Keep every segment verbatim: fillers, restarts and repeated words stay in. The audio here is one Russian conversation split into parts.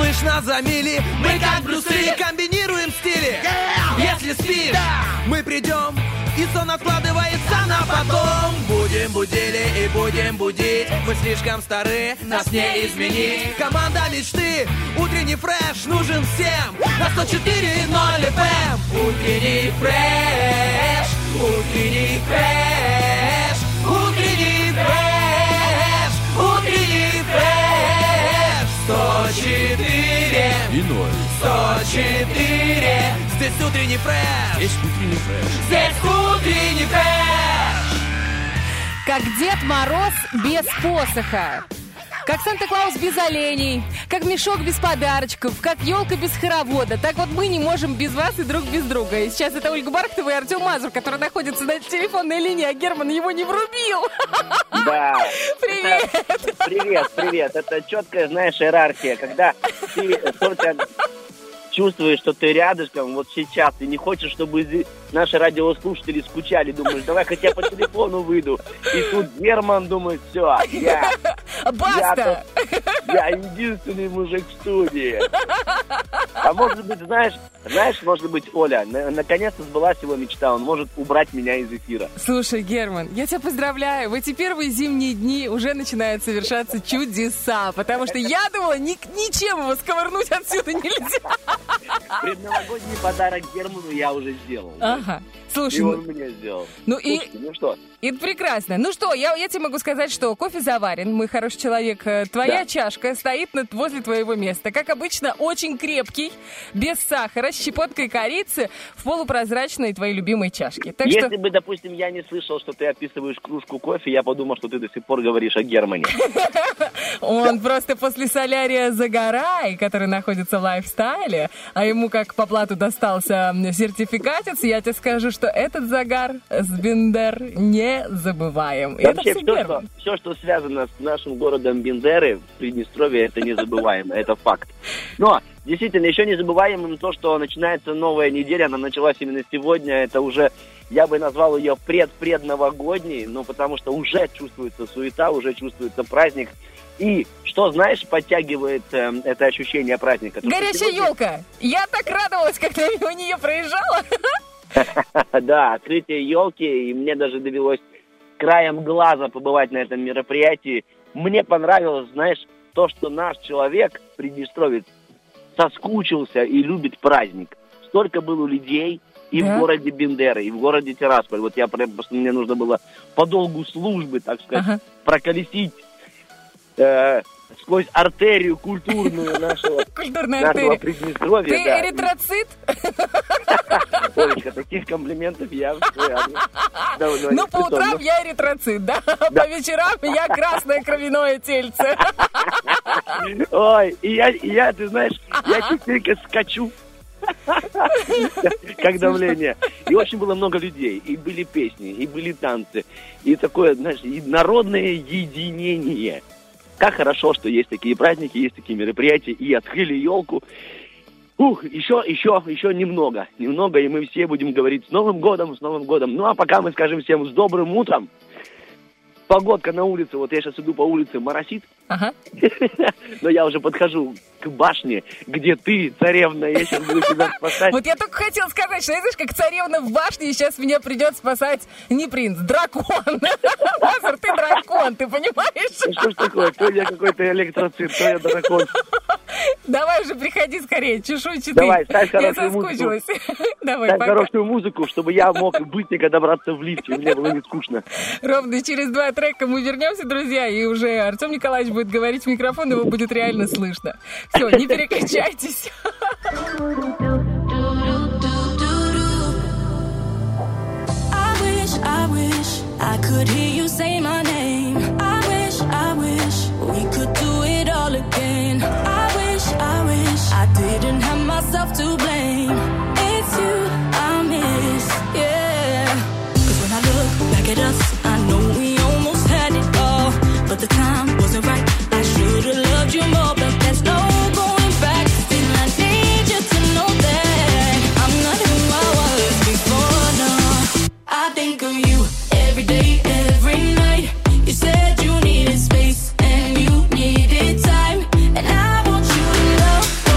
Слышь, нас за мили, мы как Брюс Ли, комбинируем стили. Если спишь, мы придем, и сон откладывается на потом. Будем будили и будем будить, мы слишком стары, нас не изменить. Команда мечты, утренний фреш нужен всем на сто четыре ноль эф эм. Утренний фреш, утренний фреш, утренний фреш, утренний фреш. Сто четыре и ноль. Сто четыре. Здесь утренний фреш. Здесь утренний фреш. Здесь утренний фреш. Как Дед Мороз без посоха, как Санта-Клаус без оленей, как мешок без подарочков, как елка без хоровода. Так вот мы не можем без вас и друг без друга. И сейчас это Ольга Бархатова и Артем Мазур, который находится на телефонной линии, а Герман его не врубил. Да. Привет. Это, привет, привет. Это четкая, знаешь, иерархия, когда ты только чувствуешь, что ты рядышком вот сейчас, и не хочешь, чтобы наши радиослушатели скучали, думаешь, давай хотя по телефону выйду. И тут Герман думает, все, я... Баста! Я, я единственный мужик в студии. А может быть, знаешь, знаешь, может быть, Оля, на- наконец-то сбылась его мечта, он может убрать меня из эфира. Слушай, Герман, я тебя поздравляю. В эти первые зимние дни уже начинают совершаться чудеса, потому что я думала, ни- ничем его сковырнуть отсюда нельзя. Предновогодний подарок Герману я уже сделал. Ага. Слушай, И ну, он мне сделал. ну и... Слушайте, ну что? Это прекрасно. Ну что, я, я тебе могу сказать, что кофе заварен, мой хороший человек. Э, Твоя Да. чашка стоит над, возле твоего места. Как обычно, очень крепкий, без сахара, с щепоткой корицы в полупрозрачной твоей любимой чашке. Так Если что... бы, допустим, я не слышал, что ты описываешь кружку кофе, я подумал, что ты до сих пор говоришь о Германе. Он просто после солярия «Загорай», который находится в лайфстайле, а ему как по плату достался сертификатец, я тебе скажу, что этот загар с Бендер не забываем. И Вообще, это все все что, все, что связано с нашим городом Бендеры в Приднестровье, это незабываемо, это факт. Но, действительно, еще незабываемым то, что начинается новая неделя, она началась именно сегодня, это уже, я бы назвал ее пред-предновогодней, ну, потому что уже чувствуется суета, уже чувствуется праздник. И что, знаешь, подтягивает э, это ощущение праздника? То, что горящая сегодня- елка. Я так радовалась, когда я мимо нее проезжала. Да, открытие елки, и мне даже довелось краем глаза побывать на этом мероприятии. Мне понравилось, знаешь, то, что наш человек, приднестровец, соскучился и любит праздник. Столько было людей и Да? в городе Бендеры, и в городе Тирасполь. Вот я прям, просто мне нужно было по долгу службы, так сказать, Ага. проколесить э, сквозь артерию культурную нашего, Культурная нашего артерия. Приднестровья. Ты да. эритроцит? Олечка, таких комплиментов я в свой адрес давно не Ну, по слышал. утрам Ну, я эритроцит, да? По вечерам я красное кровяное тельце. Ой, и я, и я, ты знаешь, я частенько скачу, как давление. И очень было много людей, и были песни, и были танцы, и такое, знаешь, и народное единение. Как хорошо, что есть такие праздники, есть такие мероприятия, и открыли елку. Ух, еще, еще, еще немного, немного, и мы все будем говорить с Новым годом, с Новым годом. Ну, а пока мы скажем всем с добрым утром. Погодка на улице, вот я сейчас иду по улице, моросит, Ага. но я уже подхожу к башне, где ты, царевна, я сейчас буду тебя спасать. Вот я только хотела сказать, что, знаешь, как царевна в башне, и сейчас меня придет спасать не принц, дракон. Мазур, ты дракон, ты Ну понимаешь? что ж такое, то я какой-то электроцирк, то я дракон. Давай уже, приходи скорее, чешуйчатый. Давай, ставь Я хорошую музыку. соскучилась. Давай, Дай пока. хорошую музыку, чтобы я мог быстренько добраться в лифте, мне было не скучно. Ровно через два трека мы вернемся, друзья, и уже Артем Николаевич будет говорить в микрофон, его будет реально слышно. Все, не переключайтесь. I wish, I wish I could hear you say my name. I wish, I wish we could do it all again. I wish, I wish I didn't have myself to blame. It's you I miss, yeah. 'Cause when I look back at us, I know we almost had it all, but the time wasn't right. I should've loved you more, but there's no going back. Still I need you to know that I'm not who I was before, no. I think of you every day, every night. You said you needed space and you needed time, and I want you to know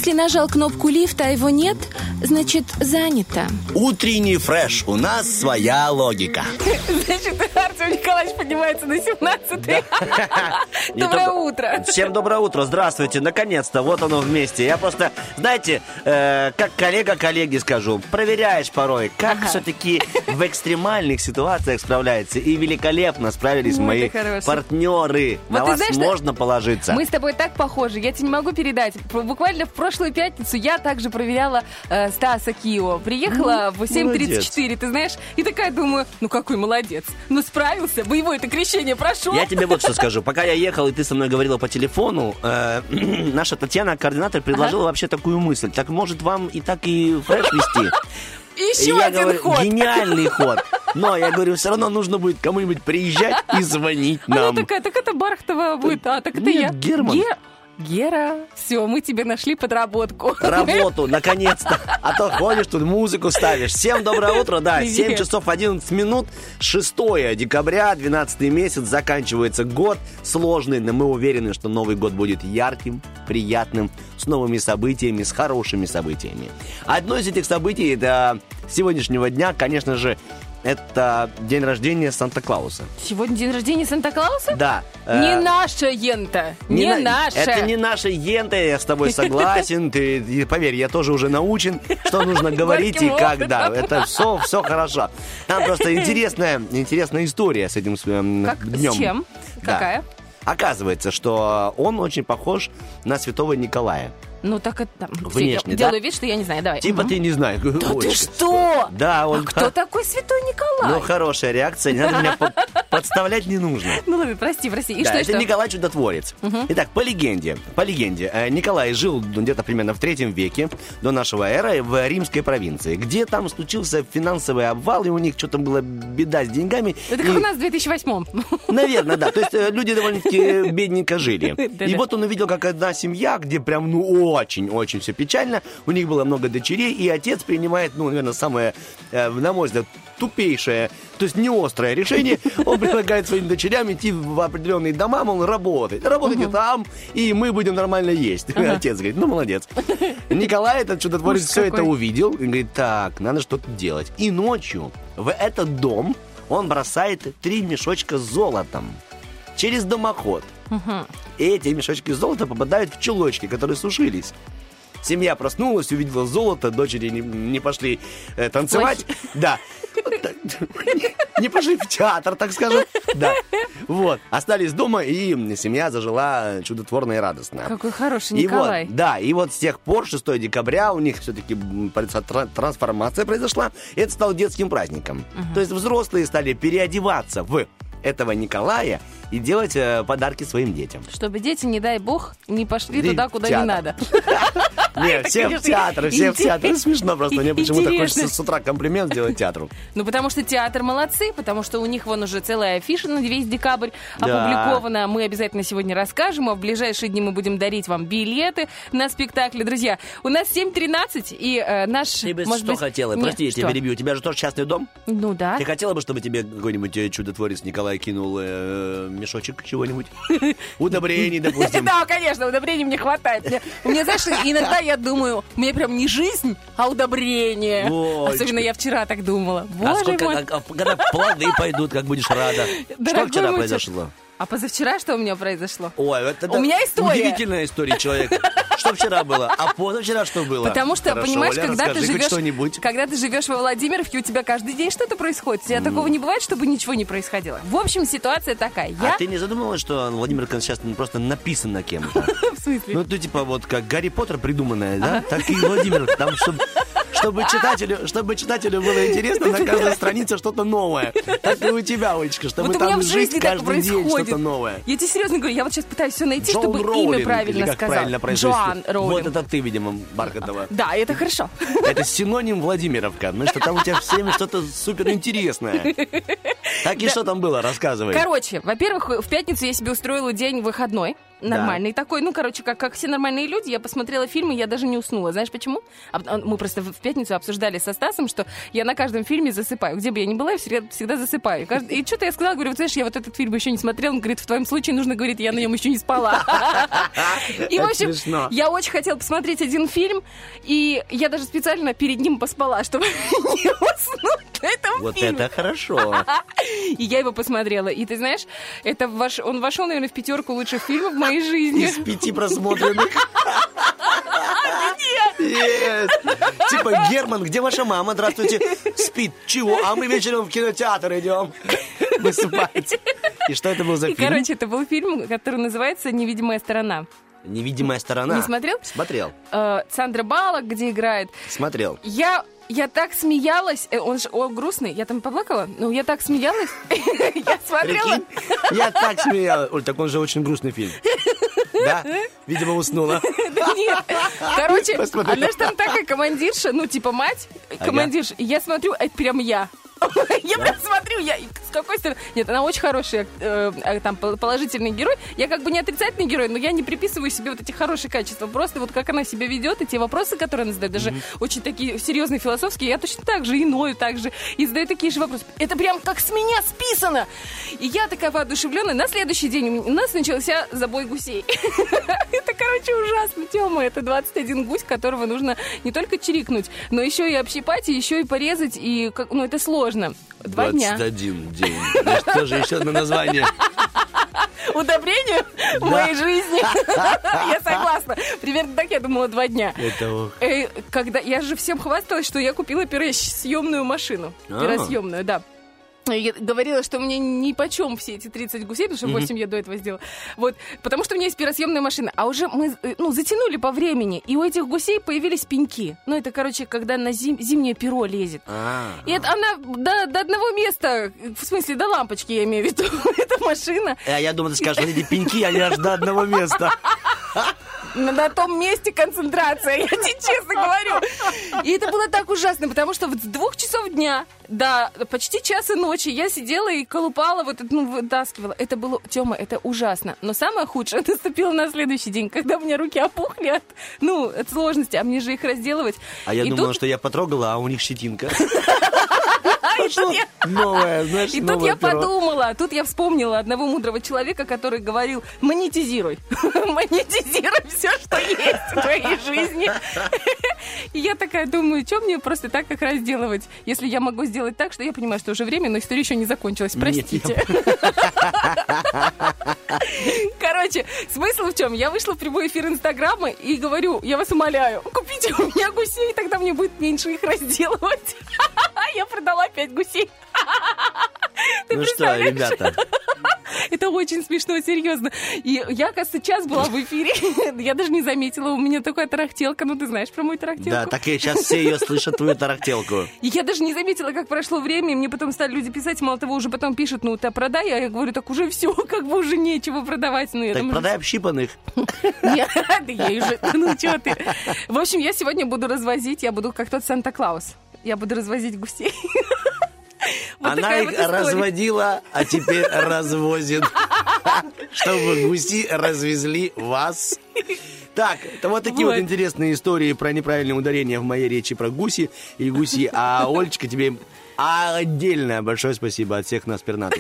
Если нажал кнопку лифта, а его нет, значит, занято. Утренний фреш. У нас своя логика. Значит, Артем Николаевич поднимается на семнадцатый. Не Доброе только- утро. Всем доброе утро, здравствуйте, наконец-то, вот оно вместе. Я просто, знаете, э, как коллега коллеге скажу, проверяешь порой, как Ага. все-таки в экстремальных ситуациях справляется. И великолепно справились Ну, мои это хорошо. партнеры. Вот На ты вас знаешь, что- можно положиться. Мы с тобой так похожи, я тебе не могу передать. П- Буквально в прошлую пятницу я также проверяла э, Стаса Кио. Приехала в семь тридцать четыре, ты знаешь, и такая думаю, ну какой молодец. Ну справился, боевое-то крещение прошел. Я тебе вот что скажу. Пока я ехал, и ты со мной говорила по телефону, э, наша Татьяна, координатор, предложила вообще такую мысль. Так может вам и так и фреш вести? И Еще я один говорю, ход. гениальный ход. Но я говорю, все равно нужно будет кому-нибудь приезжать и звонить Она нам. такая, так это Бархтова будет, а так это Нет, я. Герман. Ге- Гера, все, мы тебе нашли подработку. Работу, наконец-то. А то ходишь, тут музыку ставишь. Всем доброе утро, да, Привет. семь часов одиннадцать минут, шестое декабря, двенадцатый месяц, заканчивается год сложный, но мы уверены, что Новый год будет ярким, приятным, с новыми событиями, с хорошими событиями. Одно из этих событий до сегодняшнего дня, конечно же, это день рождения Санта-Клауса. Сегодня день рождения Санта-Клауса? Да. Не э, наша ента, не, на- наша. Это не наша ента, я с тобой согласен. Ты, и поверь, я тоже уже научен, что нужно говорить и Горьким когда. опытом. Это все, все хорошо. Там просто интересная, интересная история с этим эм, Как, днем. с чем? Да. Какая? Оказывается, что он очень похож на святого Николая. Ну так это... там, Внешне, я да? Делаю вид, что я не знаю, давай. Типа Мгм. ты не знаешь. Да ты Ой, что? Да, он... А кто такой святой Николай? Ну, хорошая реакция, не надо меня по- подставлять не нужно. Ну ладно, прости, прости. И Да, что, это что? Николай Чудотворец. Итак, по легенде, по легенде, э, Николай жил где-то примерно в третьем веке до нашего эры в римской провинции, где там случился финансовый обвал, и у них что-то была беда с деньгами. Это и- как у нас в две тысячи восьмом. Наверное, да. То есть э, люди довольно-таки бедненько жили. Да-да. И вот он увидел, как одна семья, где прям, ну, очень-очень все печально. У них было много дочерей, и отец принимает, ну, наверное, самое, э, на мой взгляд, тупейшее, то есть не острое решение. Он предлагает своим дочерям идти в определенные дома, мол, работать. Работайте там, и мы будем нормально есть. Отец говорит, ну, молодец. Николай, этот чудотворец, Ужас все это какой. увидел и говорит, так, надо что-то делать. И ночью в этот дом он бросает три мешочка с золотом через дымоход. И эти мешочки золота попадают в чулочки, которые сушились. Семья проснулась, увидела золото, дочери не, не пошли э, танцевать. Да. Вот так. Не пошли в театр, так скажем. Да. Вот. Остались дома, и семья зажила чудотворно и радостно. Какой хороший И Николай. вот, да, и вот с тех пор, шестое декабря, у них все-таки трансформация произошла, и это стало детским праздником. То есть взрослые стали переодеваться в этого Николая и делать э, подарки своим детям. Чтобы дети, не дай бог, не пошли И туда, в куда театр. не надо. Нет, все в конечно, театр, все в театр. интерес- Смешно просто, мне почему-то интересно. хочется с утра комплимент сделать театру. Ну, потому что театр молодцы, потому что у них вон уже целая афиша на весь декабрь Да. опубликована. Мы обязательно сегодня расскажем, а в ближайшие дни мы будем дарить вам билеты на спектакли. Друзья, у нас семь тринадцать, и э, наш... Ты бы может что быть- хотела? Нет, Прости, я тебя что? перебью. У тебя же тоже частный дом? Ну да. Ты хотела бы, чтобы тебе какой-нибудь э, чудотворец Николай кинул э, мешочек чего-нибудь? Удобрений, допустим. Да, конечно, удобрений мне хватает. Мне- У меня, знаешь, иногда я думаю, у меня прям не жизнь, а удобрение. Вовочка. Особенно я вчера так думала. А Боже сколько, мой. а- а когда плоды пойдут, как будешь рада? Что Дорогой вчера мой произошло? А позавчера что у меня произошло? Ой, это У меня история. удивительная история человека. Что вчера было? А позавчера что было? Потому что, Хорошо, понимаешь, Оля, когда ты расскажи хоть живешь, что-нибудь. когда ты живешь во Владимировке, у тебя каждый день что-то происходит. У тебя такого не бывает, чтобы ничего не происходило. В общем, ситуация такая. Я... А ты не задумывалась, что Владимир сейчас просто написано кем-то? В смысле? Ну, ты типа вот как Гарри Поттер придуманная, да? Так и Владимир. Там, чтобы, чтобы, читателю, чтобы читателю было интересно, на каждой странице что-то новое. Так и у тебя, Олечка, чтобы Вот у меня там в жить жизни так каждый день происходит. что-то новое. Я тебе серьезно говорю, я вот сейчас пытаюсь все найти, Джоан чтобы Роулинг, имя правильно или как сказал. правильно произносить? Джоан Роулинг. Вот это ты, видимо, Бархатова. Да, это хорошо. Это синоним Владимировка. Ну что там у тебя все время что-то суперинтересное. Так и что там было? Рассказывай. Короче, во-первых, в пятницу я себе устроила день выходной. нормальный да. такой. Ну, короче, как, как все нормальные люди, я посмотрела фильм, и я даже не уснула. Знаешь почему? А, мы просто в пятницу обсуждали со Стасом, что я на каждом фильме засыпаю. Где бы я ни была, я всегда, всегда засыпаю. И, и что-то я сказала, говорю, вот знаешь, я вот этот фильм еще не смотрела. Он говорит, в твоем случае нужно, говорит, я на нем еще не спала. И, в общем, я очень хотела посмотреть один фильм, и я даже специально перед ним поспала, чтобы не уснуть на этом вот фильме. Вот это хорошо. И я его посмотрела. И ты знаешь, это ваш, он вошел, наверное, в пятерку лучших фильмов в моей жизни. Из пяти просмотренных. Нет. Нет. Типа, Герман, где ваша мама? Здравствуйте. Спит. Чего? А мы вечером в кинотеатр идем. Высыпайте. И что это был за и, фильм? Короче, это был фильм, который называется «Невидимая сторона». «Невидимая сторона». Не смотрел? Смотрел. Э, Сандра Баллок, где играет. Смотрел. Я... Я так смеялась, он же он грустный, я там поплакала, но я так смеялась, я смотрела. Я так смеялась. Оль, так он же очень грустный фильм. Да? Видимо, уснула. Да нет. Короче, она же там такая командирша, ну, типа мать, командирша. И я смотрю, это прям я. Я прям смотрю, я с какой стороны... Нет, она очень хорошая, э, там, положительный герой. Я как бы не отрицательный герой, но я не приписываю себе вот эти хорошие качества. Просто вот как она себя ведет, и те вопросы, которые она задает, даже mm-hmm. очень такие серьезные, философские, я точно так же, и ною так же, и задаю такие же вопросы. Это прям как с меня списано! И я такая воодушевленная. На следующий день у нас начался забой гусей. Это, короче, ужасно, Тёма. Это двадцать один гусь, которого нужно не только чирикнуть, но еще и общипать, и еще и порезать, и, ну, это сложно. Два дня. двадцать один день. Что же еще одно название? Удобрение в моей жизни. Я согласна. Примерно так я думала два дня. Это... Когда я же всем хвасталась, что я купила пиросъемную машину. Пиросъемную, да. Я говорила, что мне нипочем все эти тридцать гусей, потому что восемь mm-hmm. я до этого сделала. Вот, потому что у меня есть пиросъемная машина. А уже мы, ну, затянули по времени, и у этих гусей появились пеньки. Ну, это, короче, когда на зим, зимнее перо лезет. Ah. И это она до, до одного места, в смысле, до лампочки, я имею в виду, эта машина. А я думаю, ты скажешь, вот эти пеньки, они аж до одного места. На том месте концентрация, я тебе честно говорю. И это было так ужасно, потому что вот с двух часов дня до почти часа ночи я сидела и колупала, вот, ну, вытаскивала. Это было, Тёма, это ужасно. Но самое худшее наступило на следующий день, когда у меня руки опухли от, ну, от сложности, а мне же их разделывать. А я и думала, тут... что я потрогала, а у них щетинка. И тут я, новое, знаешь, и новое тут я перо. подумала, тут я вспомнила одного мудрого человека, который говорил: монетизируй, монетизируй все, что есть в твоей жизни. И я такая думаю, что мне просто так их разделывать, если я могу сделать так, что я понимаю, что уже время, но история еще не закончилась, простите. Короче, смысл в чем? Я вышла в прямой эфир Инстаграма и говорю: я вас умоляю, купите у меня гусей, тогда мне будет меньше их разделывать. Я продала пять гусей. Ты ну что, ребята? Это очень смешно, серьезно. И я, кажется, час была в эфире. Я даже не заметила, у меня такая тарахтелка. Ну, ты знаешь про мою тарахтелку? Да, так и сейчас все ее слышат, твою тарахтелку. И я даже не заметила, как прошло время. И мне потом стали люди писать, мало того, уже потом пишут: ну, ты продай. А я говорю: так уже все, как бы уже нечего продавать. Ну, я так думаю, продай общипанных. Нет, да я уже, ну, что ты. В общем, я сегодня буду развозить, я буду как тот Санта-Клаус. Я буду развозить гусей. Вот она их вот разводила, а теперь развозит, чтобы гуси развезли вас. Так, это вот такие вот. вот интересные истории про неправильное ударение в моей речи про гуси и гуси. А Олечка, тебе отдельное большое спасибо от всех нас, пернатых.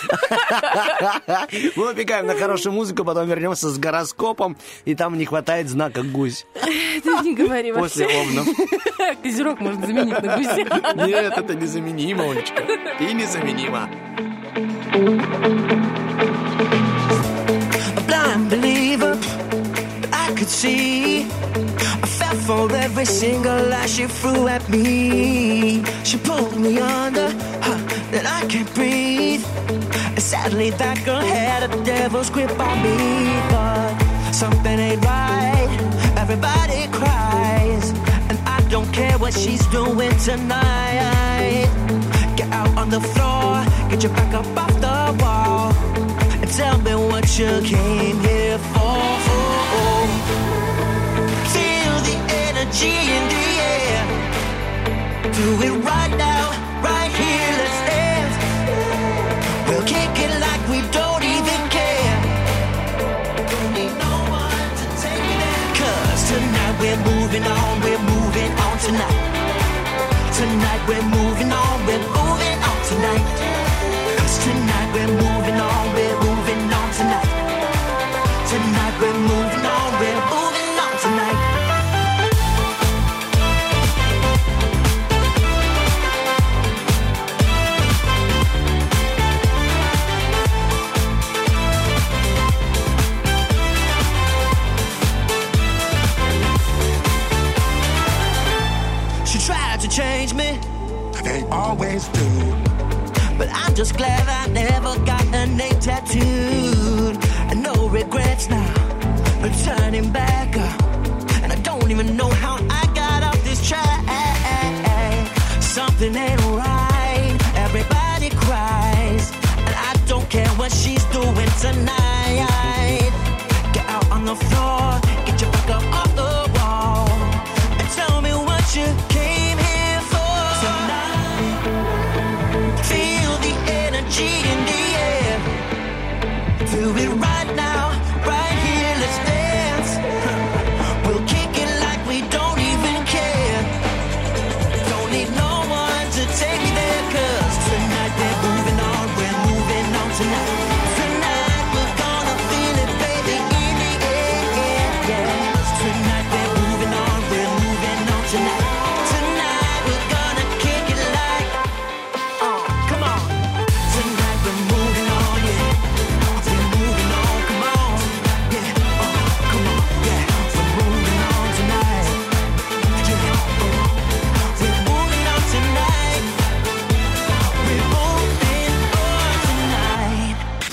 Мы убегаем на хорошую музыку, потом вернемся с гороскопом, и там не хватает знака гусь. Ты не говори вообще. После овнов. Козерог можно заменить на гуся. Нет, это незаменимо, Олечка. Ты незаменима. Could see I fell for every single lie she threw at me. She pulled me under, huh, that I can't breathe. And sadly that girl had a devil's grip on me. But something ain't right, everybody cries, and I don't care what she's doing tonight. Get out on the floor, get your back up off the wall, and tell me what you came here for. Energy in the air. Do it right now, right here, let's dance. We'll kick it like we don't even care. moving on, we're moving on tonight. Tonight we're moving on, we're moving on tonight. 'Cause tonight we're moving on, we're moving on tonight. Tonight we're moving on, we're moving on tonight. She tried to change me, They always do. but I'm just glad I never got a name tattooed. And no regrets now, but turning back up. And I don't even know how I got off this track. Something ain't right, everybody cries. And I don't care what she's doing tonight. Get out on the floor, get your back up off the wall, and tell me what you came here for tonight. Feel the energy in the air. Do it right now, right here, let's dance. We'll kick it like we don't even care. Don't need no one to take me there, 'cause tonight we're moving on, we're moving on tonight. Tonight we're gonna feel it, baby, in the air, yeah, yeah. Tonight we're moving on, we're moving on tonight. Tonight we're gonna kick it like, oh, come on. Tonight we're moving on, yeah. We're moving on, come on, yeah, oh, come on, yeah. We're moving on tonight, yeah, oh. We're moving on tonight. We're moving on tonight.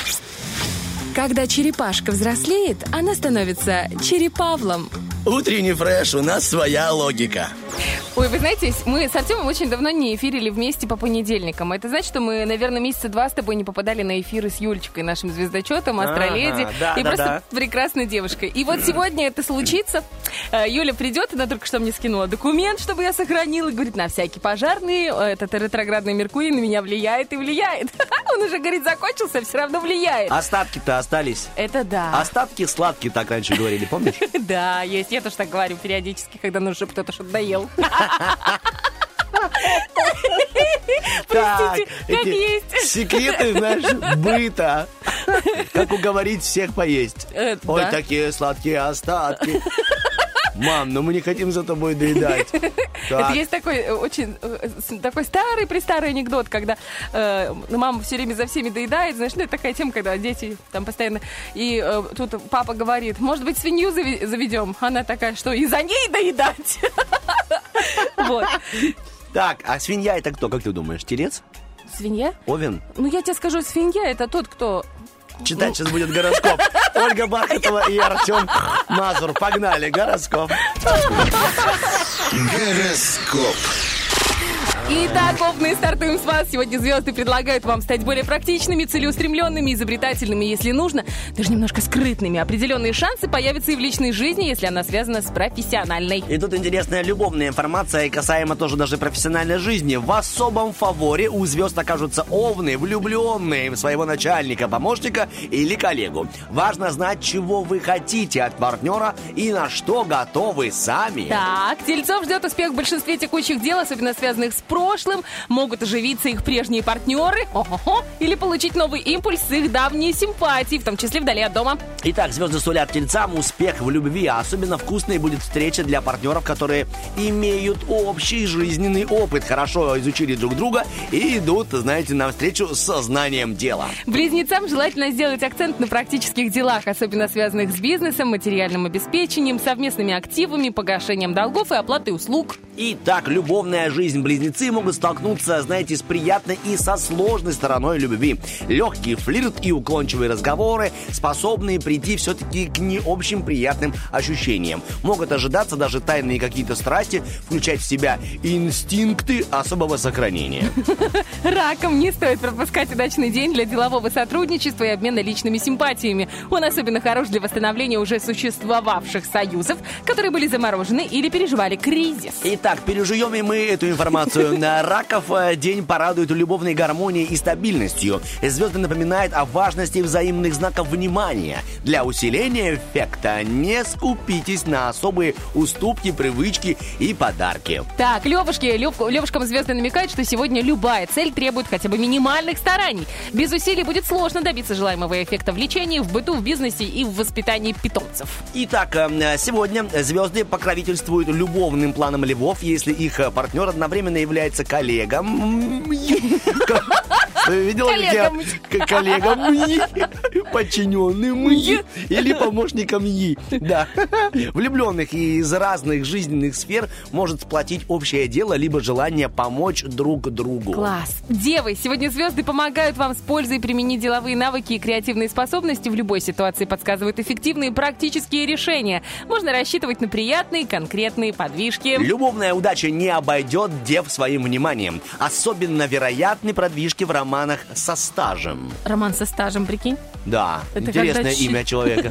Когда черепашка взрослеет, она становится черепавлом. Утренний фреш, у нас своя логика. Ой, вы знаете, мы с Артемом очень давно не эфирили вместе по понедельникам. Это значит, что мы, наверное, месяца два с тобой не попадали на эфиры с Юлечкой, нашим звездочетом, астроледи. Ага, да, и да, просто да. прекрасной девушкой. И вот сегодня это случится. Э, Юля придет, она только что мне скинула документ, чтобы я сохранила. Говорит, на всякий пожарный, этот ретроградный Меркурий на меня влияет и влияет. Он уже, говорит, закончился, все равно влияет. Остатки-то остались. Это да. Остатки сладкие, так раньше говорили, помнишь? Да, есть. Я тоже так говорю периодически, когда нужно, чтобы кто-то что-то доел. Простите, как эти есть. секреты, знаешь, быта. Как уговорить всех поесть. Э, Ой, да. такие сладкие остатки. Мам, ну мы не хотим за тобой доедать. Это Так. есть такой э, очень э, с- такой старый-престарый анекдот, когда э, мама все время за всеми доедает. Знаешь, ну, это такая тема, когда дети там постоянно... И э, тут папа говорит, может быть, свинью зави- заведем? Она такая, что и за ней доедать? Вот. Так, а свинья это кто, как ты думаешь? Телец? Свинья? Овен? Ну, я тебе скажу, свинья — это тот, кто... Читать сейчас будет гороскоп. Ольга Бархатова и Артем Мазур. Погнали, гороскоп. Гороскоп. Итак, овны, стартуем с вас. Сегодня звезды предлагают вам стать более практичными, целеустремленными, изобретательными, если нужно, даже немножко скрытными. Определенные шансы появятся и в личной жизни, если она связана с профессиональной. И тут интересная любовная информация, и касаемо тоже даже профессиональной жизни. В особом фаворе у звезд окажутся овны, влюбленные в своего начальника, помощника или коллегу. Важно знать, чего вы хотите от партнера и на что готовы сами. Так, тельцов ждет успех в большинстве текущих дел, особенно связанных с прошлым. Могут оживиться их прежние партнеры, о-хо-хо, или получить новый импульс с их давней симпатии, в том числе вдали от дома. Итак, звезды сулят тельцам успех в любви, а особенно вкусной будет встреча для партнеров, которые имеют общий жизненный опыт, хорошо изучили друг друга и идут, знаете, навстречу с сознанием дела. Близнецам желательно сделать акцент на практических делах, особенно связанных с бизнесом, материальным обеспечением, совместными активами, погашением долгов и оплатой услуг. Итак, любовная жизнь. Близнецы могут столкнуться, знаете, с приятной и со сложной стороной любви. Легкий флирт и уклончивые разговоры, способные прийти все-таки к не общим приятным ощущениям. Могут ожидаться даже тайные какие-то страсти, включать в себя инстинкты особого сохранения. Ракам не стоит пропускать удачный день для делового сотрудничества и обмена личными симпатиями. Он особенно хорош для восстановления уже существовавших союзов, которые были заморожены или переживали кризис. Итак, Итак, пережуем и мы эту информацию. Раков день порадует любовной гармонией и стабильностью. Звезды напоминают о важности взаимных знаков внимания. Для усиления эффекта не скупитесь на особые уступки, привычки и подарки. Так, Левушки, Лев, Левушкам звезды намекают, что сегодня любая цель требует хотя бы минимальных стараний. Без усилий будет сложно добиться желаемого эффекта в лечении, в быту, в бизнесе и в воспитании питомцев. Итак, сегодня звезды покровительствуют любовным планам львов, если их партнер одновременно является коллегом. Видела, Коллегам. как коллегам, подчиненным или помощником Yi. Да. Влюбленных из разных жизненных сфер может сплотить общее дело, либо желание помочь друг другу. Класс. Девы, сегодня звезды помогают вам с пользой применить деловые навыки и креативные способности в любой ситуации, подсказывают эффективные практические решения. Можно рассчитывать на приятные, конкретные подвижки. Любовная удача не обойдет дев своим вниманием. Особенно вероятны продвижки в романах со стажем. Роман со стажем, прикинь? Да, Это интересное когда имя человека.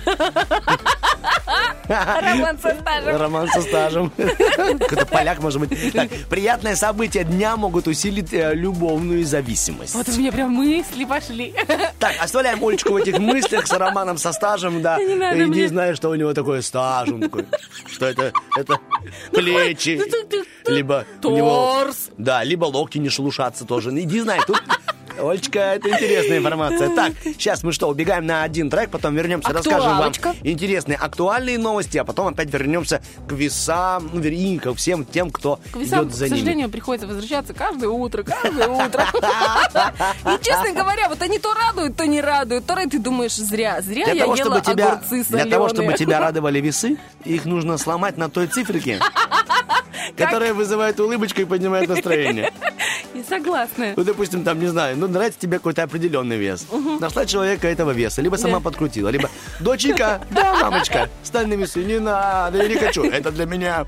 Роман со стажем. Роман со стажем. Какой-то поляк, может быть. Так, приятные события дня могут усилить э, любовную зависимость. Вот у меня прям мысли пошли. Так, оставляем Олечку в этих мыслях с романом со стажем, да. Не надо И мне. не знаю, что у него такое стаж. Он такой, что это? Это плечи. Либо у него- Торс. Да, либо локти не шелушатся тоже. Не знаю, тут... Олечка, это интересная информация. Так, сейчас мы что, убегаем на один трек, потом вернемся, расскажем вам Актуалочка. интересные актуальные новости, а потом опять вернемся к весам, ну, вернее, ко всем тем, кто К весам, идет к за ними. сожалению, приходится возвращаться каждое утро, каждое утро. И, честно говоря, вот они то радуют, то не радуют. То ты думаешь, зря, зря Для я того, ела чтобы тебя, огурцы для того, чтобы соленые. тебя радовали весы, их нужно сломать на той циферке, которая вызывает улыбочку и поднимает настроение. Я согласна. Ну, допустим, там, не знаю, ну, нравится тебе какой-то определенный вес. Нашла человека этого веса, либо сама Да. подкрутила, либо доченька, да, мамочка, стань на весы, не надо, я не хочу, это для меня.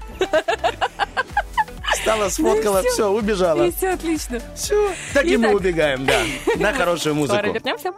Стала, сфоткала, всё. все, убежала. И все отлично. Все, так и мы Итак. убегаем, да, на хорошую Скоро музыку. вернемся.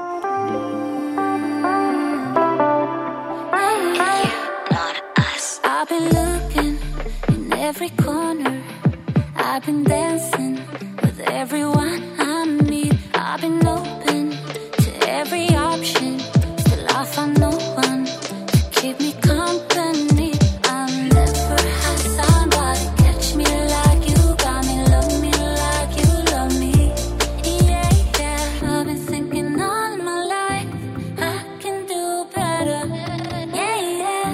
I've been looking in every corner. I've been dancing with everyone I meet. I've been open to every option. Still I find no one to keep me company. I'll never have somebody catch me like you got me, love me like you love me. Yeah, yeah. I've been thinking all my life I can do better. Yeah, yeah.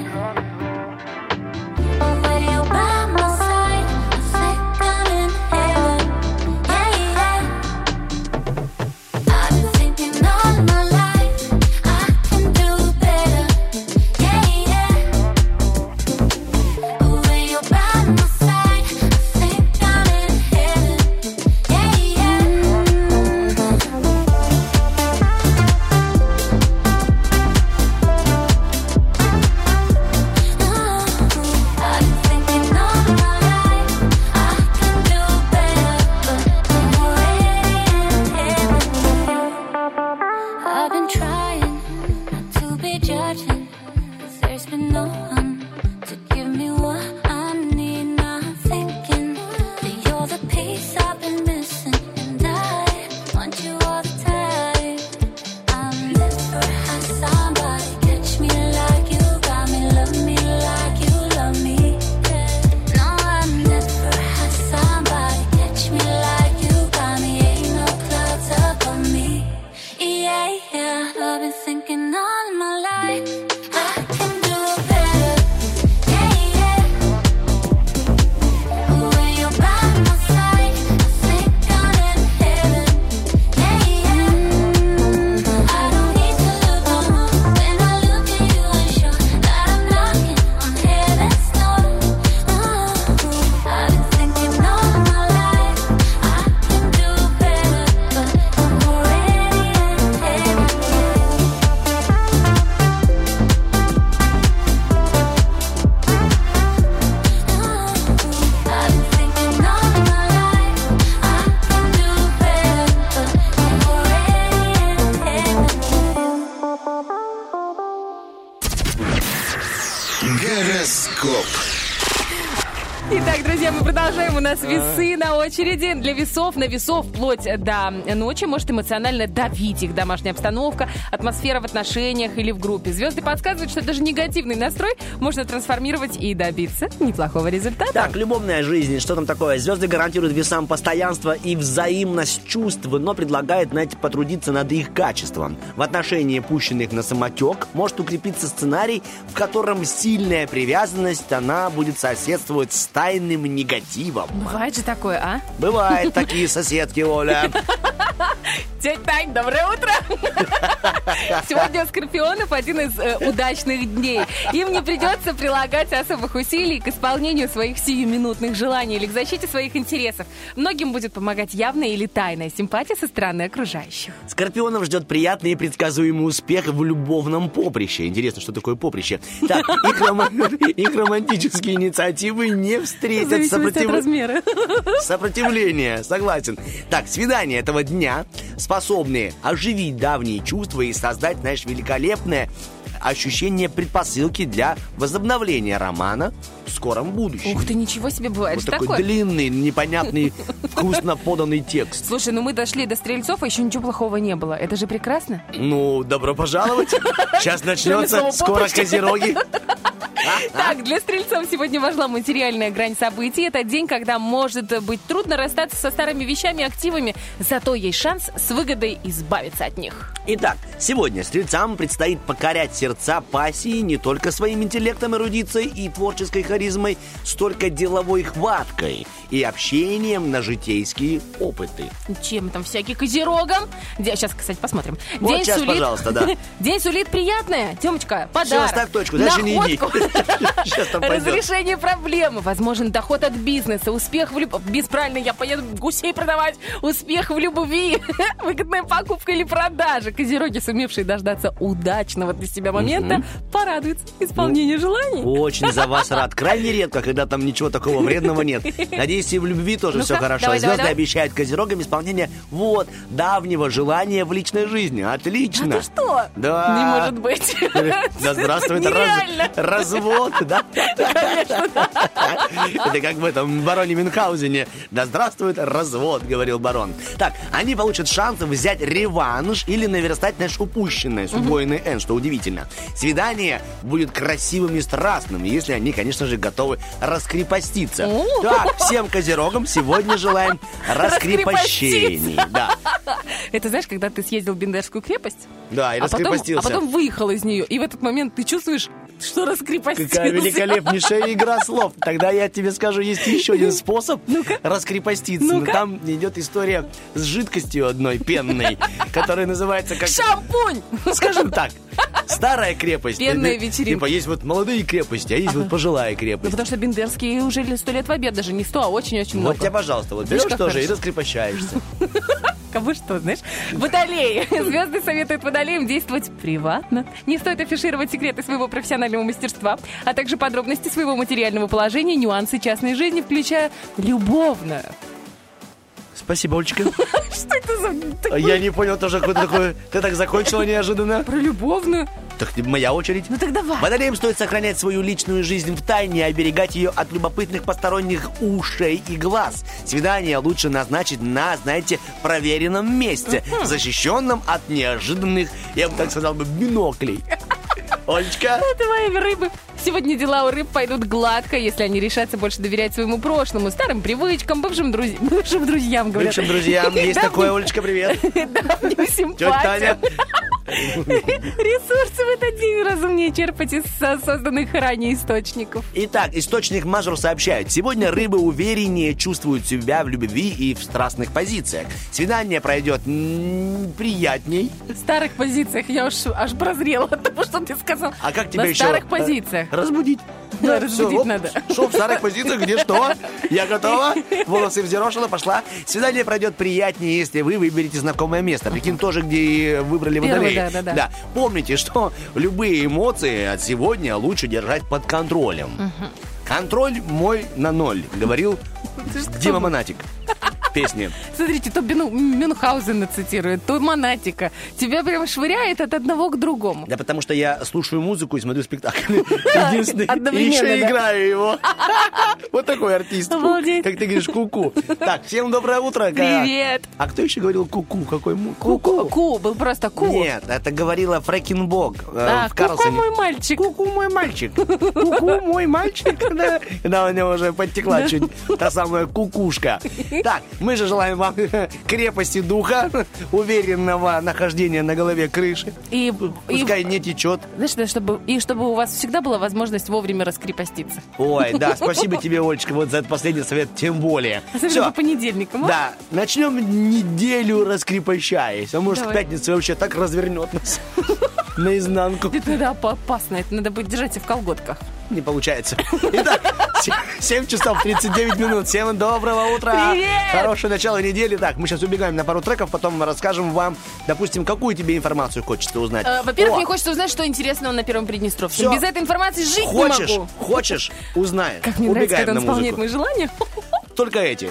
When you're by my side, I think I'm in heaven. Yeah, yeah. I've been thinking all my life I can do better. Yeah, yeah. When you're by my side, I think I'm in heaven. Yeah, yeah. I've been thinking all my life I can do better, but I'm already in heaven. I've been trying not to be judging, 'cause there's been no one to give me what I need. Now I'm thinking that you're the piece I've been missing, and I want you all the time. I'll never have somebody catch me like you got me, love me like you love me. No, I'll never have somebody catch me like you got me. Ain't no clouds above me. Yeah, yeah. I've been thinking all my life I can do better. Yeah, yeah. When you're by my side, I think I'm in heaven. Yeah, yeah. I don't need to look no more. When I look at you, I'm sure that I'm knocking on heaven's door. Oh, I've been thinking all my life I can do better, but I'm already in heaven. I've been thinking all my life I can do better, but I'm already in heaven. Гороскоп. Итак, Итак, друзья, мы продолжаем. У нас весы на очереди. Для весов, на весов вплоть до ночи может эмоционально давить их домашняя обстановка, атмосфера в отношениях или в группе. Звезды подсказывают, что даже негативный настрой можно трансформировать и добиться неплохого результата. Так, любовная жизнь, что там такое? Звезды гарантируют весам постоянство и взаимность чувств, но предлагают, знаете, потрудиться над их качеством. В отношении пущенных на самотек может укрепиться сценарий, в котором сильная привязанность, она будет соседствовать с тайным негативом. Бывает же такое, а? Бывают такие соседки, Оля. Тетя Тань, доброе утро! Сегодня у скорпионов один из э, удачных дней. Им не придется прилагать особых усилий к исполнению своих сиюминутных желаний или к защите своих интересов. Многим будет помогать явная или тайная симпатия со стороны окружающих. Скорпионов ждет приятный и предсказуемый успех в любовном поприще. Интересно, что такое поприще? Так, их, рома- их романтические инициативы не встретят сопротив... сопротивления. Согласен. Так, свидание этого дня способны оживить давние чувства и создать, знаешь, великолепное ощущение предпосылки для возобновления романа в скором будущем. Ух ты, ничего себе, бывает Вот же такой такое. длинный, непонятный, вкусно поданный текст. Слушай, ну мы дошли до стрельцов, а еще ничего плохого не было. Это же прекрасно. Ну, добро пожаловать. Сейчас начнется скоро козероги. Так, для стрельцов сегодня важна материальная грань событий. Это день, когда может быть трудно расстаться со старыми вещами и активами, зато есть шанс с выгодой избавиться от них. Итак, сегодня стрельцам предстоит покорять сердца пассии не только своим интеллектом, эрудицией и творческой харизмой, столько деловой хваткой и общением на житейские опыты. Чем там всякие козерогам? Де- Сейчас, кстати, посмотрим. Вот День сейчас, сулит... пожалуйста, да. День сулит приятное. Темочка, подарок. Все, ставь точку, дальше не иди. Сейчас там пойдет. Разрешение проблемы, возможен доход от бизнеса, успех в любви. Бесправильно, я поеду гусей продавать. Успех в любви, выгодная покупка или продажа. Козероги, сумевшие дождаться удачного для себя момента, порадуются исполнению желаний. Очень за вас рад. Крайне редко, когда там ничего такого вредного нет. Надеюсь, и в любви тоже Ну-ка, все хорошо. давай, Звезды давай, давай. обещают козерогам исполнение вот давнего желания в личной жизни. Отлично. А ты что? Да. Не может быть. Да здравствует раз- Нереально. развод, да? Это как в этом бароне Мюнхгаузене. Да здравствует развод, говорил барон. Так, они получат шанс взять реванш или наверстать, знаешь, упущенное с убойной Н, что удивительно. Свидание будет красивым и страстным, если они, конечно же, готовы раскрепоститься. О. Так, всем козерогам сегодня желаем раскрепощений. Да, Это знаешь, когда ты съездил в Бендерскую крепость, да, и а потом, раскрепостился. а потом выехал из нее, и в этот момент ты чувствуешь, что раскрепостился. Какая великолепнейшая игра слов. Тогда я тебе скажу, есть еще один способ раскрепоститься. Но Ну-ка. там идет история с жидкостью одной пенной, которая называется как... Шампунь! Скажем так, старая крепость. Пенная Типа, вечеринка. Типа есть вот молодые крепости, а есть вот пожилая Ну, крепость. потому что бендерские уже сто лет в обед, даже не сто, а очень-очень Вот много. тебя, пожалуйста, вот Видишь, берешь как тоже и хорошо. раскрепощаешься. Кому что, знаешь? Водолеи. Звезды советуют водолеям действовать приватно. Не стоит афишировать секреты своего профессионального мастерства, а также подробности своего материального положения, нюансы частной жизни, включая любовную. Спасибо, Олечка. Что это за... А такое? Я не понял тоже, какой такой... Ты так закончила неожиданно. Про любовную? Так моя очередь. Ну так давай. Водолеям стоит сохранять свою личную жизнь в тайне и оберегать ее от любопытных посторонних ушей и глаз. Свидание лучше назначить на, знаете, проверенном месте, защищенном от неожиданных, я бы так сказал бы, биноклей. Олечка. Это мои рыбы. Сегодня дела у рыб пойдут гладко, если они решатся больше доверять своему прошлому, старым привычкам, бывшим, друз... бывшим друзьям, говорят. Бывшим друзьям есть Давним- такое, Олечка, привет. Давнюю Тетя симпатию. Таня. Ресурсы в этот день разумнее черпать из со- созданных ранее источников. Итак, источник Мажор сообщает, сегодня рыбы увереннее чувствуют себя в любви и в страстных позициях. Свидание пройдет м, приятней. В старых позициях я уж аж прозрела от того, что ты сказал. А как тебя На еще? старых э, позициях. Разбудить. Да, всё, разбудить оп, надо. Что в старых позициях, где что? Я готова. Волосы взъерошила, пошла. Свидание пройдет приятнее, если вы выберете знакомое место. Прикинь, тоже, где и выбрали Первый, водолеи. да, да, да. Помните, что любые эмоции от сегодня лучше держать под контролем. Контроль мой на ноль, говорил Ты ж кто Дима был? Монатик. песни. Смотрите, то Бену- Мюнхгаузена цитирует, то Монатика. Тебя прям швыряет от одного к другому. Да потому что я слушаю музыку и смотрю спектакль. Единственный. И Одновременно, еще да? играю его. Вот такой артист. Обалдеть. Как ты говоришь, ку-ку. Так, всем доброе утро. Привет. А кто еще говорил ку-ку? Какой му? Ку-ку. Ку, был просто ку. Нет, это говорила Фрэкенбок э, А, в ку-ку, Карлсоне. мой мальчик. Ку-ку, мой мальчик. Ку-ку, мой мальчик. Да, да, у него уже подтекла чуть та самая кукушка. Так, мы же желаем вам крепости духа, уверенного нахождения на голове крыши. И, Пускай и, не течет. знаешь, да, чтобы, и чтобы у вас всегда была возможность вовремя раскрепоститься. Ой, да, спасибо тебе, Олечка, вот за этот последний совет, тем более. Особенно Всё. по понедельникам. а? Да, начнем неделю раскрепощаясь. А может, Давай. в пятницу вообще так развернет нас наизнанку. Это да, опасно. Это надо будет держать себя в колготках. Не получается. Итак, семь часов тридцать девять минут. Всем доброго утра. Привет! Хорошее начало недели. Так, мы сейчас убегаем на пару треков, потом расскажем вам, допустим, какую тебе информацию хочется узнать. Э, Во-первых, О, мне хочется узнать, что интересного на Первом Приднестровском. Всё. Без этой информации жить Хочешь, не могу. хочешь, узнай. Как мне нравится, Убегаем когда он на исполняет музыку. мои желания. Только эти.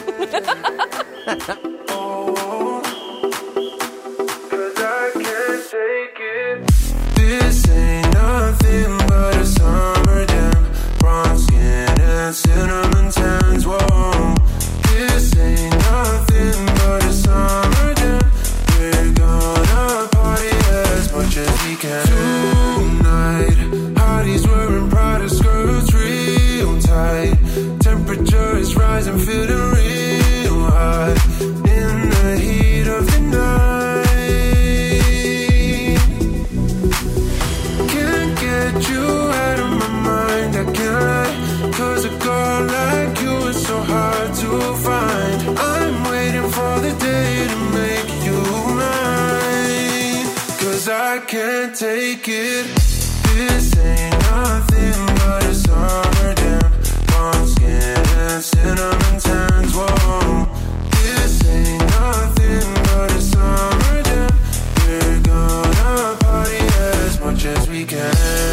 This ain't nothing but a summer jam. Bronze skin and cinnamon tans. Whoa. This ain't nothing but a summer jam. We're gonna party as much as we can tonight. Hotties wearing Prada skirts real tight. Temperature is rising, feeling real hot in the heat of the night. You out of my mind, I can't lie. Cause a girl like you is so hard to find. I'm waiting for the day to make you mine. Cause I can't take it. This ain't nothing but a summer jam. Palm skin and cinnamon tans. Whoa. This ain't nothing but a summer jam. We're gonna party as much as we can.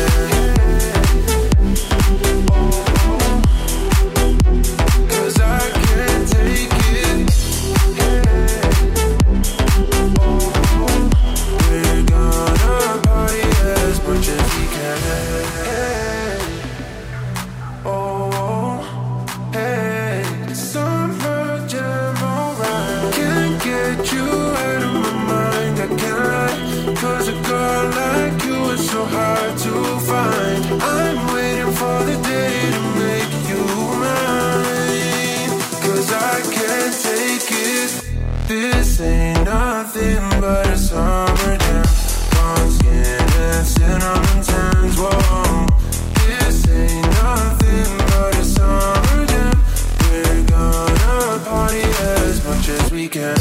Cause a girl like you is so hard to find. I'm waiting for the day to make you mine. Cause I can't take it. This ain't nothing but a summer jam. Palm skin and cinnamon tans. Whoa. This ain't nothing but a summer jam. We're gonna party as much as we can.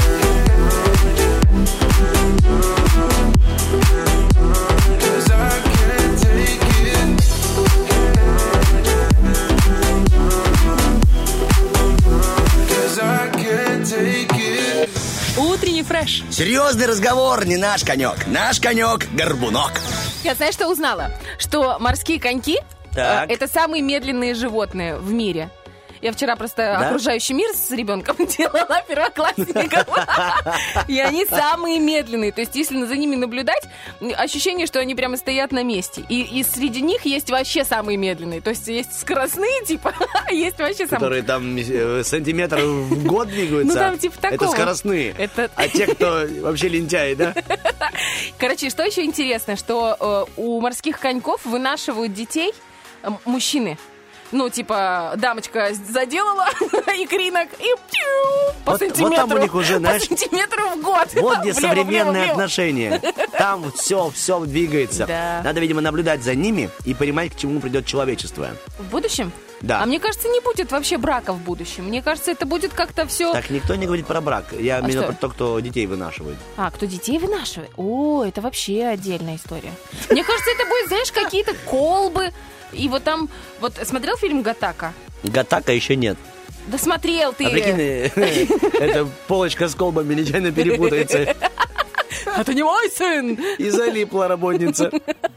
Утренний фреш. Серьезный разговор, не наш конек. Наш конек — горбунок. Я знаешь, что узнала? Что морские коньки э, Так. это самые медленные животные в мире. Я вчера просто Да? окружающий мир с ребенком делала первоклассников. И они самые медленные. То есть, если за ними наблюдать, ощущение, что они прямо стоят на месте. И, и среди них есть вообще самые медленные. То есть, есть скоростные, типа, а есть вообще самые... Которые там э, сантиметр в год двигаются. Ну, там типа Это такого. скоростные. Это- А те, кто вообще лентяи, да? Короче, что еще интересно, что э, у морских коньков вынашивают детей э, мужчины. Ну, типа, дамочка заделала икринок и пью, по Вот- сантиметру. вот там у них уже, знаешь, по сантиметру в год. Вот где Влево, современные влево, влево. отношения. Там все, все двигается. Да. Надо, видимо, наблюдать за ними и понимать, к чему придет человечество. В будущем? Да. А мне кажется, не будет вообще брака в будущем. Мне кажется, это будет как-то все... Так никто не говорит про брак. Я А именно что? про то, кто детей вынашивает. А, кто детей вынашивает? О, это вообще отдельная история. Мне кажется, это будет, знаешь, какие-то колбы. И вот там... Вот смотрел фильм «Гаттака»? Гаттака еще нет. Да смотрел ты. А прикинь, эта полочка с колбами нечаянно перепутается. Это не мой сын. И залипла работница.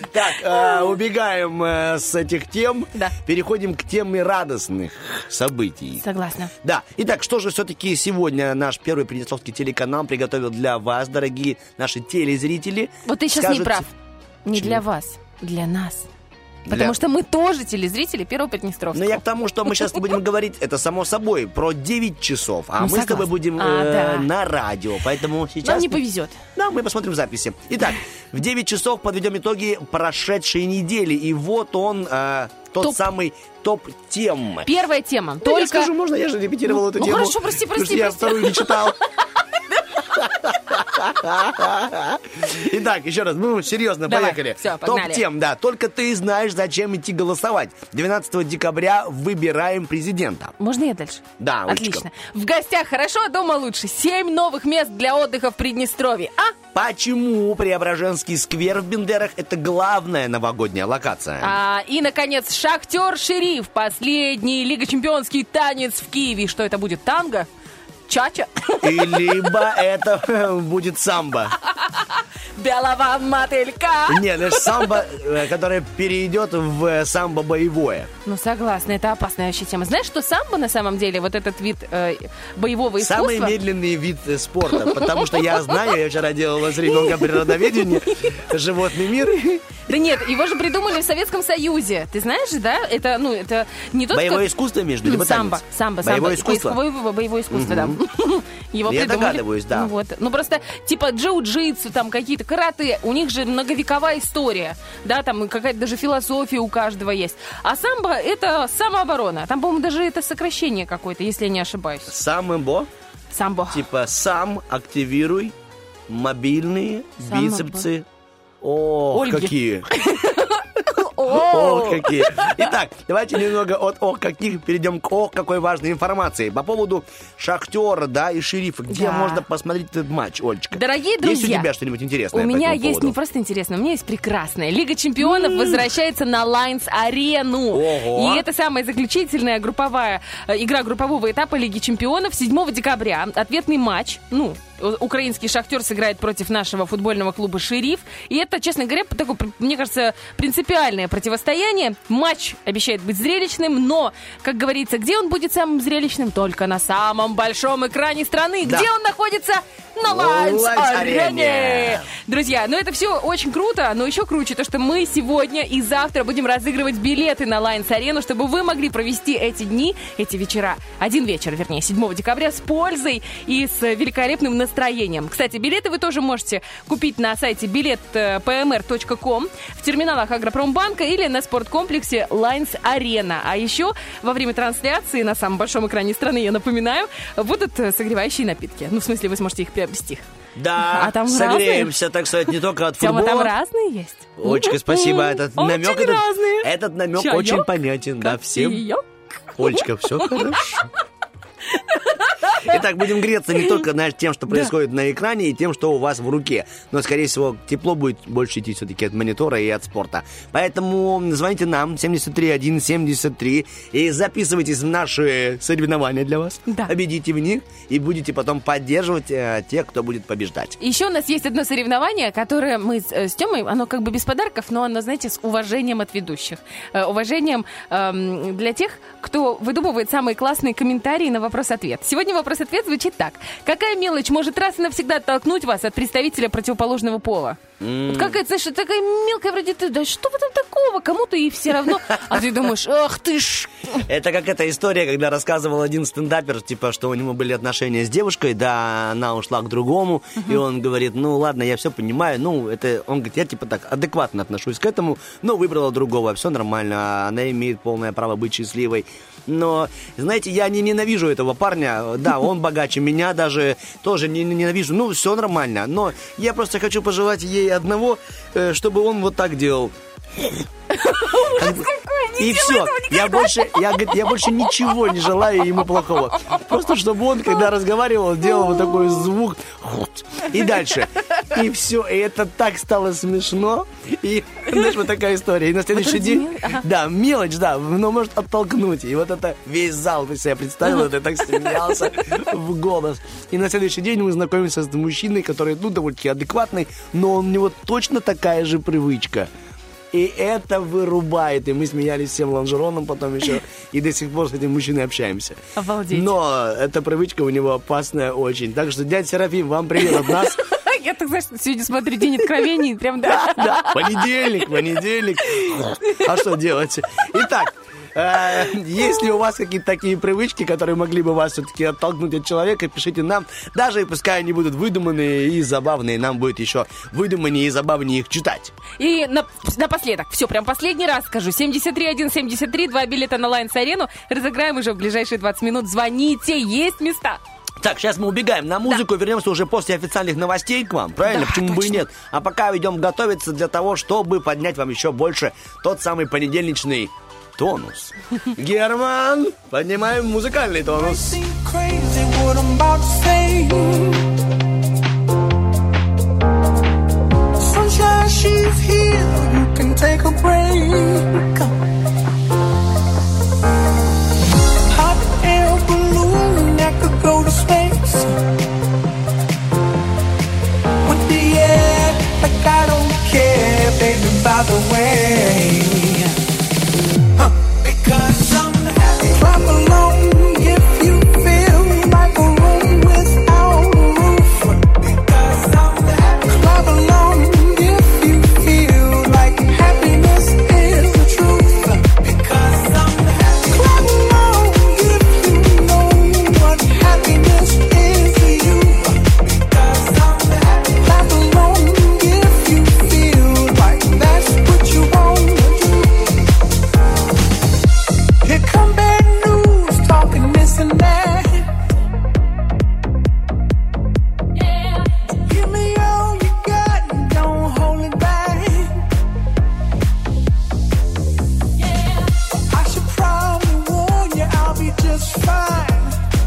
Так, э, убегаем э, с этих тем, Да. переходим к теме радостных событий. Согласна. Да, итак, что же все-таки сегодня наш первый приднестровский телеканал приготовил для вас, дорогие наши телезрители? Вот ты сейчас не Скажете- прав. Не Почему? для вас, для нас. Потому Для- что мы тоже телезрители Первого Приднестровского. Но я к тому, что мы сейчас будем говорить, это само собой, про девять часов, а Ну, мы с тобой согласна. будем А, э, да. на радио, поэтому сейчас... Нам не повезет. Да, мы посмотрим записи. Итак, в девять часов подведем итоги прошедшей недели, и вот он, э, тот Топ. самый топ-тем. Первая тема. Ну, Только... я скажу, можно? Я же репетировал Ну, эту ну, тему. хорошо, прости, потому прости, что я прости. вторую не читал. Итак, еще раз, ну, серьезно, Давай, поехали. всё, погнали. Топ-тем, да. Только ты знаешь, зачем идти голосовать. двенадцатого декабря выбираем президента. Можно я дальше? Да, Олечка. Отлично. В гостях хорошо, а дома лучше. Семь новых мест для отдыха в Приднестровье. А? Почему Преображенский сквер в Бендерах — это главная новогодняя локация? А, и, наконец, Шахтер Шериф. Последний Лига Чемпионский танец в Киеве. Что это будет? Танго? Чача? И либо это будет самбо. Белого мотылька. Нет, это самбо, э, которое перейдет в э, самбо боевое. Ну, согласна, это опасная вообще тема. Знаешь, что самбо на самом деле, вот этот вид э, боевого искусства... Самый медленный вид э, спорта, потому что я знаю, я вчера делала с ребенком природоведение, животный мир. Да нет, его же придумали в Советском Союзе. Ты знаешь, да? Это, ну, это не только... Боевое искусство между, Ну, либо самбо, танец? самбо, Боевое самбо. искусство? Боевое, боевое искусство, да. Его Я придумали. догадываюсь, да. Ну, вот. Ну, просто, типа, джиу-джитсу, там, какие-то карате, у них же многовековая история, да, там какая-то даже философия у каждого есть. А самбо — это самооборона. Там, по-моему, даже это сокращение какое-то, если я не ошибаюсь. Самбо, Самбо. типа сам активируй мобильные Самбо. бицепсы. Ох, Ольги. какие! О! Ох, какие. Итак, давайте немного от ох каких перейдем к ох какой важной информации. По поводу Шахтера, да, и Шерифа. Где Да. можно посмотреть этот матч, Олечка? Дорогие Есть друзья, у тебя что-нибудь интересное у по меня этому есть поводу? не просто интересно, у меня есть прекрасная. Лига чемпионов возвращается на Лайнс-арену. Ого. И это самая заключительная групповая э, игра группового этапа Лиги чемпионов седьмого декабря. Ответный матч, ну, у- украинский Шахтер сыграет против нашего футбольного клуба «Шериф». И это, честно говоря, такое, мне кажется, принципиальное противостояние. Матч обещает быть зрелищным, но, как говорится, где он будет самым зрелищным? Только на самом большом экране страны. Да. Где он находится? На Лайнс-арене. Лайнс-арене. Друзья, ну это все очень круто, но еще круче то, что мы сегодня и завтра будем разыгрывать билеты на Лайнс-арену, чтобы вы могли провести эти дни, эти вечера, один вечер, вернее, седьмого декабря с пользой и с великолепным настроением. Кстати, билеты вы тоже можете купить на сайте билет пэ эм эр точка ком, в терминалах Агропромбанка или на спорткомплексе Лайнс-арена. А еще во время трансляции на самом большом экране страны, я напоминаю, будут э, согревающие напитки. Ну, в смысле, вы сможете их приобрести. Да, А там согреемся, так сказать, не только от Тема, футбола. там разные есть. Олечка, спасибо. Этот Очень намек, этот, разные. этот намек Чаёк, очень понятен, да, всем. кофеёк. Олечка, все хорошо. Итак, будем греться не только знаешь, тем, что происходит на экране, и тем, что у вас в руке. Но, скорее всего, тепло будет больше идти все-таки от монитора и от спорта. Поэтому звоните нам семьдесят три один семьдесят три и записывайтесь в наши соревнования для вас. Да. Победите в них и будете потом поддерживать э, тех, кто будет побеждать. Еще у нас есть одно соревнование, которое мы с, э, с Тёмой, оно как бы без подарков, но оно, знаете, с уважением от ведущих. Э, уважением эм, для тех, кто выдумывает самые классные комментарии на вопрос-ответ. Сегодня вопрос-ответ звучит так. Какая мелочь может раз и навсегда оттолкнуть вас от представителя противоположного пола? Вот какая-то, знаешь, такая мелкая вроде ты, да что в этом такого? Кому-то и все равно. А ты думаешь, ах ты ж... Это как эта история, когда рассказывал один стендапер, типа, что у него были отношения с девушкой, да, она ушла к другому, и он говорит, ну ладно, я все понимаю, ну, это, он говорит, я типа так адекватно отношусь к этому, но выбрала другого, все нормально, она имеет полное право быть счастливой. Но, знаете, я не ненавижу этого парня, да, он богаче меня, даже тоже не ненавижу, ну, все нормально, но я просто хочу пожелать ей одного, э, чтобы он вот так делал. И все. Я больше, я, говорит, я больше ничего не желаю ему плохого. Просто чтобы он, когда разговаривал, делал вот такой звук. И дальше. И все. И это так стало смешно. И, знаешь, вот такая история. И на следующий Вот день... мел- ага. Да, мелочь, да, но может оттолкнуть. И вот это весь зал, ты себе представил, это так смеялся в голос. И на следующий день мы знакомимся с мужчиной, который, ну, довольно-таки адекватный, но у него точно такая же привычка. И это вырубает. И мы смеялись всем лонжероном потом еще. И до сих пор с этим мужчиной общаемся. Обалдеть. Но эта привычка у него опасная очень. Так что, дядя Серафим, вам привет от нас. Я так, знаешь, сегодня смотрю День откровений. Прям, да. Да, понедельник, понедельник. А что делать? Итак, э, если у вас какие-то такие привычки, которые могли бы вас все-таки оттолкнуть от человека, пишите нам. Даже пускай они будут выдуманные и забавные, нам будет еще выдуманнее и забавнее их читать. И на, напоследок, все, прям последний раз скажу. семьдесят три один семьдесят три, два билета на Лайнс-арену. Разыграем уже в ближайшие двадцать минут. Звоните, есть места. Так, сейчас мы убегаем на музыку, да. Вернемся уже после официальных новостей к вам, правильно? Да, Почему точно. бы и нет? А пока идем готовиться для того, чтобы поднять вам еще больше тот самый понедельничный тонус. Герман, поднимаем музыкальный тонус. Go to space with the air, like I don't care, baby, by the way. Huh. Because I'm happy. Clap along if you feel like a room without a roof. Because I'm happy. Clap along if you feel like happiness is the truth. Because I'm happy. Clap along if you know what happiness is to you. Because I'm happy. Clap along if you feel like that's what you want to do. Here come bad news, talking this and that. Yeah. Give me all you got and don't hold it back. Yeah. I should probably warn you, I'll be just fine.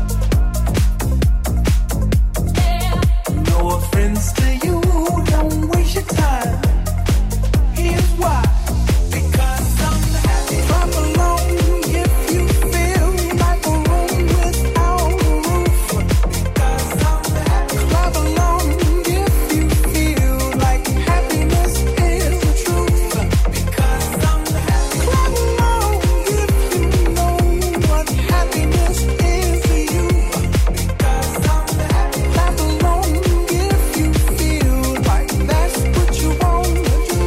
No offense to you, don't waste your time. Here's why. Because I'm happy. Clap along if you feel like a room without a roof. Because I'm happy. Clap along if you feel like happiness is the truth. Because I'm happy. Clap along if you know what happiness is to you. Because I'm happy. Clap along if you feel like that's what you want to do.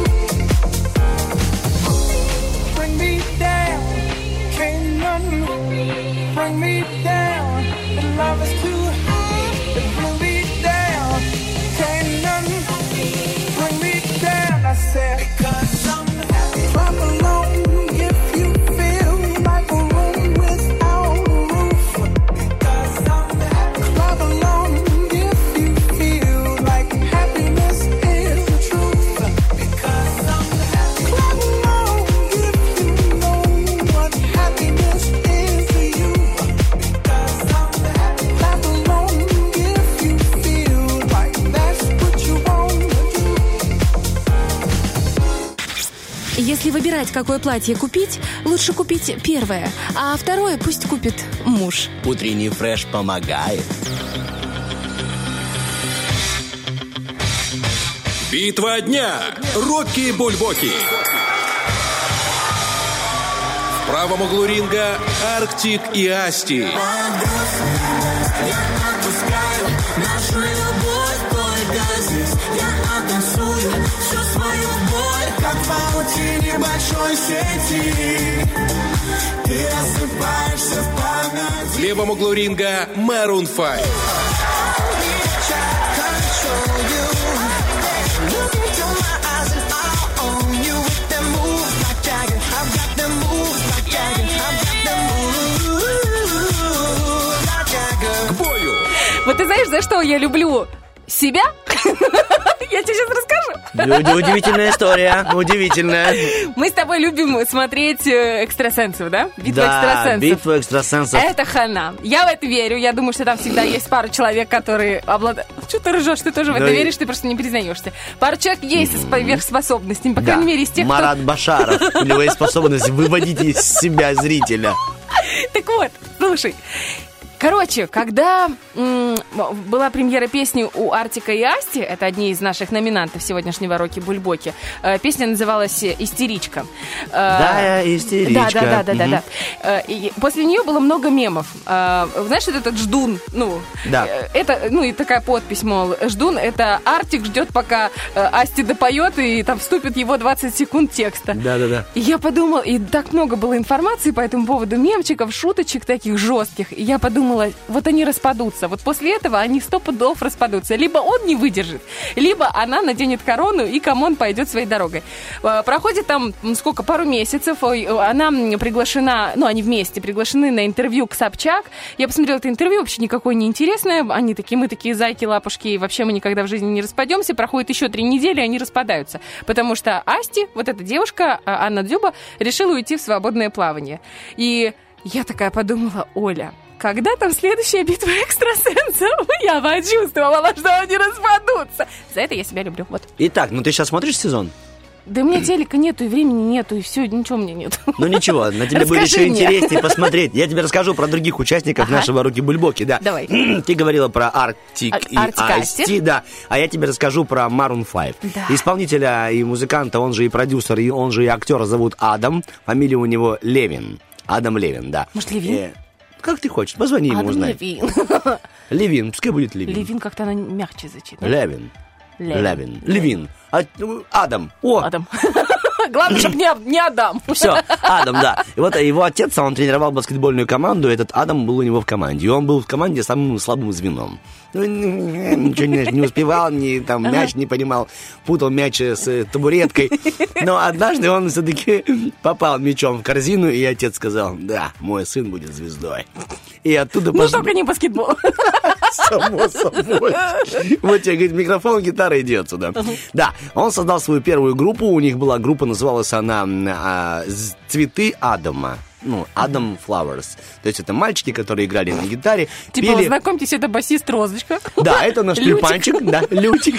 Bring me down, can't nothing bring me down. The love is too high, it bring me down. Can't nothing bring me down. I said because I'm happy. Clap along if you feel like a room without a roof. Because I'm happy. Clap along if you feel like happiness is the truth. Because I'm happy. Clap along if you know what happiness is to you. Because I'm happy. Clap along if you feel like that's what you want to do. Если выбирать, какое платье купить, лучше купить первое, а второе пусть купит муж. Утренний фреш помогает. Битва дня. Рокки Бульбоки. В правом углу ринга Арктик и Асти. В левом углу ринга Maroon пять. К бою! Вот ты знаешь, за что я люблю себя? Я тебе сейчас расскажу. Удивительная история, удивительная. Мы с тобой любим смотреть э, экстрасенсов, да? Битву Да, экстрасенсов. битву экстрасенсов. Это хана. Я в это верю. Я думаю, что там всегда есть пара человек, которые обладают... Что ты ржешь? Ты тоже в это Да и- веришь, ты просто не признаешься. Пара человек есть с сверхспособностями, по Да. крайней мере, из тех, Марат Башаров. У него есть способность выводить из себя зрителя. кто... Так вот, слушай. Короче, когда м, была премьера песни у Артика и Асти, это одни из наших номинантов сегодняшнего Роки Бульбоки, э, песня называлась «Истеричка». Э, Да, истеричка. Да, да, да, да, Мгм. да, да. Э, и после нее было много мемов. Э, знаешь, вот этот ждун, ну, Да. э, это, ну и такая подпись, мол, ждун, это Артик ждет, пока э, Асти допоет, и там вступит его двадцать секунд текста. Да-да-да. И я подумала, и так много было информации по этому поводу, мемчиков, шуточек таких жестких. И я подумала, вот они распадутся. Вот после этого они сто пудов распадутся. Либо он не выдержит, либо она наденет корону, и камон пойдет своей дорогой. А, Проходит там, м, сколько, пару месяцев. Ой, она м, приглашена, ну, они вместе приглашены на интервью к Собчак. Я посмотрела это интервью, вообще никакое не интересное. Они такие, мы такие зайки, лапушки, и вообще мы никогда в жизни не распадемся. Проходит еще три недели, и они распадаются. Потому что Асти, вот эта девушка, а, Анна Дзюба, решила уйти в свободное плавание. И я такая подумала, Оля, когда там следующая битва экстрасенсов, я почувствовала, что они распадутся. За это я себя люблю. Вот. Итак, ну ты сейчас смотришь сезон? Да у меня телека нету, и времени нету, и все, ничего у меня нет. Ну ничего, на тебе будет Расскажи еще мне. интереснее посмотреть. Я тебе расскажу про других участников Ага. нашего Роки Бульбоки, да. Давай. Ты говорила про Артик Ар- и Артик Асти. Асти, да. А я тебе расскажу про Maroon пять. Да. Исполнителя и музыканта, он же и продюсер, и он же и актер, зовут Адам. Фамилия у него Левин. Адам Левин, да. Может, Левин? Э, Как ты хочешь, позвони ему, Адам узнай. Левин. Левин, пускай будет Левин. Левин как-то она мягче звучит. да? Левин. Левин. Левин. Левин. А, ну, Адам. О, Адам. Главное, чтобы не, не Адам. все, Адам, да. И вот его отец, он тренировал баскетбольную команду, этот Адам был у него в команде. И он был в команде самым слабым звеном. Ну, ничего не, не успевал, ни, там, мяч не понимал, путал мяч с табуреткой. Но однажды он все-таки попал мячом в корзину, и отец сказал, да, мой сын будет звездой. И оттуда Ну, пошло... только не баскетбол. Само собой. Вот тебе, говорит, микрофон, гитара, иди отсюда. Да, он создал свою первую группу. У них была группа, называлась она а, «Цветы Адама». Ну, Адам Flowers. То есть это мальчики, которые играли на гитаре, Типа, пели... знакомьтесь, это басист Розочка. Да, это наш Лютик. тюльпанчик, да, Лютик.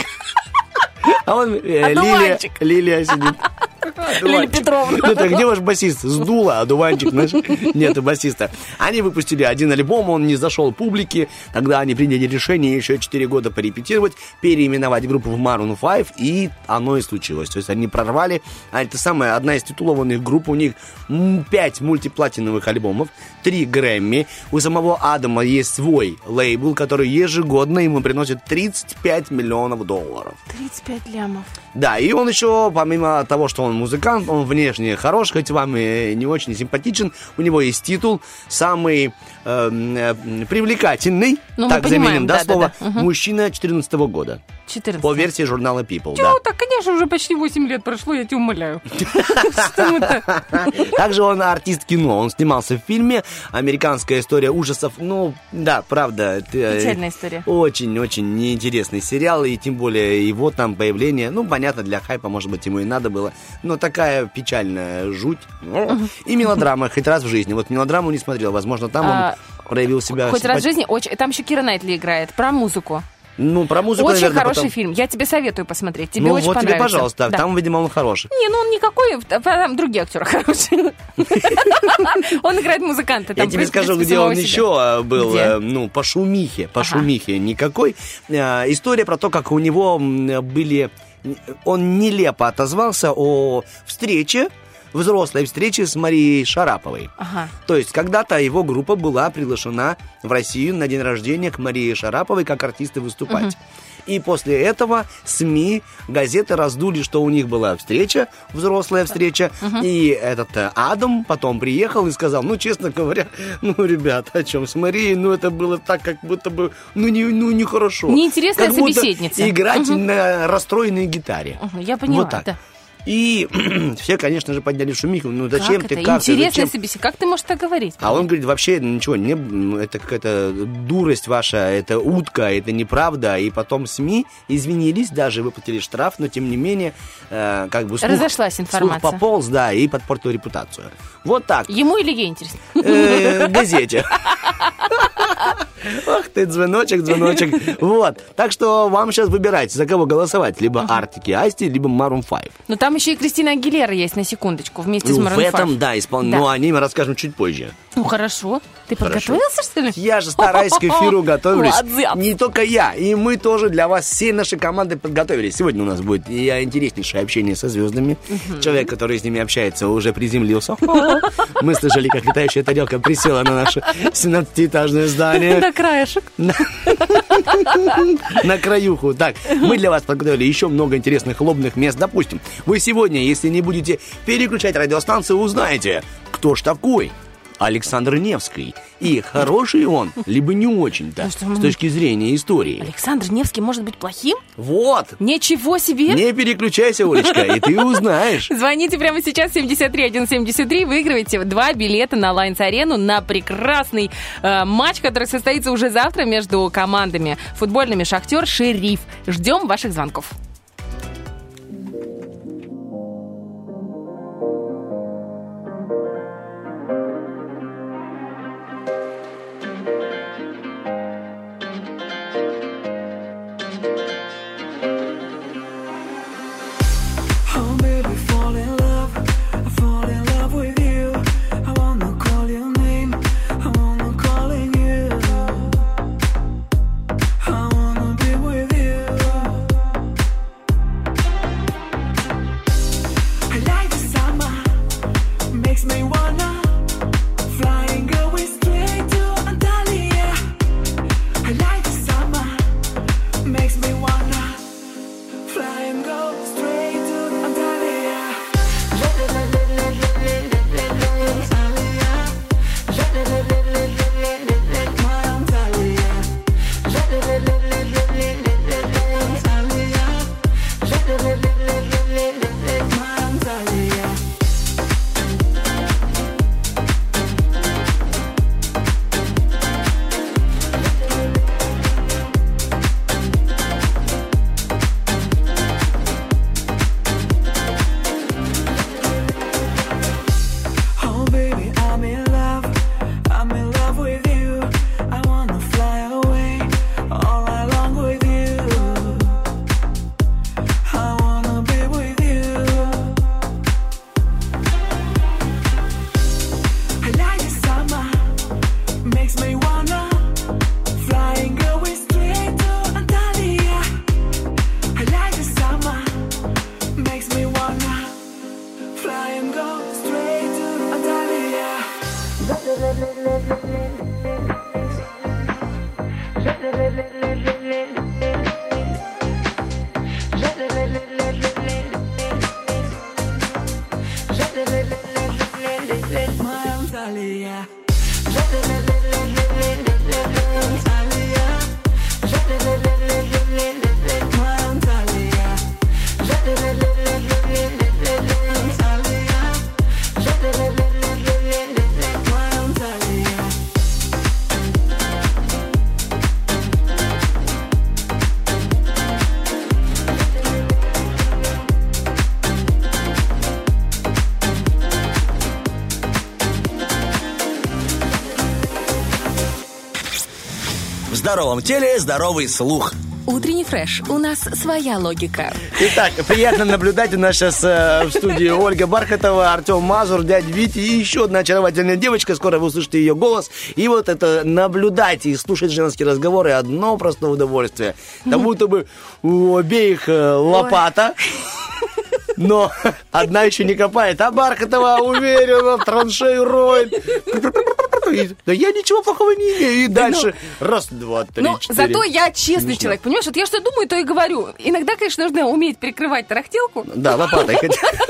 А он э, Лилия, Одуванчик. Лилия сидит. Лилия Петровна. Ну так где ваш басист? Сдуло, а дуванчик наш. Нету басиста. Они выпустили один альбом, он не зашел публике. Тогда они приняли решение еще четыре года порепетировать, переименовать группу в Maroon пять, и оно и случилось. То есть они прорвали. А это самая одна из титулованных групп. У них пять мультиплатиновых альбомов, три Грэмми. У самого Адама есть свой лейбл, который ежегодно ему приносит тридцать пять миллионов долларов. тридцать пять лямов. Да, и он еще, помимо того, что он музыкант, он внешне хорош, хоть вам и не очень симпатичен. У него есть титул самый э, э, привлекательный, Ну, мы так понимаем, заменим, да, да, слово, да, да. Угу. мужчина четырнадцатого года. четырнадцать. По версии журнала People, да. Ну, так, конечно, уже почти восемь лет прошло, я тебя умоляю. Что мы-то? Также он артист кино. Он снимался в фильме «Американская история ужасов». Ну, да, правда. это, э, Печальная история. Очень-очень неинтересный сериал, и тем более его там появление, ну, понятно, для хайпа, может быть, ему и надо было, но такая печальная жуть. И мелодрама, хоть раз в жизни. Вот мелодраму не смотрел, возможно, там он А, проявил себя... Хоть раз в симпати- жизни, очень... там еще Кира Найтли играет, про музыку. Ну, про музыку, Очень наверное, хороший потом- фильм, я тебе советую посмотреть, тебе Ну, очень вот тебе, понравится. пожалуйста, Да. там, видимо, он хороший. Не, ну он никакой, там другие актеры хорошие. Он играет музыканта. Я тебе скажу, где он еще а, был, Где? э, ну, по шумихе, по Ага. шумихе никакой. Э, История про то, как у него м, были... Он нелепо отозвался о встрече, взрослой встрече с Марией Шараповой. Ага. То есть когда-то его группа была приглашена в Россию на день рождения к Марии Шараповой как артисты выступать. И после этого СМИ, газеты раздули, что у них была встреча, взрослая встреча, и этот э, Адам потом приехал и сказал, ну, честно говоря, ну, ребята, о чем с Марией, ну, это было так, как будто бы, ну, не, ну, нехорошо. Неинтересная Как будто собеседница. играть Мгм. на расстроенной гитаре. Мгм, я поняла, Вот так. да. И все, конечно же, подняли шумиху. Ну, зачем Как ты, это? как ты, Интересная зачем? собеседница. Как ты можешь так говорить? А он говорит, вообще ничего, не, это какая-то дурость ваша, это утка, это неправда. И потом СМИ извинились, даже выплатили штраф, но тем не менее, э, как бы слух, Разошлась информация. слух пополз, да, и подпортил репутацию. Вот так. Ему или ей интересно? Э, газете. Ох ты, звоночек, звоночек. Вот. Так что вам сейчас выбирать, за кого голосовать. Либо Артик и Асти, либо Maroon пять. Но там еще и Кристина Агилера есть, на секундочку, вместе с Ну, в Maroon этом, пять. да, исполнение. Да. Ну, о ней мы расскажем чуть позже. Ну, хорошо. Ты подготовился, что ли? Я же стараюсь к эфиру готовлюсь. Молодец. Не только я, и мы тоже для вас, всей нашей команды подготовились. Сегодня у нас будет и интереснейшее общение со звездами. Человек, который с ними общается, уже приземлился. Мы слышали, как летающая тарелка присела на наше семнадцатиэтажное здание. До краешек. На краюху. Так, мы для вас подготовили еще много интересных лобных мест. Допустим, вы сегодня, если не будете переключать радиостанцию, узнаете, кто ж такой Александр Невский. И хороший он, либо не очень-то, что, с точки зрения истории. Александр Невский может быть плохим? Вот. Ничего себе! Не переключайся, Олечка, и ты узнаешь. Звоните прямо сейчас семьдесят три сто семьдесят три, выигрывайте два билета на Лайнс-арену на прекрасный э, матч, который состоится уже завтра между командами футбольными «Шахтер», «Шериф». Ждем ваших звонков. В здоровом теле здоровый слух. Утренний фреш. У нас своя логика. Итак, приятно наблюдать. У нас сейчас э, в студии Ольга Бархатова, Артем Мазур, дядя Витя и еще одна очаровательная девочка. Скоро вы услышите ее голос. И вот это наблюдать и слушать женские разговоры — одно простое удовольствие. Как будто бы у обеих э, лопата. Но одна еще не копает, а Бархатова уверенно в траншею роет. Да я ничего плохого не имею. И дальше раз, два, три, ну, четыре. зато я честный человек, понимаешь? Вот я что думаю, то и говорю. Иногда, конечно, нужно уметь перекрывать тарахтелку. Да, лопатой.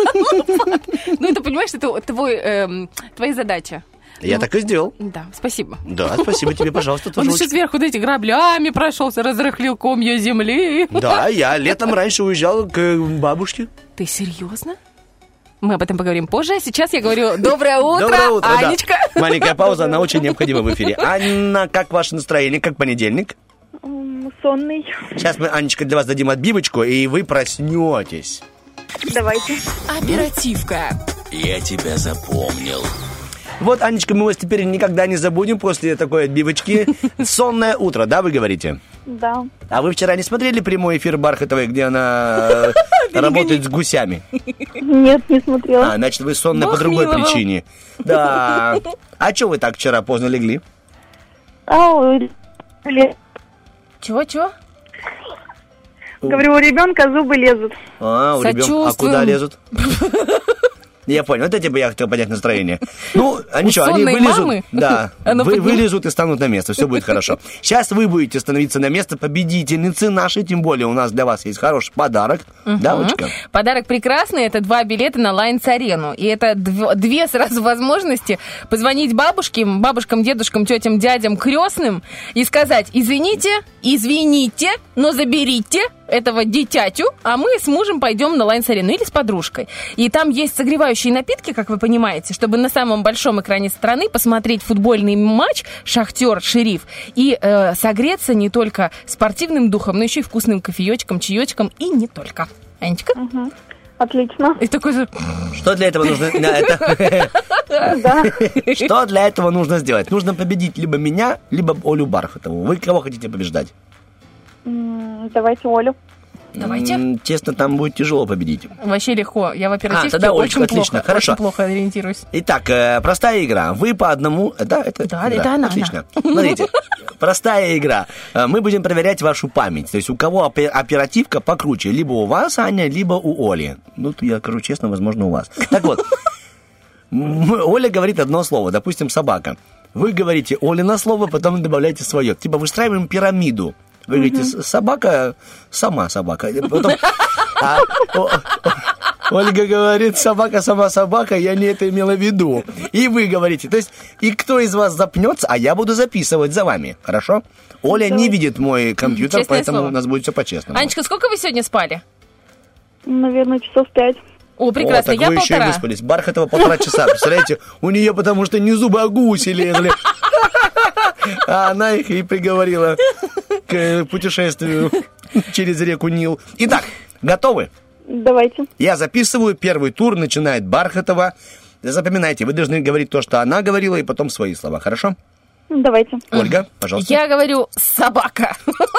Ну, это, понимаешь, это твоя задача. Я так и сделал. Да, спасибо. Да, спасибо тебе, пожалуйста. Он еще сверху, знаете, граблями прошелся, разрыхлил комья земли. Да, я летом раньше уезжал к бабушке. Ты серьезно? Мы об этом поговорим позже. А сейчас я говорю доброе утро, доброе утро, Анечка. Да. Маленькая пауза, она очень необходима в эфире. Анна, как ваше настроение, как понедельник? Сонный. Сейчас мы, Анечка, для вас дадим отбивочку, и вы проснетесь. Давайте. Оперативка. Я тебя запомнил. Вот, Анечка, мы вас теперь никогда не забудем после такой отбивочки. Сонное утро, да, вы говорите? Да. А вы вчера не смотрели прямой эфир Бархатовой, где она э, работает с гусями? Нет, не смотрела. А, значит, вы сонные Бог по другой миловал. причине. Да. А что вы так вчера поздно легли? А, у ре- Чего-чего? Говорю, у ребенка зубы лезут. А, у ребенка. А Сочувствуем. куда лезут? Я понял, вот эти бы я хотел поднять настроение. Ну, а ничего, они сонной вылезут. мамы? Да, Оно вы, подним- вылезут и станут на место, все будет хорошо. Сейчас вы будете становиться на место победительницы нашей, тем более у нас для вас есть хороший подарок. Да, Олечка? Подарок прекрасный. Это два билета на Лайнс-арену. И это дв- две сразу возможности позвонить бабушке, бабушкам, дедушкам, тетям, дядям, крестным и сказать: извините, извините, но заберите этого дитятю, а мы с мужем пойдем на Лайнс-арену или с подружкой. И там есть согревающие напитки, как вы понимаете, чтобы на самом большом экране страны посмотреть футбольный матч «Шахтер-Шериф» и э, согреться не только спортивным духом, но еще и вкусным кофеечком, чаечком и не только. Анечка? Угу. Отлично. И такой же... Что для этого нужно... Что для этого нужно сделать? Нужно победить либо меня, либо Олю Бархатову. Вы кого хотите побеждать? М, Давайте Олю. Давайте. М, Честно, там будет тяжело победить. Вообще легко. Я в оперативке А, тогда очень Олечка, отлично, плохо, хорошо. очень плохо ориентируюсь. Итак, э, простая игра. Вы по одному... Да, это... Да, это она, Отлично. Смотрите, простая игра. Э, Мы будем проверять вашу память. То есть у кого опе- оперативка покруче. Либо у вас, Аня, либо у Оли. Ну, я скажу честно, возможно, у вас. Так вот, м- Оля говорит одно слово. Допустим, собака. Вы говорите Олина слово, потом добавляете свое. Типа выстраиваем пирамиду. Вы говорите, «С- собака, сама собака. Потом, а, о- Ольга говорит, собака, сама собака, я не это имела в виду. И вы говорите, то есть, и кто из вас запнется, а я буду записывать за вами, хорошо? Оля не видит мой компьютер, Честное поэтому слово. у нас будет все по-честному. Анечка, сколько вы сегодня спали? Наверное, часов пять. О, прекрасно, О, так я вы еще и полтора. выспались. Бархатова полтора часа, представляете? У нее потому что не зубы, а гуси лезли. А она их и приговорила к путешествию через реку Нил. Итак, готовы? Давайте. Я записываю. Первый тур начинает Бархатова. Запоминайте, вы должны говорить то, что она говорила, и потом свои слова, хорошо? Давайте. Ольга, пожалуйста. Я говорю собака.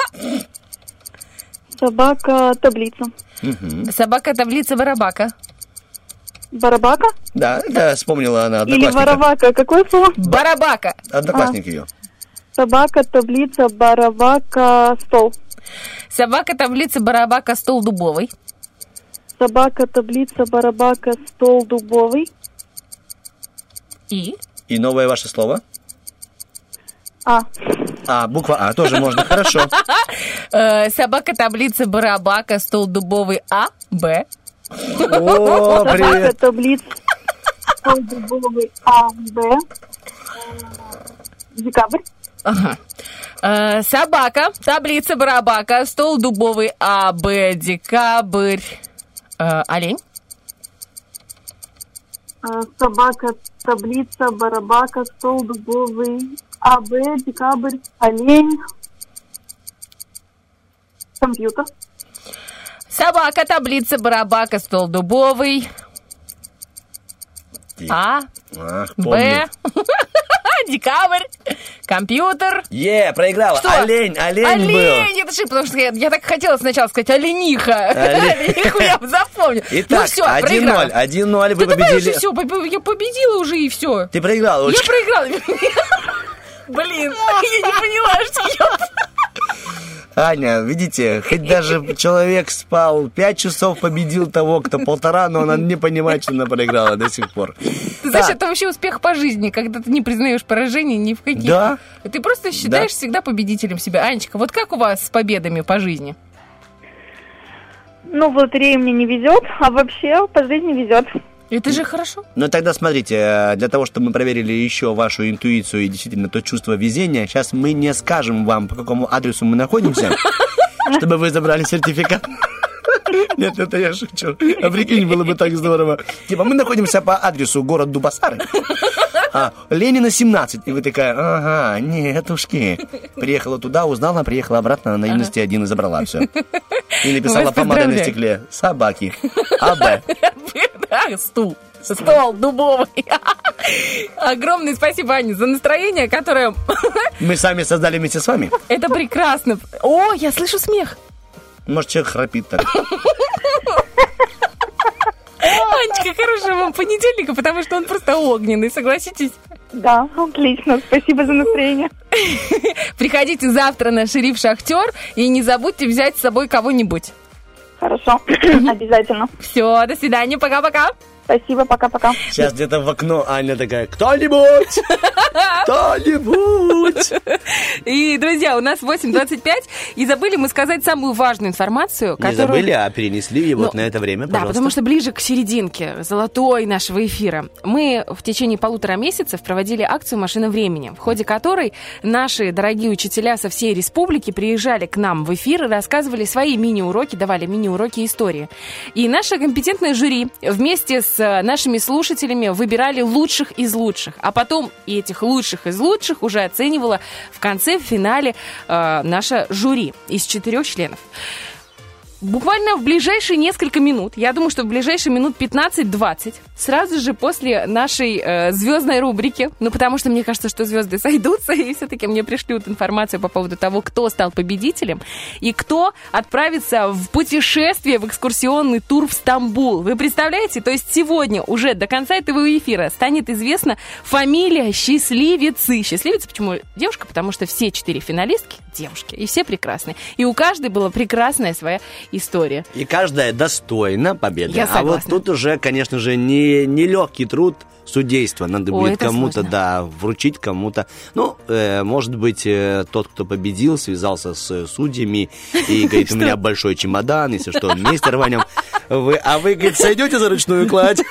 Собака, таблица. Мгм. Собака, таблица, барабака. Барабака? Да, да, вспомнила она Или одноклассника. воровака? Какое слово? Барабака. Одноклассник ее. Собака, таблица, барабака, стол. Собака, таблица, барабака, стол дубовый. Собака, таблица, барабака, стол дубовый. И? И новое ваше слово? А. А, буква А тоже можно, хорошо. Э, Собака, таблица, барабака, стол дубовый. А, Б. О, Собака, привет. таблица, стол дубовый, А, Б. Декабрь. Ага. Э, Собака, таблица, барабака, стол дубовый. А, Б, декабрь. Э, Олень. А, Собака, таблица, барабака, стол дубовый, А, Б, декабрь, олень, компьютер. Собака, таблица, барабака, стол дубовый. А, Ах, Б, помню. декабрь, компьютер. Е, проиграла. Что? Олень, олень, был. Олень, это же, потому что я, я так хотела сначала сказать олениха. Олень. Олениху я запомню. Ну Итак, все, один проиграла. ноль, один ноль, вы Да давай победили. уже все, я победила уже и все. Ты проиграла, Я Олечка. проиграла. Блин, я не поняла, что я... Аня, видите, хоть даже человек спал пять часов, победил того, кто полтора, но она не понимает, что она проиграла до сих пор. Ты знаешь, Так. это вообще успех по жизни, когда ты не признаешь поражений ни в каких. Да. Ты просто считаешь Да. всегда победителем себя. Анечка, вот как у вас с победами по жизни? Ну, в лотерее мне не везет, а вообще по жизни везет. Это же хорошо. Ну тогда смотрите, э, для того, чтобы мы проверили еще вашу интуицию и действительно то чувство везения, сейчас мы не скажем вам, по какому адресу мы находимся, чтобы вы забрали сертификат. Нет, это я шучу. А прикинь, было бы так здорово. Типа, мы находимся по адресу город Дубасары, а, Ленина семнадцать. И вы такая, ага, нетушки. Приехала туда, узнала, приехала обратно, на наивности один и забрала все. И написала Вас помадой на поздравляю. стекле. Собаки. АБ. Да, стул. Стол дубовый. Огромное спасибо, Аня, за настроение, которое... Мы сами создали вместе с вами. Это прекрасно. О, я слышу смех. Может, человек храпит так. Анечка, хорошего вам понедельника, потому что он просто огненный, согласитесь? Да, отлично. Спасибо за настроение. Приходите завтра на «Шериф Шахтер» и не забудьте взять с собой кого-нибудь. Хорошо, обязательно. Все, до свидания, пока-пока. Спасибо, пока-пока. Сейчас где-то в окно Аня такая: кто-нибудь! Кто-нибудь! И, друзья, у нас восемь двадцать пять, и забыли мы сказать самую важную информацию, которую... Не забыли, а перенесли ее вот на это время, пожалуйста. Да, потому что ближе к серединке, золотой нашего эфира, мы в течение полутора месяцев проводили акцию «Машина времени», в ходе которой наши дорогие учителя со всей республики приезжали к нам в эфир и рассказывали свои мини-уроки, давали мини-уроки истории. И наше компетентное жюри вместе с нашими слушателями выбирали лучших из лучших, а потом и этих лучших из лучших уже оценивала в конце, в финале э, наше жюри из четырех членов. Буквально в ближайшие несколько минут, я думаю, что в ближайшие минут пятнадцать-двадцать, сразу же после нашей э, звездной рубрики, ну, потому что мне кажется, что звезды сойдутся, и все-таки мне пришлют информацию по поводу того, кто стал победителем и кто отправится в путешествие, в экскурсионный тур в Стамбул. Вы представляете? То есть сегодня уже до конца этого эфира станет известна фамилия счастливицы. Счастливица почему? Девушка, потому что все четыре финалистки девушки, и все прекрасные. И у каждой была прекрасная своя история. И каждая достойна победы. Я согласна. А вот тут уже, конечно же, не, не легкий труд судейства. Надо Ой, будет кому-то, сложно. да, вручить кому-то. Ну, э, может быть, э, тот, кто победил, связался с судьями и говорит: у меня большой чемодан, если что, вместе рванем. Вы, а вы, говорит, сойдете за ручную кладь?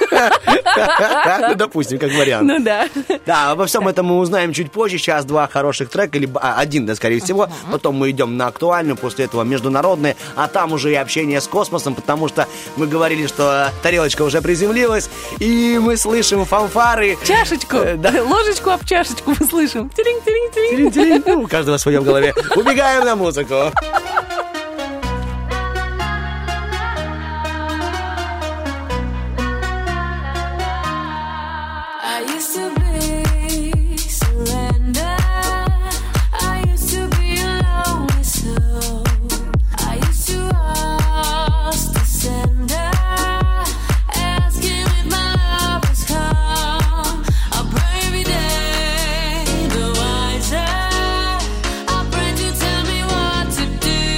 Ну, допустим, как вариант. Ну да. Да, обо всем этом мы узнаем чуть позже. Сейчас два хороших трека, либо а, один, да, скорее всего. Потом мы идем на актуальную, после этого международные, а там уже и общение с космосом, потому что мы говорили, что тарелочка уже приземлилась, и мы слышим фанфары. Чашечку, э, да. ложечку об чашечку мы слышим. Тиринг-тиринг-тиринг. Тиринг-тиринг. Ну, у каждого в своем голове. Убегаем на музыку. Do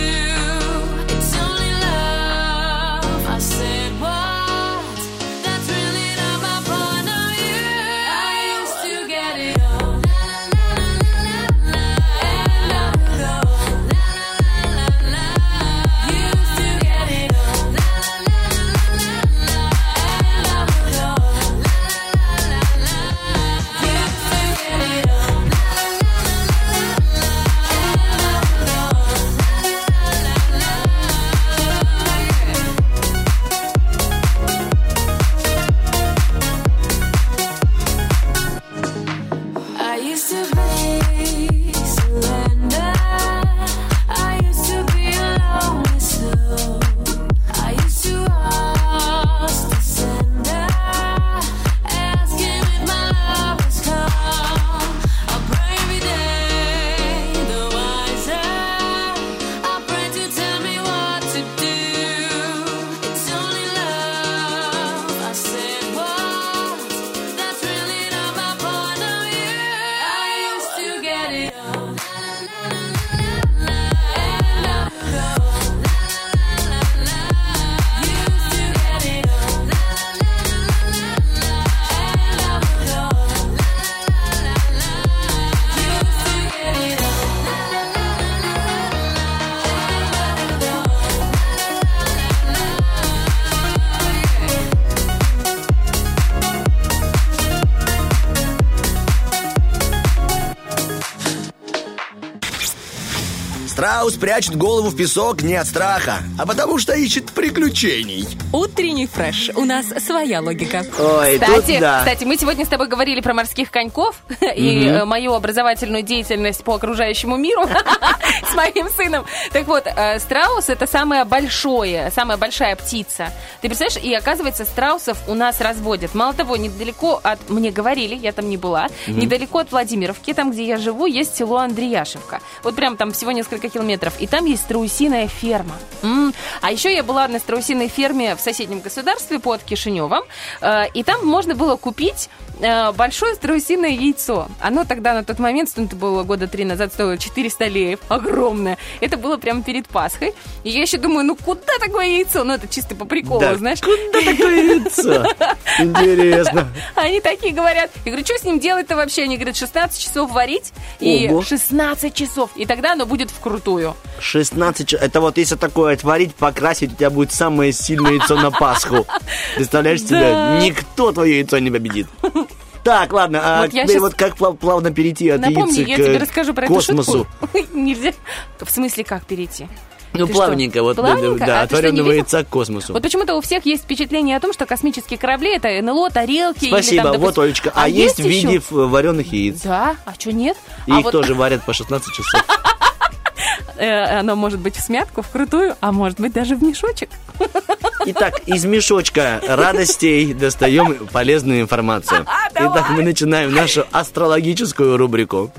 Страус прячет голову в песок не от страха, а потому что ищет приключений. Утренний фреш. У нас своя логика. Ой, кстати, тут да. кстати, мы сегодня с тобой говорили про морских коньков и э, мою образовательную деятельность по окружающему миру с моим сыном. Так вот, э, страус — это самое большое, самая большая птица. Ты представляешь, и оказывается, страусов у нас разводят. Мало того, недалеко от... Мне говорили, я там не была, недалеко от Владимировки, там, где я живу, есть село Андреяшевка. Вот прям там всего несколько километров. И там есть страусиная ферма. М-м. А еще я была на страусиной ферме в соседнем государстве под Кишиневом. Э, и там можно было купить э, большое страусиное яйцо. Оно тогда на тот момент, это было года три назад, стоило четыреста леев. Огромное. Это было прямо перед Пасхой. И я еще думаю, ну куда такое яйцо? Ну это чисто по приколу, Да, знаешь. куда такое яйцо? Интересно. Они такие говорят. Я говорю, что с ним делать-то вообще? Они говорят, шестнадцать часов варить. И Ого. шестнадцать часов. И тогда оно будет вкрутую. шестнадцать часов. Это вот если такое отварить, покрасить, у тебя будет самое сильное яйцо на Пасху. Представляешь себе? Да. Никто твое яйцо не победит. Так, ладно, а Вот я теперь щас- вот как плав- плавно перейти от Напомни, яиц я к тебе расскажу про космосу. эту шутку. Нельзя. В смысле, как перейти? Ну, Ты плавненько, что, вот, да, плавненько? да, А ты что, не отворенного видел? яйца к космосу. Вот почему-то у всех есть впечатление о том, что космические корабли — это эн эл о, тарелки. Спасибо, или там, вот, допустим- Олечка. А, есть в виде еще? ф- вареных яиц. Да, а что нет? И а их вот, тоже варят по шестнадцать часов. э, оно может быть в смятку, вкрутую, а может быть даже в мешочек. Итак, из мешочка радостей достаем полезную информацию. Итак, мы начинаем нашу астрологическую рубрику.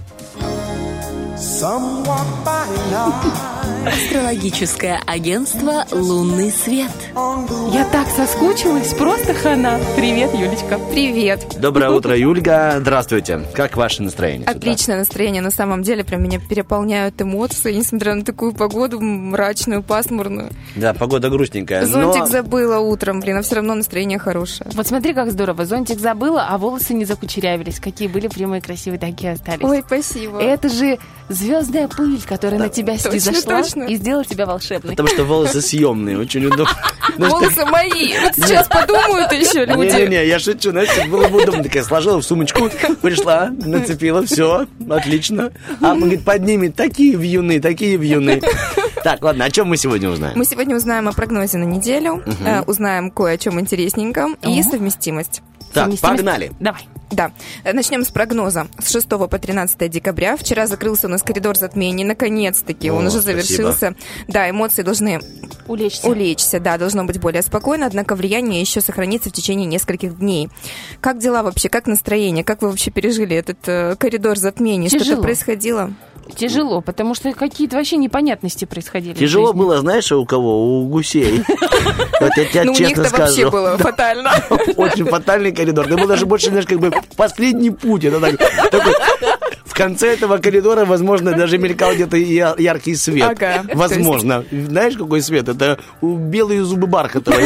Астрологическое агентство «Лунный свет». Я так соскучилась, просто хана. Привет, Юлечка. Привет. Доброе утро, Юлька. Здравствуйте. Как ваше настроение? с утра? Отличное настроение. На самом деле, прям меня переполняют эмоции, несмотря на такую погоду мрачную, пасмурную. Да, погода грустненькая. Зонтик но... забыла утром, блин, а все равно настроение хорошее. Вот смотри, как здорово. Зонтик забыла, а волосы не закучерявились. Какие были прямые, красивые, такие остались. Ой, спасибо. Это же звездная пыль, которая Да. на тебя Точно, снизошла точно. и сделала тебя волшебной. Потому что волосы съемные, очень удобно. Знаешь, Волосы мои. Вот сейчас подумают еще так- люди. Не-не-не, я шучу, знаешь, так было бы удобно. Такая сложила в сумочку, пришла, нацепила, все, отлично. А он говорит, поднимет, такие вьюны, такие вьюны. Так, ладно, о чем мы сегодня узнаем? Мы сегодня узнаем о прогнозе на неделю, э, узнаем кое о чем интересненьком и совместимость. Так, Совместимость? погнали. Давай. Да, начнем с прогноза. С шестого по тринадцатое декабря. Вчера закрылся у нас коридор затмений. Наконец-таки О, он уже спасибо. завершился. Да, эмоции должны Улечься. улечься. Да, должно быть более спокойно, однако влияние еще сохранится в течение нескольких дней. Как дела вообще? Как настроение? Как вы вообще пережили этот э, коридор затмений? Что-то Тяжело. происходило? Тяжело, потому что какие-то вообще непонятности происходили. в Тяжело жизни. было, знаешь, у кого? У гусей. Вот я тебе Ну, у честно них-то вообще скажу. было фатально. Очень фатальный коридор. Это был даже больше, знаешь, как бы последний путь. Это так, такой, в конце этого коридора, возможно, даже мелькал где-то я- яркий свет. Ага. Возможно. Знаешь, какой свет? Это у- белые зубы бархатовые.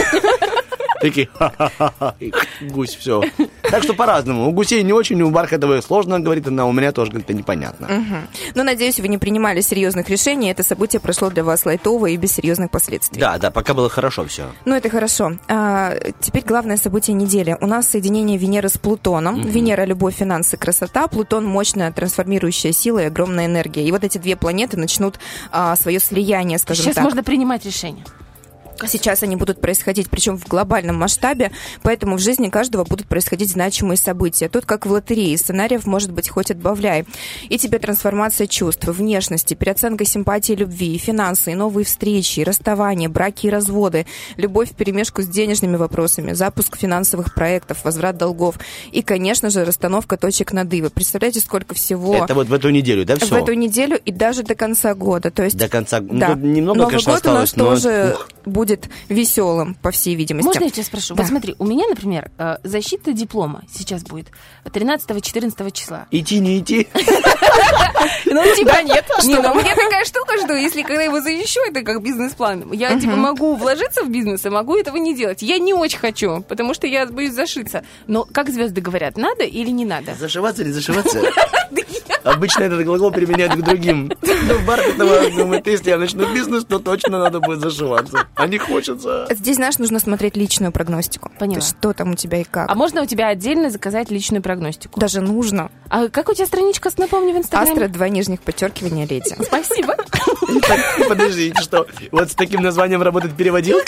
Такие, ха-ха-ха, гусь, все. Так что по-разному. У гусей не очень, у бархатовой сложно, говорит она, у меня тоже как-то непонятно. Мгм. Ну, надеюсь, вы не принимали серьезных решений. Это событие прошло для вас лайтово и без серьезных последствий. Да, да, пока было хорошо все. Ну, это хорошо. А, теперь главное событие недели. У нас соединение Венеры с Плутоном. Мгм. Венера – любовь, финансы, красота. Плутон – мощная трансформирующая сила и огромная энергия. И вот эти две планеты начнут а, свое слияние, скажем Сейчас так. можно принимать решения. Сейчас они будут происходить, причем в глобальном масштабе, поэтому в жизни каждого будут происходить значимые события. Тут, как в лотерее, сценариев может быть хоть отбавляй. И тебе трансформация чувств, внешности, переоценка симпатии, любви, и финансы, и новые встречи, и расставания, браки и разводы, любовь вперемешку с денежными вопросами, запуск финансовых проектов, возврат долгов и, конечно же, расстановка точек над «и». Вы представляете, сколько всего Это вот в эту неделю, да, в все? эту неделю и даже до конца года. То есть До конца. Ну, да. тут немного, Новый конечно, год у нас осталось, но... тоже Ух. будет веселым, по всей видимости. Можно я тебя спрошу? Да. Вот смотри, у меня, например, э, защита диплома сейчас будет тринадцатого-четырнадцатого числа. Идти, не идти. Ну, У тебя нет. Не, Что? ну, у меня такая штука, что если когда я его защищу, это как бизнес-план. Я, типа, могу вложиться в бизнес, а могу этого не делать. Я не очень хочу, потому что я боюсь зашиться. Но, как звезды говорят, надо или не надо? Зашиваться или зашиваться? Да я Обычно этот глагол применяют к другим. Но Бархатова думает, если я начну бизнес, то точно надо будет зашиваться. А не хочется. Здесь, знаешь, нужно смотреть личную прогностику. Поняла. То есть, что там у тебя и как. А можно у тебя отдельно заказать личную прогностику? Даже нужно. А как у тебя страничка, напомню, в Инстаграме? Астра, два нижних подчеркивания, леди. Спасибо. Подождите, что? Вот с таким названием работает переводилка?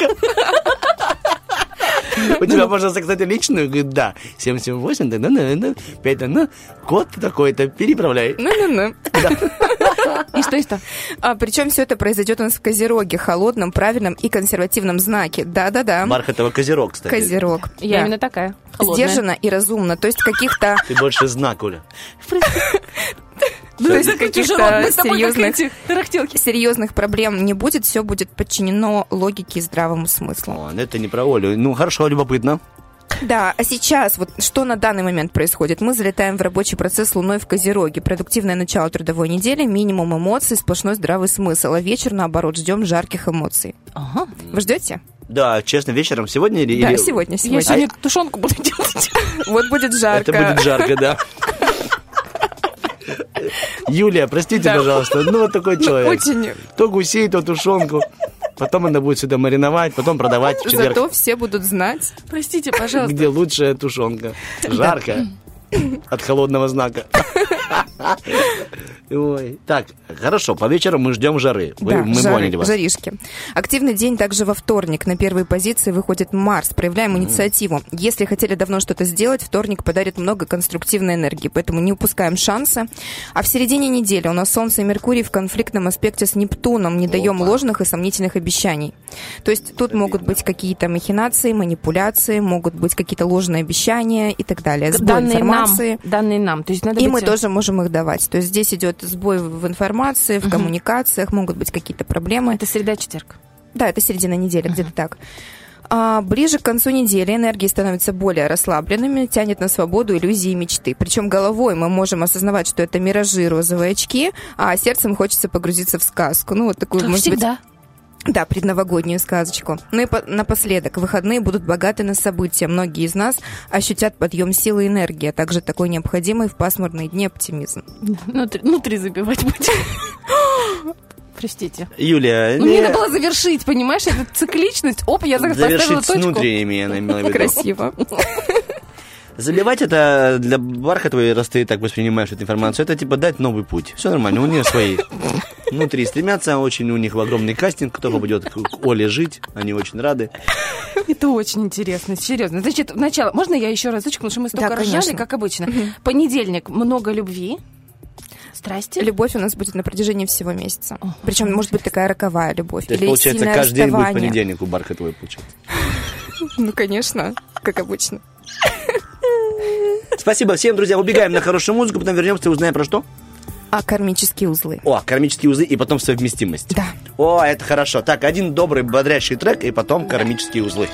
У тебя можно заказать личную? Говорит, да. семь семь восемь, да, да, да, пять, да, код такой-то, переправляй. Ну-ну-ну. И что, и что? А, причем все это произойдет у нас в Козероге, холодном, правильном и консервативном знаке. Да-да-да. Бархатова Козерог, кстати. Козерог. Я да. именно такая. Холодная. Сдержанно и разумно. То есть каких-то... Ты больше знак, Оля. То есть каких-то серьезных, тарахтелки. серьезных проблем не будет, все будет подчинено логике и здравому смыслу. О, это не про Олю. Ну, хорошо, любопытно. Да, а сейчас вот что на данный момент происходит? Мы залетаем в рабочий процесс Луной в Козероге. Продуктивное начало трудовой недели, минимум эмоций, сплошной здравый смысл. А вечер, наоборот, ждем жарких эмоций. Ага. Вы ждете? Да, честно, вечером сегодня или... Да, или... сегодня, сегодня. Я сегодня а... тушенку буду делать. Вот будет жарко. Это будет жарко, да. Юлия, простите, да. пожалуйста, ну вот такой человек. Очень. То гусей, то тушенку. Потом она будет сюда мариновать, потом продавать в четверг. Зато все будут знать. Простите, пожалуйста. Где лучшая тушенка. Жаркая. От холодного знака. Ой. Так, хорошо, по вечеру мы ждем жары. Вы, да, мы жары, поняли вас. Жаришки. Активный день также во вторник. На первые позиции выходит Марс. Проявляем mm. инициативу. Если хотели давно что-то сделать, вторник подарит много конструктивной энергии, поэтому не упускаем шанса. А в середине недели у нас Солнце и Меркурий в конфликтном аспекте с Нептуном. Не даем Опа. ложных и сомнительных обещаний. То есть тут могут быть какие-то махинации, манипуляции, могут быть какие-то ложные обещания и так далее. Сбой данные информации. Нам, данные нам. То есть надо и быть... мы тоже можем их давать. То есть здесь идет сбой в информации, в угу. коммуникациях, могут быть какие-то проблемы. Это среда-четверг. Да, это середина недели, угу. где-то так. А ближе к концу недели энергии становятся более расслабленными, тянет на свободу иллюзии и мечты. Причем головой мы можем осознавать, что это миражи, розовые очки, а сердцем хочется погрузиться в сказку. Ну, вот такую, как может всегда. быть... Да, предновогоднюю сказочку. Ну и по- напоследок, выходные будут богаты на события. Многие из нас ощутят подъем силы и энергии, а также такой необходимый в пасмурные дни оптимизм. Внутри, внутри забивать будем. Простите. Юлия... Ну, мне надо было завершить, понимаешь, эту цикличность. Оп, я поставила точку. Завершить с внутренними, она имела в виду. Красиво. Забивать это для Бархатовой, раз ты так воспринимаешь эту информацию, это типа дать новый путь. Все нормально, у нее свои внутри стремятся, очень у них в огромный кастинг, кто попадет к Оле жить, они очень рады. Это очень интересно, серьезно. Значит, начало. Можно я еще разочек, потому что мы столько да, ржали, конечно. как обычно. Понедельник, много любви. Страсти? Любовь у нас будет на протяжении всего месяца. О, Причем может быть такая роковая любовь. То есть, или получается, сильное каждый день будет расставание. понедельник у Бархатовой получается. Ну, конечно, как обычно. Спасибо всем, друзья. Убегаем на хорошую музыку, потом вернемся и узнаем про что? А кармические узлы. О, кармические узлы и потом совместимость. Да. О, это хорошо. Так, один добрый, бодрящий трек и потом кармические узлы.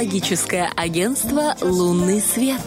Магическое агентство «Лунный свет».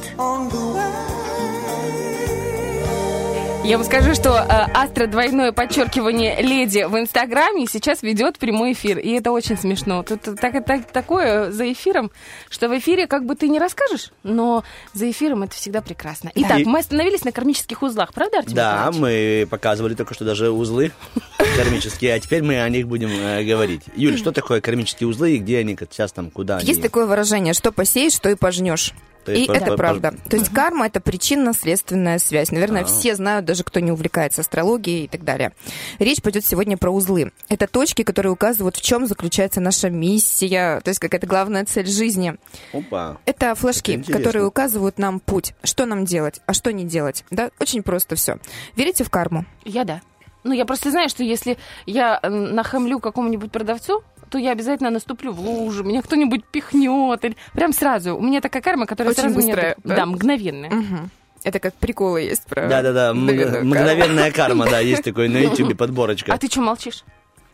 Я вам скажу, что э, Астра двойное подчеркивание леди в Инстаграме сейчас ведет прямой эфир. И это очень смешно. Тут так, так, такое за эфиром, что в эфире как бы ты не расскажешь, но за эфиром это всегда прекрасно. Итак, И... мы остановились на кармических узлах, правда, Артем Да, Николаевич? мы показывали только что даже узлы кармические, а теперь мы о них будем э, говорить. Юль, что такое кармические узлы и где они сейчас там, куда они? Есть такое выражение, что посеешь, что и пожнешь. То есть И по- это по- правда. по- То есть карма — это причинно-следственная связь. Наверное, А. все знают, даже кто не увлекается астрологией и так далее. Речь пойдет сегодня про узлы. Это точки, которые указывают, в чем заключается наша миссия, то есть какая-то главная цель жизни. Опа. Это флажки, Это интересно. которые указывают нам путь, что нам делать, а что не делать. Да? Очень просто все. Верите в карму? Я да. Ну, я просто знаю, что если я э, нахамлю какому-нибудь продавцу, то я обязательно наступлю в лужу, меня кто-нибудь пихнет. Или... Прям сразу. У меня такая карма, которая Очень сразу быстрая, меня... да? Да, мгновенная. Угу. Это как приколы есть про... Да-да-да, мгновенную м- мгновенная карма, да, есть такой на ютубе подборочка. А ты что молчишь?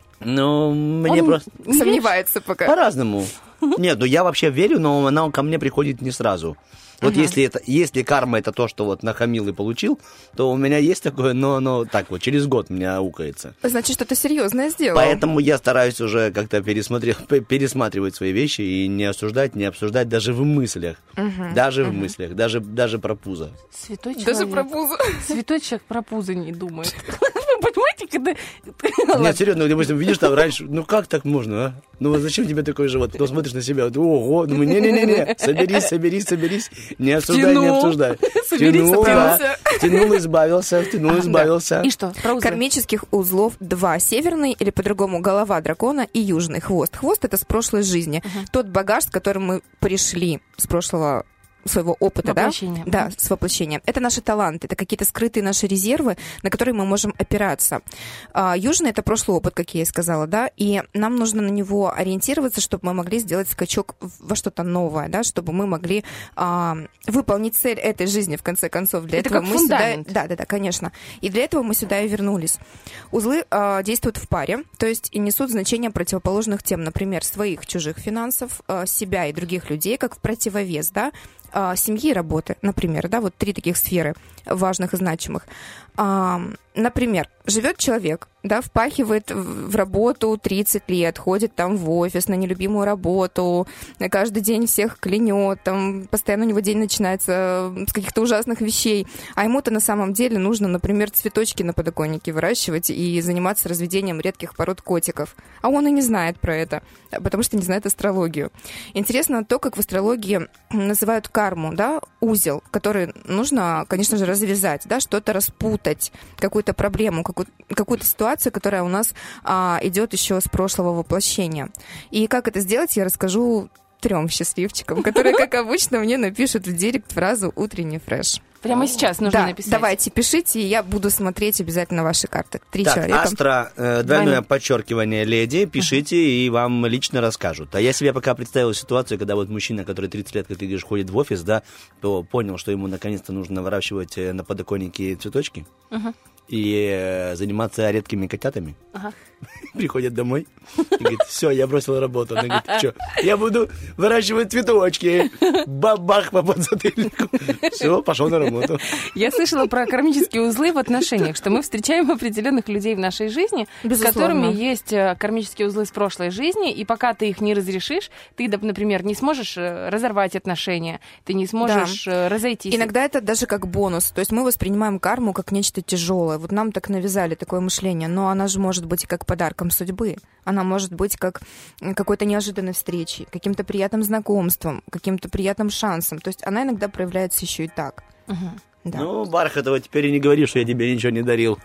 Ну, мне Он просто... не Сомневается пока. По-разному. Нет, ну я вообще верю, но она ко мне приходит не сразу. Вот Ага. если, это, если карма это то, что вот нахамил и получил, то у меня есть такое, но, но так вот, через год меня аукается. Значит, что-то серьезное сделал. Поэтому я стараюсь уже как-то пересмотреть, п- пересматривать свои вещи и не осуждать, не обсуждать даже в мыслях. Мгм. Даже в Мгм. мыслях, даже, даже про пузо. Святой человек. Даже про пузо. Святой человек про пузо не думает. Вы понимаете, когда... Нет, серьезно, ну, допустим, видишь там раньше, ну как так можно, а? Ну вот зачем тебе такой живот? Потом смотришь на себя, вот, ого, думаю, не-не-не, соберись, соберись, соберись, не обсуждай, не Втянул. обсуждай. Соберись, Втянул, да. собрался. Втянул, избавился, втянул, Да. избавился. И что? Про узлы? Кармических узлов два. Северный, или по-другому голова дракона, и южный хвост. Хвост — это с прошлой жизни. Тот багаж, с которым мы пришли с прошлого своего опыта, да? Воплощение. Да, с воплощением. Это наши таланты, это какие-то скрытые наши резервы, на которые мы можем опираться. А, южный — это прошлый опыт, как я и сказала, да, и нам нужно на него ориентироваться, чтобы мы могли сделать скачок во что-то новое, да, чтобы мы могли а, выполнить цель этой жизни, в конце концов. Для Это этого как мы фундамент. сюда... Да, да, да, конечно. И для этого мы сюда и вернулись. Узлы а, действуют в паре, то есть и несут значение противоположных тем, например, своих, чужих финансов, а, себя и других людей, как в противовес, да, а, семьи и работы, например, да, вот три таких сферы важных и значимых. А, например, живет человек, да, впахивает в в работу тридцать лет, ходит там в офис на нелюбимую работу, каждый день всех клянет, там постоянно у него день начинается с каких-то ужасных вещей, а ему-то на самом деле нужно, например, цветочки на подоконнике выращивать и заниматься разведением редких пород котиков. А он и не знает про это, потому что не знает астрологию. Интересно то, как в астрологии называют карму, да, узел, который нужно, конечно же, развязать, да, что-то распутать, какую-то проблему, какую- какую-то ситуацию, которая у нас а, идет еще с прошлого воплощения. И как это сделать, я расскажу трем счастливчикам, которые, как обычно, мне напишут в директ фразу «Утренний фреш». Прямо сейчас нужно Да, написать. давайте, пишите, и я буду смотреть обязательно ваши карты. Три Так, человека. Астра, э, двойное Двойное. подчеркивание леди, пишите, и вам лично расскажут. А я себе пока представил ситуацию, когда вот мужчина, который тридцать лет, как ты говоришь, ходит в офис, да, то понял, что ему наконец-то нужно выращивать э, на подоконнике цветочки Ага. и э, заниматься редкими котятами. Ага. Приходит домой и говорит, все, я бросил работу. Она говорит, что, я буду выращивать цветочки. Бабах по подзатыльнику. Все, пошел на работу. Я слышала про кармические узлы в отношениях, что мы встречаем определенных людей в нашей жизни, с Безусловно. которыми есть э, кармические узлы с прошлой жизни, и пока ты их не разрешишь, ты, да, например, не сможешь э, разорвать отношения, ты не сможешь э, разойтись. Иногда это даже как бонус. То есть мы воспринимаем карму как нечто тяжелое. Вот нам так навязали такое мышление, но она же может быть и как подарком судьбы. Она может быть как какой-то неожиданной встречей, каким-то приятным знакомством, каким-то приятным шансом. То есть она иногда проявляется еще и так. Да. Ну, Бархатова, теперь и не говори, что я тебе ничего не дарил.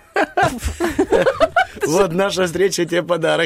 Вот наша встреча, тебе подарок.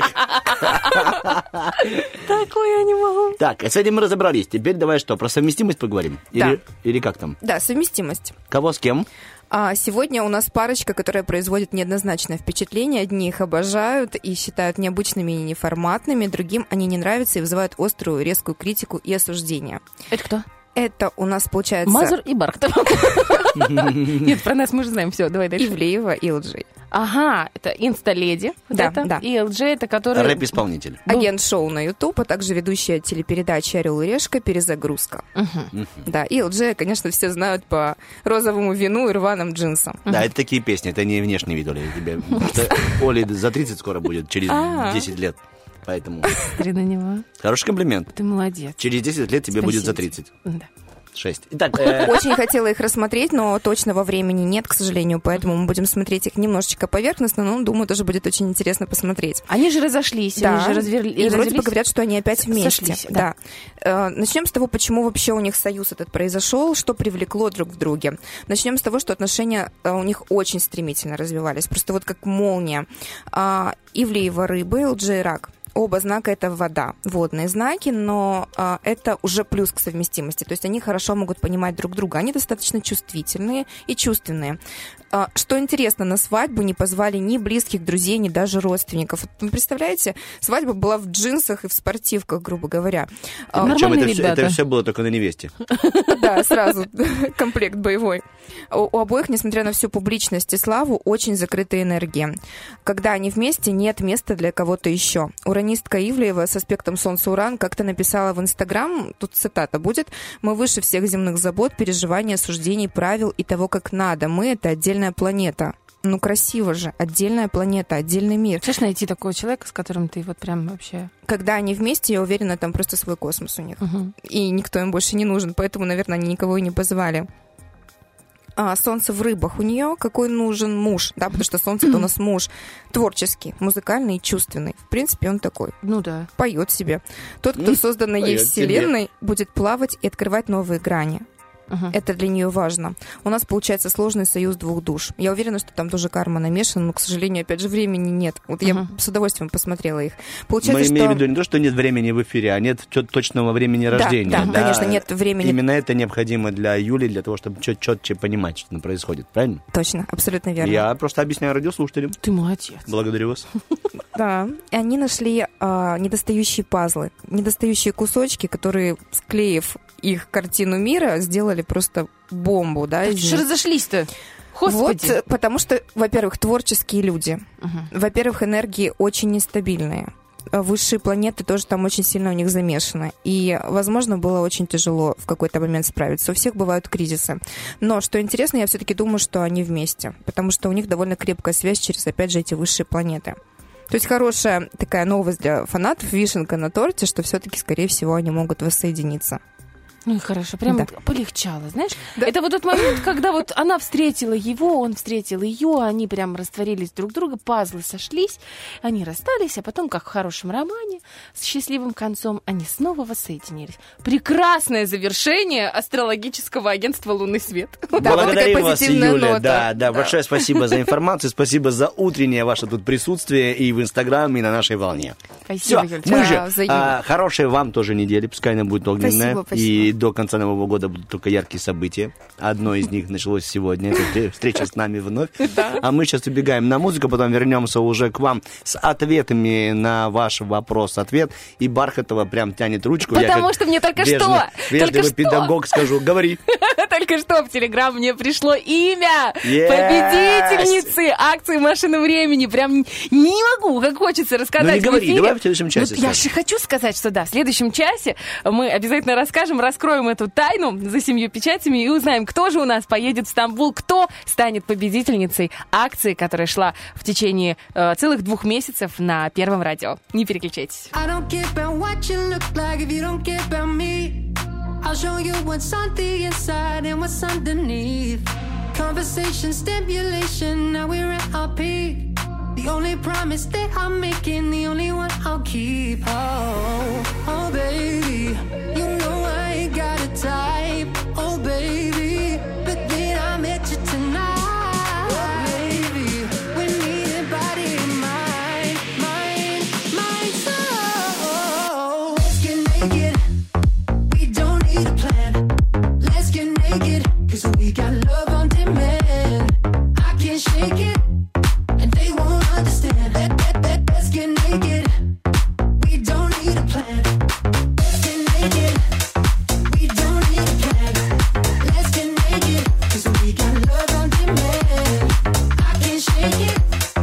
Такое я не могу. Так, с этим мы разобрались. Теперь давай что, про совместимость поговорим? Или, или как там? Да, совместимость. Кого с кем? А сегодня у нас парочка, которая производит неоднозначное впечатление. Одни их обожают и считают необычными и неформатными, другим они не нравятся и вызывают острую, резкую критику и осуждение. Это кто? Это у нас получается... Мазур и Бархатова. Нет, про нас мы же знаем. Все, давай дальше. Ивлеева и Элджей. Ага, это Инсталеди. Вот Да, это. да. И эл джей это который... Рэп-исполнитель. Агент шоу на YouTube, а также ведущая телепередачи «Орел и решка. Перезагрузка». Угу. Да, и эл джей, конечно, все знают по розовому вину и рваным джинсам. Да, это такие песни, это не внешний вид, Оля. Тебе... Оле за тридцать скоро будет, через десять лет. Поэтому... Смотри на него. Хороший комплимент. Ты молодец. Через десять лет тебе Спасибо. будет за тридцать. Да. шесть. Итак, э... Очень хотела их рассмотреть, но точного времени нет, к сожалению, поэтому мы будем смотреть их немножечко поверхностно, но, думаю, тоже будет очень интересно посмотреть. Они же разошлись, да. они же разверли... И вроде бы говорят, что они опять вместе. Сошлись, да. Да. Начнем с того, почему вообще у них союз этот произошел, что привлекло друг к друге. Начнем с того, что отношения у них очень стремительно развивались, просто вот как молния. Ивлеева рыбы, эл джей рак. Оба знака — это вода, водные знаки, но а, это уже плюс к совместимости. То есть они хорошо могут понимать друг друга. Они достаточно чувствительные и чувственные. А, что интересно, на свадьбу не позвали ни близких друзей, ни даже родственников. Вы представляете, свадьба была в джинсах и в спортивках, грубо говоря. Причем это все, это все было только на невесте. Да, сразу комплект боевой. У обоих, несмотря на всю публичность и славу, очень закрытая энергия. Когда они вместе, нет места для кого-то еще. Уранистка Ивлеева с аспектом Солнца-Уран как-то написала в Инстаграм, тут цитата будет: «Мы выше всех земных забот, переживаний, суждений, правил и того, как надо. Мы — это отдельная планета». Ну, красиво же. Отдельная планета, отдельный мир. Хочешь найти такого человека, с которым ты вот прям вообще... Когда они вместе, я уверена, там просто свой космос у них. Угу. И никто им больше не нужен, поэтому, наверное, они никого и не позвали. А, солнце в рыбах у нее, какой нужен муж, да, потому что солнце это у нас муж творческий, музыкальный и чувственный. В принципе, он такой. Ну да. Поет себе. Тот, кто создан на ей вселенной, будет плавать и открывать новые грани. Uh-huh. Это для нее важно. У нас получается сложный союз двух душ. Я уверена, что там тоже карма намешана, но, к сожалению, опять же, времени нет. Вот uh-huh. я с удовольствием посмотрела их. Получается, Мы что... имеем в виду не то, что нет времени в эфире, а нет точного времени рождения. Да, да, да, конечно, нет времени. Именно это необходимо для Юли, для того, чтобы чет- четче понимать, что там происходит. Правильно? Точно, абсолютно верно. Я просто объясняю радиослушателям. Ты молодец. Благодарю вас. Да, и они нашли а, недостающие пазлы, недостающие кусочки, которые, склеив их картину мира, сделали просто бомбу, да? Так что разошлись-то? Господи. Вот, потому что, во-первых, творческие люди. Uh-huh. Во-первых, энергии очень нестабильные. Высшие планеты тоже там очень сильно у них замешаны. И, возможно, было очень тяжело в какой-то момент справиться. У всех бывают кризисы. Но, что интересно, я все-таки думаю, что они вместе. Потому что у них довольно крепкая связь через, опять же, эти высшие планеты. То есть хорошая такая новость для фанатов, вишенка на торте, что все-таки, скорее всего, они могут воссоединиться. Ну и хорошо, прям да. полегчало, знаешь? Да. Это вот тот момент, когда вот она встретила его, он встретил ее, они прям растворились друг друга, пазлы сошлись, они расстались, а потом, как в хорошем романе, с счастливым концом, они снова воссоединились. Прекрасное завершение астрологического агентства «Лунный свет». Да, благодарим вас, Юля. Нота. Да, да, большое спасибо за информацию, спасибо за утреннее ваше тут присутствие и в Инстаграме, и на нашей волне. Спасибо, Все, Юль. мы же Да, а, хорошей вам тоже недели, пускай она будет огненная. Спасибо, спасибо. И до конца Нового года будут только яркие события. Одно из них началось сегодня. Это встреча с нами вновь. Да. А мы сейчас убегаем на музыку, потом вернемся уже к вам с ответами на ваш вопрос-ответ. И Бархатова прям тянет ручку. Потому что мне только что, вежливый только педагог что. скажу. Говори. Только что в Телеграм мне пришло имя Yes. победительницы акции «Машина времени». Прям не могу, как хочется рассказать. Ну не в говори, эфире. давай в следующем часе. Ну, я же хочу сказать, что да, в следующем часе мы обязательно расскажем, раскроем эту тайну за семью печатями и узнаем, кто же у нас поедет в Стамбул, кто станет победительницей акции, которая шла в течение э, целых двух месяцев на Первом радио. Не переключайтесь. I'll show you what's on the inside and what's underneath. Conversation, stimulation, now we're at our peak. The only promise that I'm making, the only one I'll keep. Oh, oh baby, you know I ain't got a type. Oh baby, but then I met you tonight. Oh baby, we need body and mind, mind, mind. So let's get naked. Need a plan. Let's get naked, cause we got love on demand. I can't shake it, and they won't understand. Let, let, let, let's get naked. We don't need a plan. Let's get naked. We don't need a plan. Let's get naked, cause we got love on demand. I can't shake it,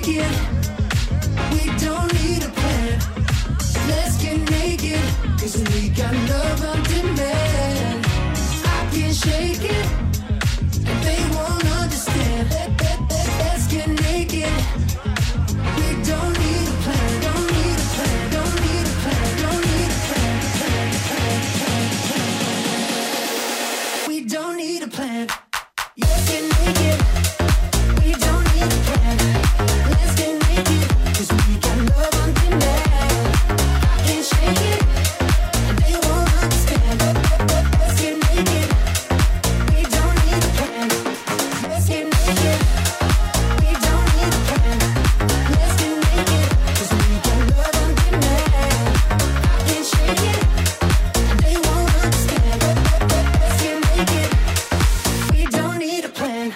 naked. We don't need a plan. Let's get naked, 'cause we got love on demand. I can't shake it, and they won't understand. Let's get naked. We don't need a plan, don't need a plan, don't need a plan, don't need a plan, plan, plan, plan, plan. We don't need a plan. Let's get naked. We don't need a plan. Let's get naked, 'cause we got love on demand. I can't shake it, and they won't understand. Let's get naked. We don't need a plan. Let's get naked. We don't need a plan. Let's get naked, 'cause we got love on demand. I can't shake it, and they won't understand. Let's get naked. We don't need a plan.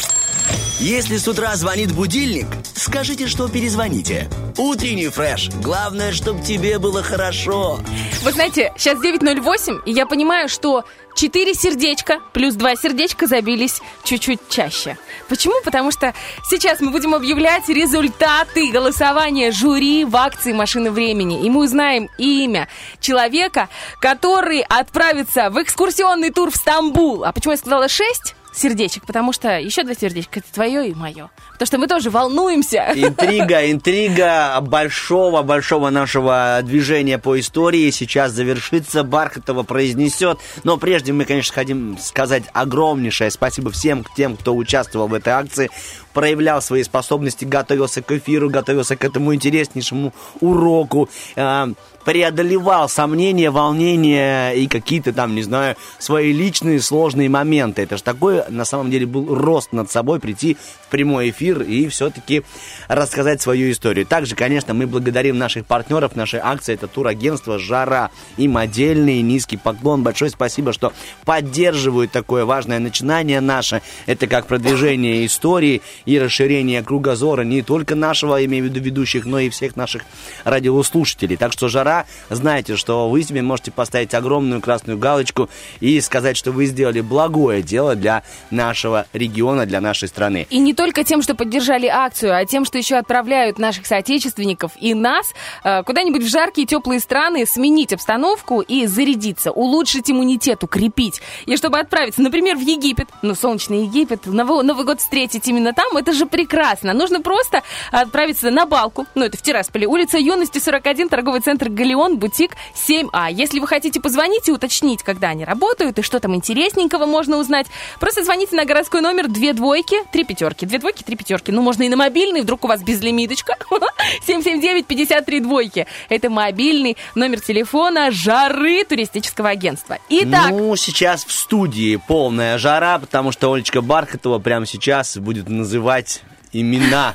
Если с утра звонит будильник, скажите, что перезвоните. Утренний фреш. Главное, чтобы тебе было хорошо. Вы знаете, сейчас девять ноль восемь, и я понимаю, что четыре сердечка плюс два сердечка забились чуть-чуть чаще. Почему? Потому что сейчас мы будем объявлять результаты голосования жюри в акции «Машина времени». И мы узнаем имя человека, который отправится в экскурсионный тур в Стамбул. А почему я сказала шесть сердечек? Потому что еще два сердечка — это твое и мое. Потому что мы тоже волнуемся. Интрига, интрига большого-большого нашего движения по истории сейчас завершится. Бархатова произнесет. Но прежде мы, конечно, хотим сказать огромнейшее спасибо всем тем, кто участвовал в этой акции, проявлял свои способности, готовился к эфиру, готовился к этому интереснейшему уроку, э, преодолевал сомнения, волнения и какие-то там, не знаю, свои личные сложные моменты. Это же такой, на самом деле, был рост над собой, прийти в прямой эфир и все-таки рассказать свою историю. Также, конечно, мы благодарим наших партнеров нашей акции. Это турагентство «Жара». Им отдельный низкий поклон. Большое спасибо, что поддерживают такое важное начинание наше. Это как продвижение истории и расширение кругозора не только нашего, имею в виду ведущих, но и всех наших радиослушателей. Так что «Жара», знаете, что вы себе можете поставить огромную красную галочку и сказать, что вы сделали благое дело для нашего региона, для нашей страны. И не только тем, что поддержали акцию, а тем, что еще отправляют наших соотечественников и нас э, куда-нибудь в жаркие теплые страны сменить обстановку и зарядиться, улучшить иммунитет, укрепить. И чтобы отправиться, например, в Египет, ну, солнечный Египет, Новый, Новый год встретить именно там, это же прекрасно. Нужно просто отправиться на Балку, ну, это в Тирасполе, улица Юности, сорок один, торговый центр «Галеон», бутик семь А. Если вы хотите позвонить и уточнить, когда они работают и что там интересненького можно узнать, просто звоните на городской номер две двойки, три пятерки. Две двойки, три пятерки. Ну, можно и на мобильный, вдруг у вас безлимиточка. семь семь девять пятьдесят три двойки. Это мобильный номер телефона «Жары» туристического агентства. Итак. Ну, сейчас в студии полная жара, потому что Олечка Бархатова прямо сейчас будет называть имена.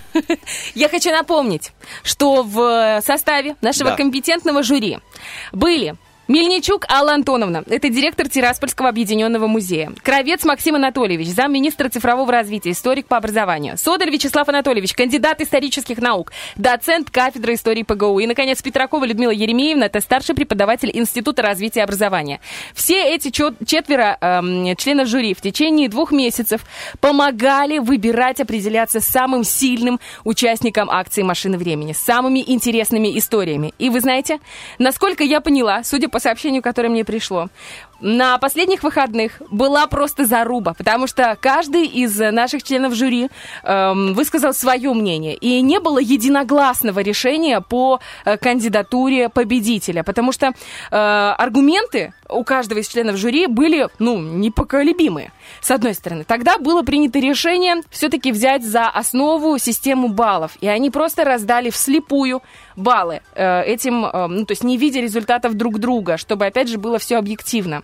Я хочу напомнить, что в составе нашего Да. компетентного жюри были Мельничук Алла Антоновна, это директор Тираспольского объединенного музея. Кравец Максим Анатольевич, замминистра цифрового развития, историк по образованию. Содоль Вячеслав Анатольевич, кандидат исторических наук, доцент кафедры истории ПГУ. И, наконец, Петракова Людмила Еремеевна, это старший преподаватель Института развития образования. Все эти четверо эм, членов жюри в течение двух месяцев помогали выбирать, определяться самым сильным участником акции «Машины времени», с самыми интересными историями. И вы знаете, насколько я поняла, судя по по сообщению, которое мне пришло, на последних выходных была просто заруба, потому что каждый из наших членов жюри эм, высказал свое мнение, и не было единогласного решения по э, кандидатуре победителя, потому что э, аргументы у каждого из членов жюри были, ну, непоколебимые. С одной стороны, тогда было принято решение все-таки взять за основу систему баллов, и они просто раздали вслепую баллы э, этим, э, ну, то есть не видя результатов друг друга, чтобы, опять же, было все объективно.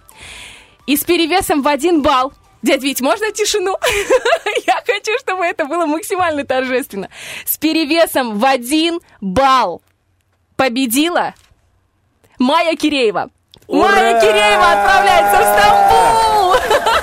И с перевесом в один балл, дядь Вить, можно тишину? Я хочу, чтобы это было максимально торжественно. С перевесом в один балл победила Майя Киреева. Ура! Майя Киреева отправляется в Стамбул!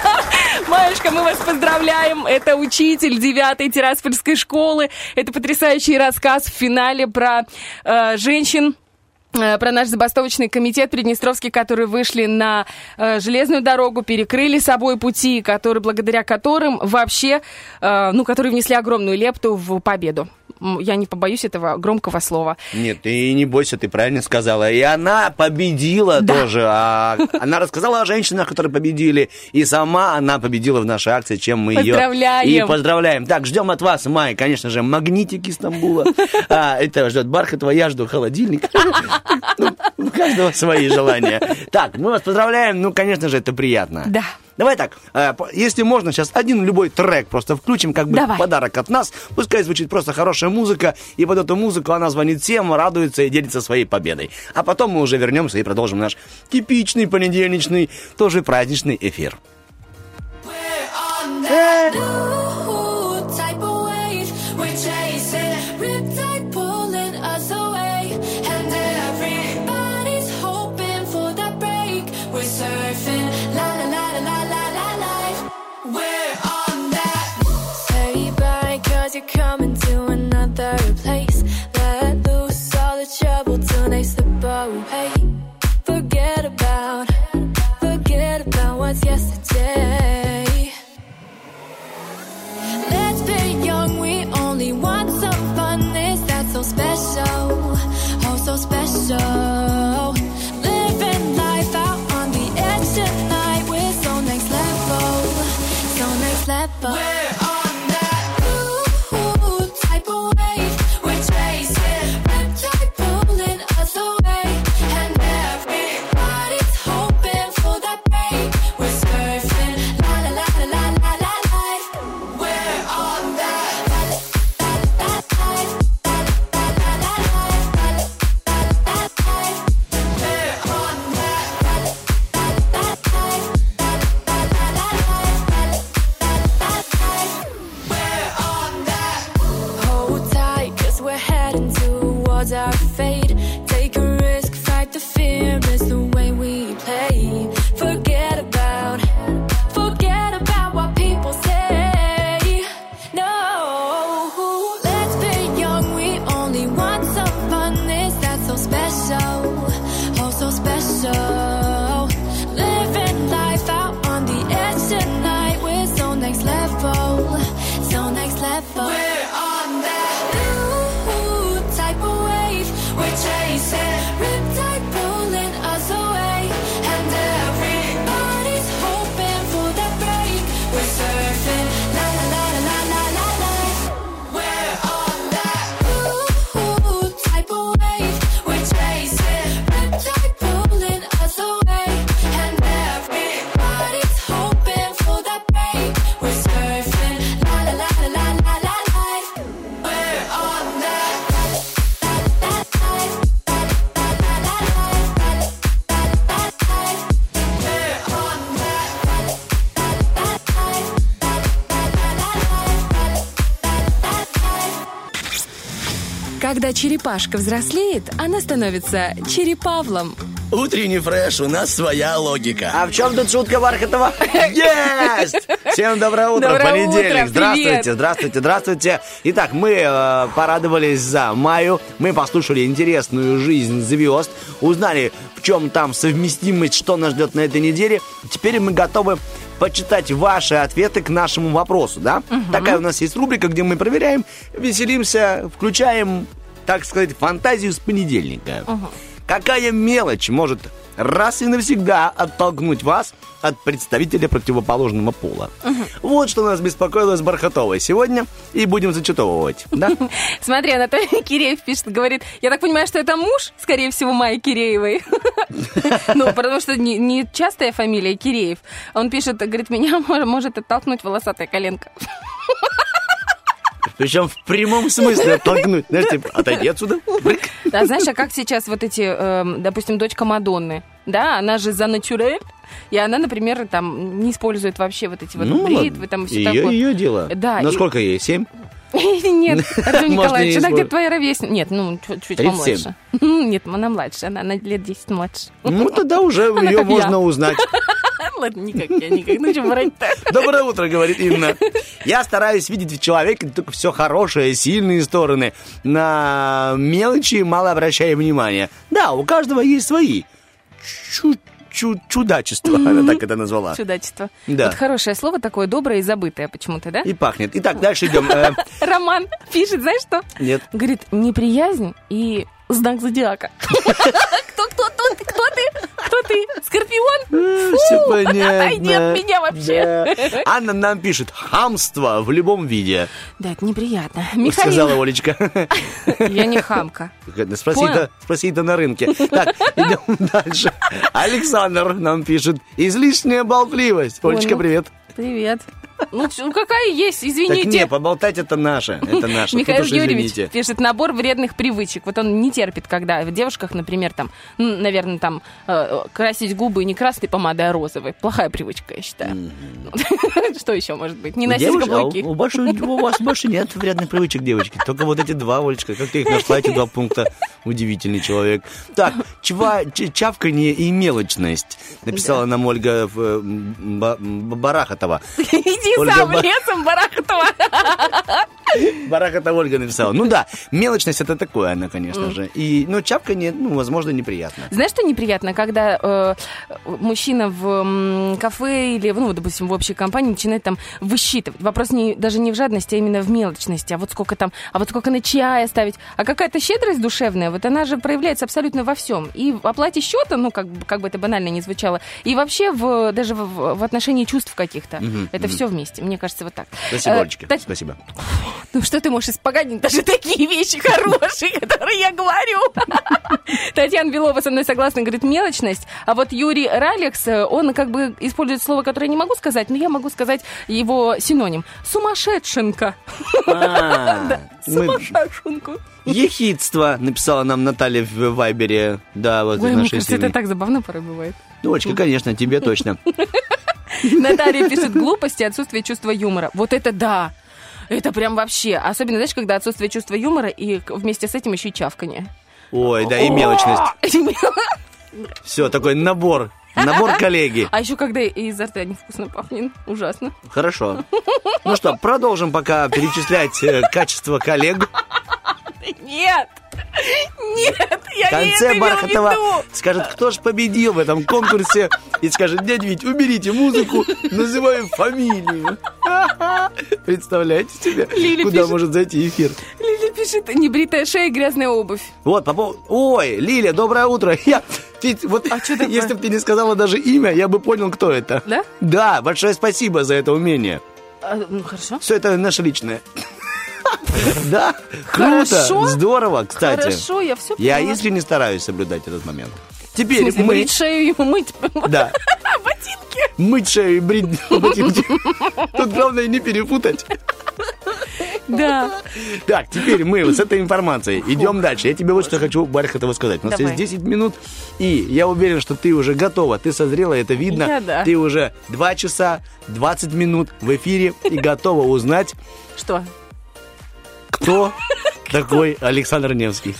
Маюшка, мы вас поздравляем. Это учитель девятой Тираспольской школы. Это потрясающий рассказ в финале про э, женщин, про наш забастовочный комитет Приднестровский, которые вышли на э, железную дорогу, перекрыли собой пути, которые, благодаря которым вообще, э, ну, которые внесли огромную лепту в победу. Я не побоюсь этого громкого слова. Нет, ты не бойся, ты правильно сказала. И она победила да. тоже. А она рассказала о женщинах, которые победили. И сама она победила в нашей акции, чем мы ее и поздравляем. Так, ждем от вас, Майя, конечно же, магнитики из Стамбула. А, это ждет Бархатова, я жду холодильник. Ну, у каждого свои желания. Так, мы вас поздравляем. Ну, конечно же, это приятно. Да. Давай так, если можно, сейчас один любой трек просто включим, как бы Давай. подарок от нас. Пускай звучит просто хорошая музыка, и под эту музыку она звонит всем, радуется и делится своей победой. А потом мы уже вернемся и продолжим наш типичный понедельничный, тоже праздничный эфир. Coming to another place. Let loose all the trouble till they slip away. Forget about, forget about what's yesterday. Let's be young, we only want some fun. Is that so special? Oh, so special. Living life out on the edge tonight. We're so next level, so next level. We're on our fate. Take a risk, fight the fear, it's the way we play. Forget about, forget about what people say. No, let's be young, we only want some fun. Is that so special? Oh, so special. Living life out on the edge tonight. We're so next level, so next level. We're on that new type of we're chasing, riptide pulling us away, and everybody's hoping for that break. We're surfing, la la la la la la la. We're on that ooh type of wave. We're chasing, riptide pulling us away, and everybody's hoping for that break. We're surfing, la la la la la la la. We're on that. Когда черепашка взрослеет, она становится черепавлом. Утренний фреш, у нас своя логика. А в чем тут шутка Бархатова? Есть! Всем доброе утро, доброе понедельник. Утро, здравствуйте, здравствуйте, здравствуйте. Итак, мы э, порадовались за Майю, мы послушали интересную жизнь звезд, узнали, в чем там совместимость, что нас ждет на этой неделе. Теперь мы готовы почитать ваши ответы к нашему вопросу, да? Угу. Такая у нас есть рубрика, где мы проверяем, веселимся, включаем, так сказать, фантазию с понедельника. Угу. Какая мелочь может раз и навсегда оттолкнуть вас от представителя противоположного пола? Угу. Вот что нас беспокоило с Бархатовой сегодня, и будем зачитовывать, да? Смотри, Анатолий Киреев пишет, говорит, я так понимаю, что это муж, скорее всего, Майи Киреевой. Ну, потому что не частая фамилия Киреев. Он пишет, говорит, меня может оттолкнуть волосатая коленка. Причем в прямом смысле оттолкнуть. Знаешь, типа, отойди отсюда. Да, знаешь, а как сейчас вот эти, э, допустим, дочка Мадонны, да, она же за натюрель, и она, например, там не использует вообще вот эти вот ну, бритвы, там все ее, такое. Ее дело. Да. Насколько ей? Семь? Нет, Артем Николаевич, она где-то твоя ровесница. Нет, ну, чуть-чуть помладше. Нет, она младше, она на лет десять младше. Ну, тогда уже ее можно узнать. Ладно, никак, я никак. Ну, что врать-то? Доброе утро, говорит Инна. Я стараюсь видеть в человеке только все хорошее, сильные стороны. На мелочи мало обращая внимания. Да, у каждого есть свои. Чу- чу- чудачество, она так это назвала. Чудачество. Да. Вот хорошее слово такое, доброе и забытое почему-то, да? И пахнет. Итак, дальше идем. Э, Роман пишет, знаешь что? Нет. Говорит, неприязнь и знак зодиака. Кто, кто, кто ты, кто ты? Кто ты? Скорпион? Все понятно. Отойди от меня вообще. Да. Анна нам пишет, хамство в любом виде. Да, это неприятно. Сказала Олечка. Я не хамка. Спроси это, спроси это на рынке. Так, идем дальше. Александр нам пишет, излишняя болтливость. Олечка, привет. Привет. Ну, ну, какая есть, извините. Так не, поболтать это наше, это наше. Михаил уж Юрьевич извините. пишет, набор вредных привычек. Вот он не терпит, когда в девушках, например, там, ну, наверное, там, э, красить губы не красной помадой, а розовой. Плохая привычка, я считаю. Mm-hmm. Что еще может быть? Не носить каблуки. У, больше, у вас больше нет вредных привычек, девочки. Только вот эти два, Олечка. Как ты их нашла, эти два пункта? Удивительный человек. Так, чва, ч, чавканье и мелочность. Написала нам Ольга в, б, Барахатова. Иди Ольга сам Ба... лесом, Барахатова. Барахатова Ольга написала. Ну да, мелочность это такое, она, конечно mm. же. И, ну, чавканье, ну, возможно, неприятно. Знаешь, что неприятно? Когда э, мужчина в м, кафе или, ну, допустим, в общей компании начинает там высчитывать. Вопрос не, даже не в жадности, а именно в мелочности. А вот сколько там, а вот сколько на чай оставить. А какая-то щедрость душевная, вот она же проявляется абсолютно во всем. И в оплате счета, ну, как, как бы это банально не звучало, и вообще в, даже в, в отношении чувств каких-то. Mm-hmm. Это mm-hmm. все вместе. Мне кажется, вот так. Спасибо, э, Олечка. Та... Спасибо. Ну, что ты можешь испоганить? Даже такие вещи хорошие, которые я говорю. Татьяна Белова со мной согласна, говорит, мелочность. А вот Юрий Ралекс, он как бы использует слово, которое я не могу сказать, но я могу сказать его синоним. Сумасшедшенка. Сумасшедшенку. Ехидство, написала нам Наталья в Вайбере. Да, вот Ой, из мне нашей кажется, это так забавно порой бывает. Ну, Олечка, конечно, тебе точно. Наталья пишет, глупости, отсутствие чувства юмора. Вот это да! Это прям вообще. Особенно, знаешь, когда отсутствие чувства юмора и вместе с этим еще и чавканье. Ой, да, и мелочность. Все, такой набор. Набор коллеги. А еще когда изо рта невкусно пахнет. Ужасно. Хорошо. Ну что, продолжим пока перечислять э, качество коллег. Нет! Нет, я в конце Бархатова скажет, кто же победил в этом конкурсе, и скажет, дядя Вить, уберите музыку, называем фамилию. Представляете себе, Лили куда пишет, может зайти эфир? Лиля пишет, небритая шея и грязная обувь. Вот, по поводу... Ой, Лиля, доброе утро. Я... Ты, вот, а что такое? Если бы ты не сказала даже имя, я бы понял, кто это. Да? Да, большое спасибо за это умение. А, ну, хорошо. Все это наше личное. Да, круто, здорово, кстати. Хорошо, я все поняла. Я искренне стараюсь соблюдать этот момент. Теперь в смысле, мы... брить шею и мыть да. ботинки. Мыть шею и брить ботинки. Тут главное не перепутать. Да. Так, теперь мы с этой информацией идем дальше. Я тебе вот что хочу, Бархатова, сказать. У нас Давай. есть десять минут, и я уверен, что ты уже готова, ты созрела, это видно. Я, да. Ты уже два часа двадцать минут в эфире и готова узнать... Что? Кто такой Александр Невский?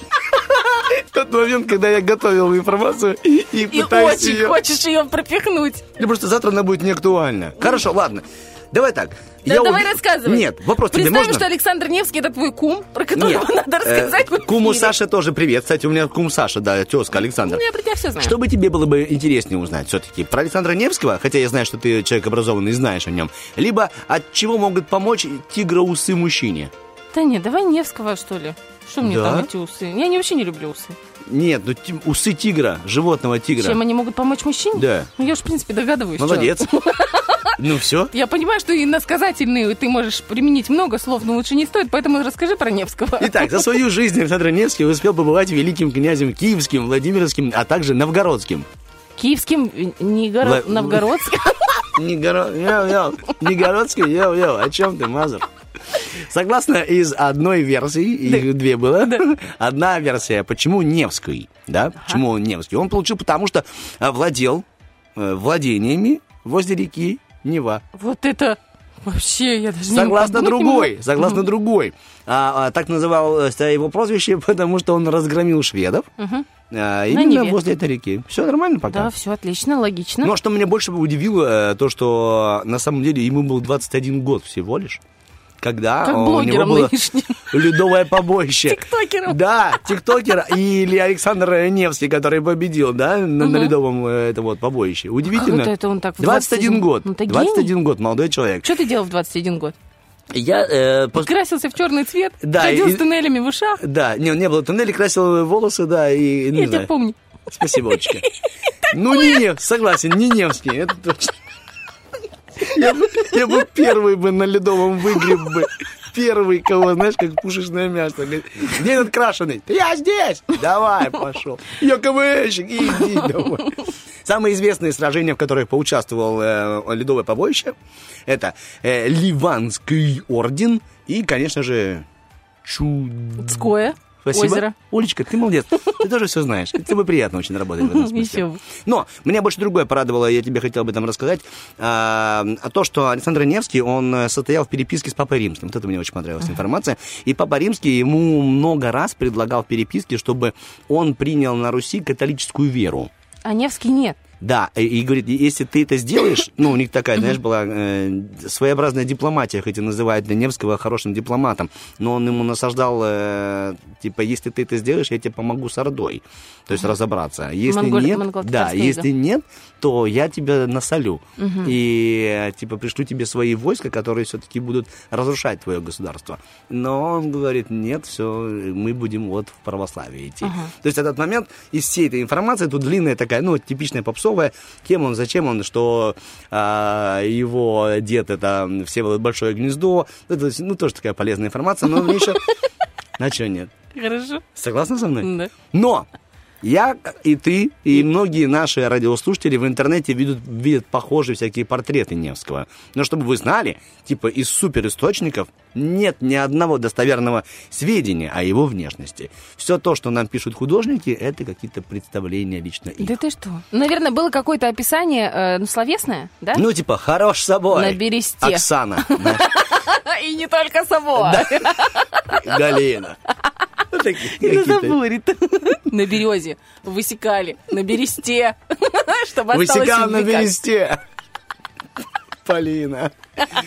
Тот момент, когда я готовил информацию и, и, и пытаюсь очень ее... хочешь ее пропихнуть. Ну, просто завтра она будет неактуальна. Хорошо, ладно. Давай так. Да, я давай уб... рассказывай. Нет, вопрос тебе Представим, можно? что Александр Невский — это твой кум, про которого Нет. надо рассказать. Э, куму Саше тоже привет. Кстати, у меня кум Саша, да, тезка Александр. Ну, я про тебя все знаю. Что бы тебе было бы интереснее узнать все-таки? Про Александра Невского, хотя я знаю, что ты человек образованный и знаешь о нем. Либо от чего могут помочь тигроусы мужчине? Да нет, давай Невского, что ли. Что мне Да? там эти усы? Я не, вообще не люблю усы. Нет, ну ти- усы тигра, животного тигра. Чем они могут помочь мужчине? Да. Ну, я уж, в принципе, догадываюсь. Молодец. что. Ну все. Я понимаю, что иносказательные ты можешь применить много слов, но лучше не стоит, поэтому расскажи про Невского. Итак, за свою жизнь Александр Невский успел побывать великим князем Киевским, Владимирским, а также Новгородским. Киевским, Нигоро... Вла- Новгородским. Нигородский, йоу-йоу, о чем ты, Мазур? Согласно из одной версии, их две было, одна версия, почему Невский, да, почему он Невский? Он получил потому, что а, владел э, владениями возле реки Нева. Вот это вообще, я даже не Согласно подумать не другой, могу. согласно другой. А, а, так называлось его прозвище, потому что он разгромил шведов. Мгм. А, именно Неве. возле этой реки. Все нормально пока? Да, все отлично, логично. Ну, а что меня больше удивило, то, что на самом деле ему был двадцать один год всего лишь. Когда Как у него блогерам было нынешним. ледовое побоище. Тиктокером. Да, тиктокер или Александр Невский, который победил, да, на, на Мгм. ледовом э, это вот побоище. Удивительно. Как это он так в двадцать один год. Ну, ты двадцать один гений. год, молодой человек. Что ты делал в двадцать один год? Я э, пос- Красился в черный цвет, Да, ходил и- с туннелями в ушах. Да, не, не было туннеля, красил волосы, да, и не Я тебя знаю. помню. Спасибо, Олечка. Ну, не Нев, согласен, не Невский, это точно. Я бы, я бы первый бы на ледовом выгреб бы. Первый, кого, знаешь, как пушечное мясо. Говорит, где этот крашеный? Я здесь! Давай, пошел. Я КВНщик, иди давай. Самые известные сражения, в которых поучаствовал э, ледовое побоище, это э, Ливанский орден и, конечно же, Чуд... Цкое. Спасибо. Озеро. Олечка, ты молодец. Ты тоже все знаешь. С тобой приятно очень работать в этом смысле. Еще бы. Но меня больше другое порадовало, я тебе хотел об этом рассказать, а, а то, что Александр Невский, он состоял в переписке с Папой Римским. Вот это мне очень понравилась информация. И Папа Римский ему много раз предлагал в переписке, чтобы он принял на Руси католическую веру. А Невский нет. Да, и, и говорит, если ты это сделаешь, ну, у них такая, знаешь, была э, своеобразная дипломатия, хоть и называют для Невского хорошим дипломатом, но он ему насаждал, э, типа, если ты это сделаешь, я тебе помогу с Ордой, то есть разобраться. Если Монголь- нет, монголо-татарская да, ига. если нет, то я тебя насолю. Мгм. И, типа, пришлю тебе свои войска, которые все-таки будут разрушать твое государство. Но он говорит, нет, все, мы будем вот в православие идти. Ага. То есть этот момент из всей этой информации, тут длинная такая, ну, типичная попсовая, кем он, зачем он, что а, его дед это Всеволод Большое Гнездо, это, ну, тоже такая полезная информация, но мне еще... А что нет? Хорошо. Согласна со мной? Да. Но я и ты, и многие наши радиослушатели в интернете видят, видят похожие всякие портреты Невского. Но чтобы вы знали, типа из суперисточников нет ни одного достоверного сведения о его внешности. Все то, что нам пишут художники, это какие-то представления лично их. Да ты что? Наверное, было какое-то описание, э, ну, словесное, да? Ну, типа, хорош собой. На бересте. Оксана. знаешь, И не только собой. Галина. Вот такие И на какие-то. заборе-то. На березе. Высекали. На бересте. Чтобы осталось Высекал на увлекать. бересте. Полина.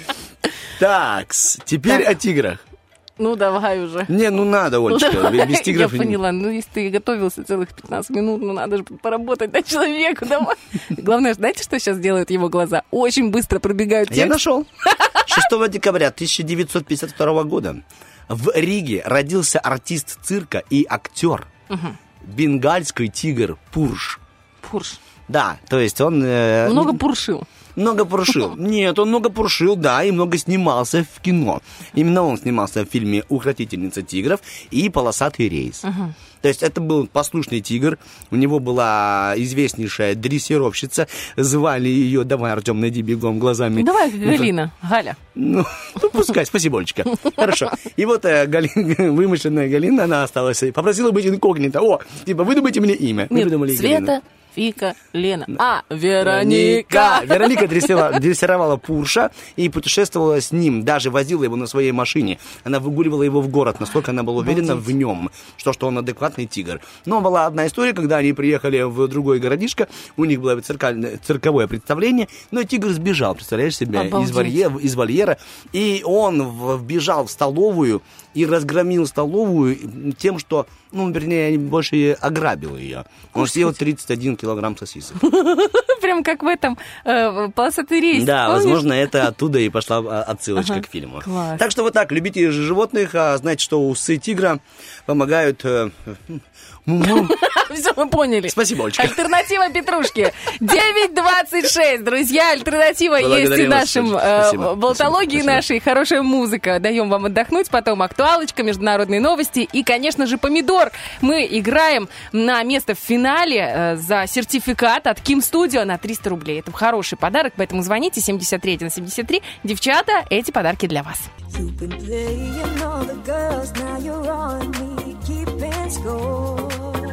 Так, теперь Так. о тиграх. Ну, давай уже. Не, ну надо, Олечка, Ну, давай. без тигров... Я поняла. Ну, если ты готовился целых пятнадцать минут, ну, надо же поработать на человеку. Давай. Главное, знаете, что сейчас делают его глаза? Очень быстро пробегают Я текст. нашел. шестого декабря тысяча девятьсот пятьдесят второго года в Риге родился артист цирка и актер Мгм. бенгальский тигр Пурш. Пурш. Да, то есть он... э, Много пуршил. Много пуршил. Нет, он много пуршил, да, и много снимался в кино. Именно он снимался в фильме «Укротительница тигров» и «Полосатый рейс». Мгм. То есть это был послушный тигр, у него была известнейшая дрессировщица, звали ее, давай, Артем, найди бегом глазами. Давай, Ну, Галина. Галя. Ну, ну, пускай, спасибо, Олечка. Хорошо. И вот э, Галина, вымышленная Галина, она осталась, попросила быть инкогнито. О, типа, выдумайте мне имя. Мы Нет, выдумали Галину. Света, Вика, Лена. А, Вероника. Вероника дрессировала, дрессировала Пурша и путешествовала с ним, даже возила его на своей машине. Она выгуливала его в город, настолько она была уверена Обалдеть. в нем, что, что он адекватный тигр. Но была одна история, когда они приехали в другой городишко, у них было циркальное- цирковое представление, но тигр сбежал, представляешь себе, из, Обалдеть. волье- из вольера, и он в- вбежал в столовую и разгромил столовую тем, что, ну, вернее, больше ограбил ее. Он съел тридцать один килограмм сосисок. Прям как в этом э, полосатый рейс. Да, Помнишь? возможно, это оттуда и пошла а, отсылочка Ага, к фильму. класс. Так что вот так, любите же животных, а знаете, что усы тигра помогают... э, ну, Все, мы поняли. Спасибо, Олечка. Альтернатива Петрушки. девять двадцать шесть, друзья. Альтернатива есть Благодарю и вас, нашим Олечка. э, Спасибо. болтологии Спасибо. нашей. Хорошая музыка. Даем вам отдохнуть. Потом актуалочка, международные новости. И, конечно же, помидор. Мы играем на место в финале э, за сертификат от Kim Studio на триста рублей. Это хороший подарок, поэтому звоните семьдесят три один семьдесят три. Девчата, эти подарки для вас. You've been playing all the girls, now you're on me, keeping score.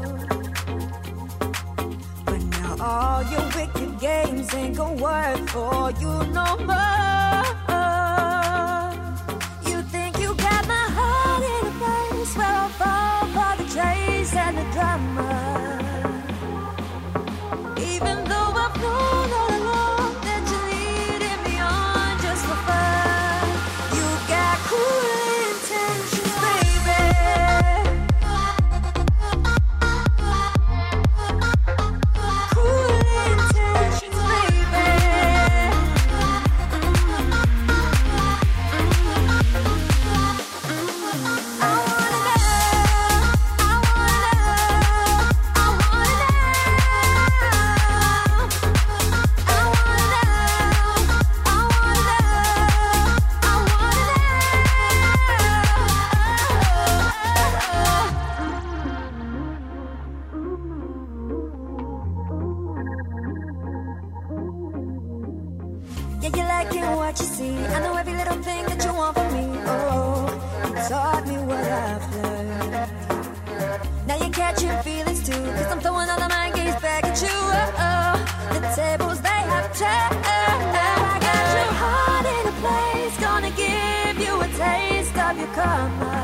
But now all your wicked games ain't gonna work for you no more. You think you got my heart in a place where I fall for the chase and the drama. taste of your karma.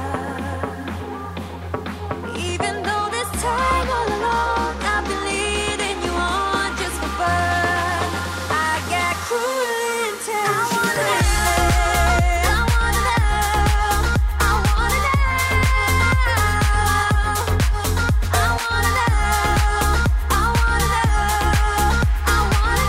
Even though this time all along I've been leading you on just for fun, I got cruel intentions. I wanna know, I wanna know, I wanna know, I wanna know, I wanna know, I wanna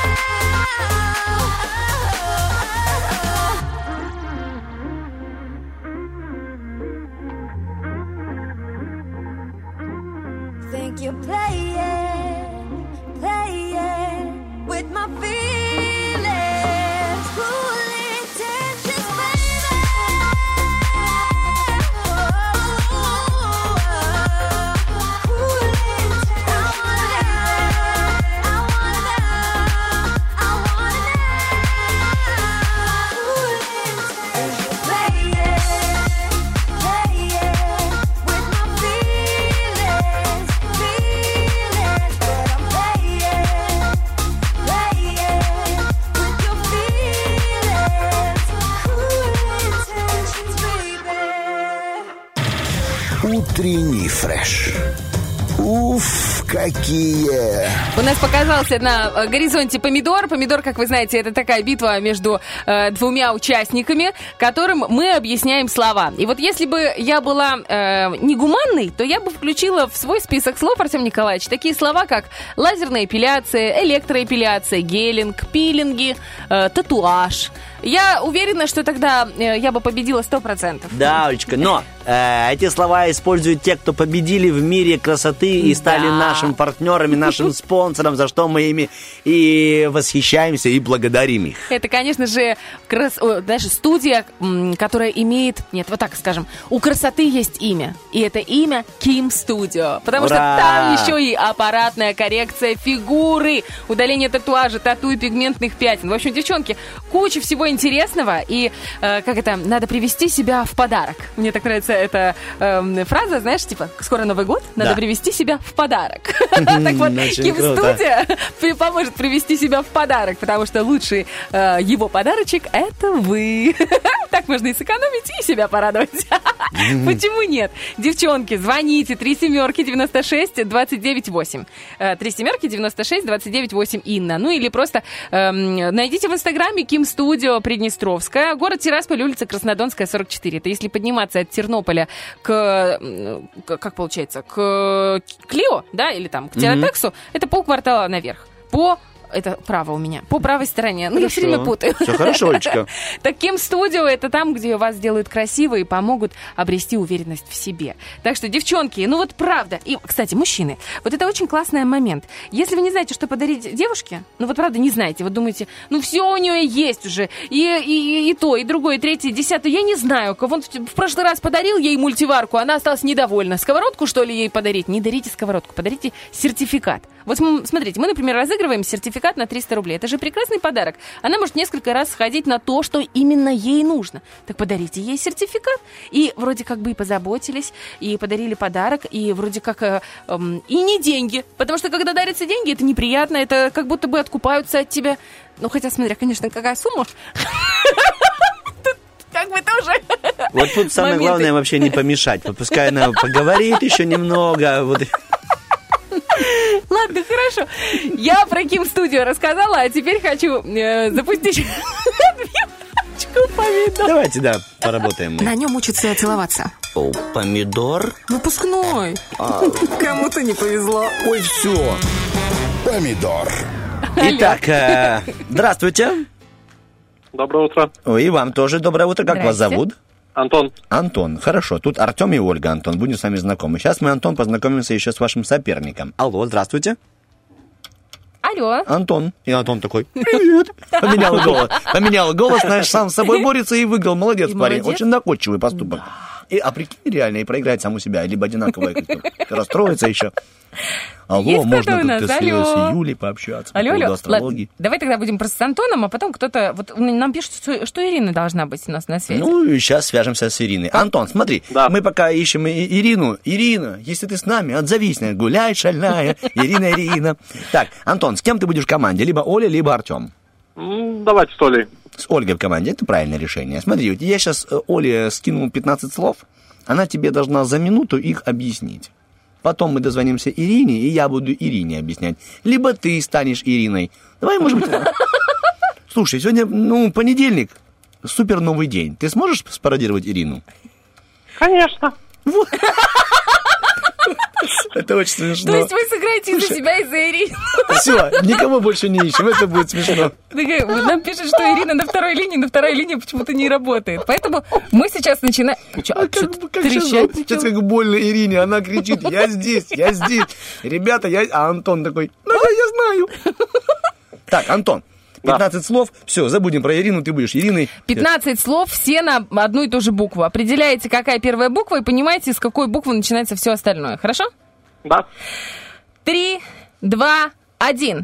know. Think you're playing, playing with my feelings, cruel intentions, baby. Cruel intentions. I wanna know, I wanna know, I wanna know. Cruel intentions, playing, playing with my feelings, feelings, but I'm playing, playing with your feelings, cruel intentions, baby. Утренний фреш. Уф, какие! У нас показался на э, горизонте помидор. Помидор, как вы знаете, это такая битва между э, двумя участниками, которым мы объясняем слова. И вот если бы я была э, негуманной, то я бы включила в свой список слов, Артем Николаевич, такие слова, как лазерная эпиляция, электроэпиляция, гелинг, пилинги, э, татуаж. Я уверена, что тогда э, я бы победила сто процентов. Да, Олечка, но э, эти слова используют те, кто победили в мире красоты и стали Да. нашими партнерами, нашим спонсором, за что мы ими и восхищаемся, и благодарим их. Это, конечно же, крас... О, знаешь, студия, м, которая имеет... Нет, вот так скажем. У красоты есть имя. И это имя Kim Studio. Потому Ура! что там еще и аппаратная коррекция фигуры, удаление татуажа, тату и пигментных пятен. В общем, девчонки, куча всего интересного. И, э, как это, надо привести себя в подарок. Мне так нравится эта э, фраза, знаешь, типа, скоро Новый год, надо Да. привести себя в подарок. Так вот, Очень Kim круто. Studio поможет привести себя в подарок, потому что лучший э, его подарочек — это вы. Так можно и сэкономить, и себя порадовать. Почему нет? Девчонки, звоните. Три семерки девяносто шесть двадцать девять восемь. Э, Три семерки девяносто шесть двадцать девять восемь, Инна. Ну или просто эм, найдите в Инстаграме Kim Studio Приднестровская, город Тирасполь, улица Краснодонская, сорок четыре. Это если подниматься от Тернополя к, м, к- как получается, к Клио, да, или там к Тератексу, это полквартала наверх. По это право у меня. По правой стороне. Ну, я все время путаю. Все хорошо, Олечка. Так Kim Studio — это там, где вас сделают красиво и помогут обрести уверенность в себе. Так что, девчонки, ну вот правда. И, кстати, мужчины, вот это очень классный момент. Если вы не знаете, что подарить девушке, ну вот правда не знаете, вы думаете, ну все у нее есть уже, и, и, и то, и другое, и третье, и десятое, я не знаю. Вон в прошлый раз подарил ей мультиварку, она осталась недовольна. Сковородку, что ли, ей подарить? Не дарите сковородку, подарите сертификат. Вот м, смотрите, мы, например, разыгрываем сертификат на триста рублей. Это же прекрасный подарок. Она может несколько раз сходить на то, что именно ей нужно. Так подарите ей сертификат. И вроде как бы и позаботились, и подарили подарок, и вроде как э, эм, и не деньги. Потому что когда дарятся деньги, это неприятно, это как будто бы откупаются от тебя. Ну, хотя, смотря, конечно, какая сумма. Как бы тоже. Вот тут самое Моменты. главное вообще не помешать. Вот пускай она поговорит еще немного. Вот. Ладно, хорошо. Я про Kim Studio рассказала, а теперь хочу э, запустить отбивочку помидор. Давайте, да, поработаем мы. На нем учатся целоваться. О, помидор. Выпускной. А. Кому-то не повезло. Ой, все. Помидор. Итак, э, здравствуйте. Доброе утро. Ой, и вам тоже доброе утро. Как вас Здрасте. зовут? Антон. Антон, хорошо. Тут Артем и Ольга, Антон. Будем с вами знакомы. Сейчас мы, Антон, познакомимся еще с вашим соперником. Алло, здравствуйте. Алло. Антон. И Антон такой, привет. Поменял голос. Поменял голос, знаешь, сам с собой борется и выиграл. Молодец, И парень. молодец. Очень находчивый поступок. И, а прикинь, реально, и проиграть саму себя. Либо одинаково как-то расстроиться еще. Алло, Есть можно кто-то у нас? как-то с, Алло. с Юлей пообщаться по Алло, поводу алло. астрологии. Ладно, давай тогда будем просто с Антоном, а потом кто-то... Вот нам пишут, что, что Ирина должна быть у нас на связи. Ну, и сейчас свяжемся с Ириной. Антон, смотри, мы пока ищем И- Ирину. Ирина, если ты с нами, отзовись. Гуляй, шальная. Ирина, Ирина. Так, Антон, с кем ты будешь в команде? Либо Оля, либо Артем. М, Давайте с Олей. С Ольгой в команде. Это правильное решение. Смотри, вот я сейчас Оле скинул пятнадцать слов. Она тебе должна за минуту их объяснить. Потом мы дозвонимся Ирине, и я буду Ирине объяснять. Либо ты станешь Ириной. Давай, может быть... Слушай, сегодня, ну, понедельник. Супер новый день. Ты сможешь спародировать Ирину? Конечно. Вот. Это очень смешно. То есть вы сыграете из-за себя и за Ирину? Все, никого больше не ищем, это будет смешно. Нам пишут, что Ирина на второй линии, на второй линии почему-то не работает. Поэтому мы сейчас начинаем... А как, как сейчас, сейчас как больно Ирине, она кричит, я здесь, я здесь. Ребята, я... А Антон такой, ну да, я знаю. Так, Антон, пятнадцать да. слов, все, забудем про Ирину, ты будешь Ириной. пятнадцать слов, все на одну и ту же букву. Определяете, какая первая буква, и понимаете, с какой буквы начинается все остальное. Хорошо? Да. Три, два, один.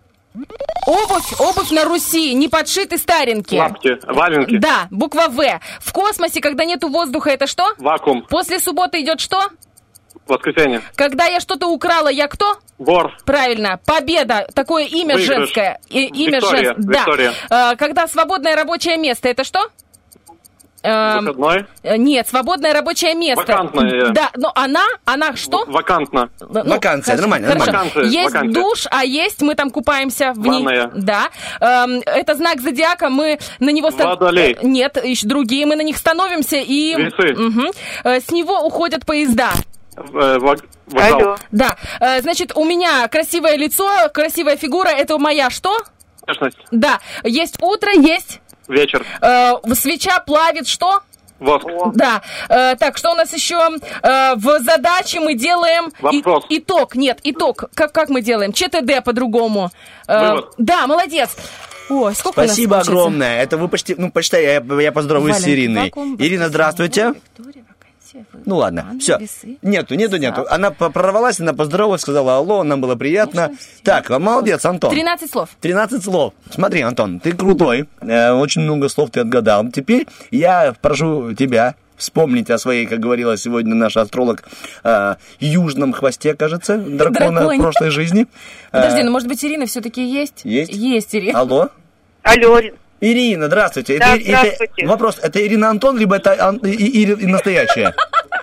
Обувь, обувь на Руси, не подшиты старенькие. Лапки, валенки. Да, буква В. В космосе, когда нету воздуха, это что? Вакуум. После субботы идет что? Воскресенье. Когда я что-то украла, я кто? Вор. Правильно. Победа. Такое имя Выигрыш. женское. И, имя Виктория. женское. Виктория. Да. Когда свободное рабочее место, это что? Выходной? Нет, свободное рабочее место. Вакантное. Да, но она, она что? Вакантно. Ну, Вакансия, хорошо, нормально, хорошо. нормально. Вакансия, Есть вакансия. душ, а есть, мы там купаемся в ней. Ванная. Да. Эм, это знак зодиака, мы на него... ста- Водолей. Нет, еще другие, мы на них становимся и... Весы. Мгм. Э, С него уходят поезда. Э, вок- Вокзал. Алло. Да, Э, значит, у меня красивое лицо, красивая фигура, это моя что? Внешность. Да, есть утро, есть... Вечер. э, Свеча плавит что? Воск. Да. Э, так, что у нас еще? Э, в задаче мы делаем... и- Вопрос. итог. Нет, итог. Как, как мы делаем? ЧТД по-другому. Э, Вывод. да, молодец. Ой, сколько Спасибо у нас получается? огромное. Это вы почти, ну, почти, я, я поздороваюсь с Валенки, Ириной. вакуум, Ирина, здравствуйте. Ну ладно, все. Нету, нету, нету. Она по- прорвалась, она поздоровалась, сказала алло, нам было приятно. Так, молодец, Антон. тринадцать слов. тринадцать слов. Смотри, Антон, ты крутой. Э, очень много слов ты отгадал. Теперь я прошу тебя вспомнить о своей, как говорила сегодня наш астролог, э, южном хвосте, кажется, дракона Драконе. прошлой жизни. Подожди, Э, ну может быть Ирина все-таки есть? Есть? Есть, Ирина. Алло? Алло. Ирина, здравствуйте. Да, это, это- здравствуйте. вопрос, это Ирина Антон, либо это Ан- и, и- и настоящая?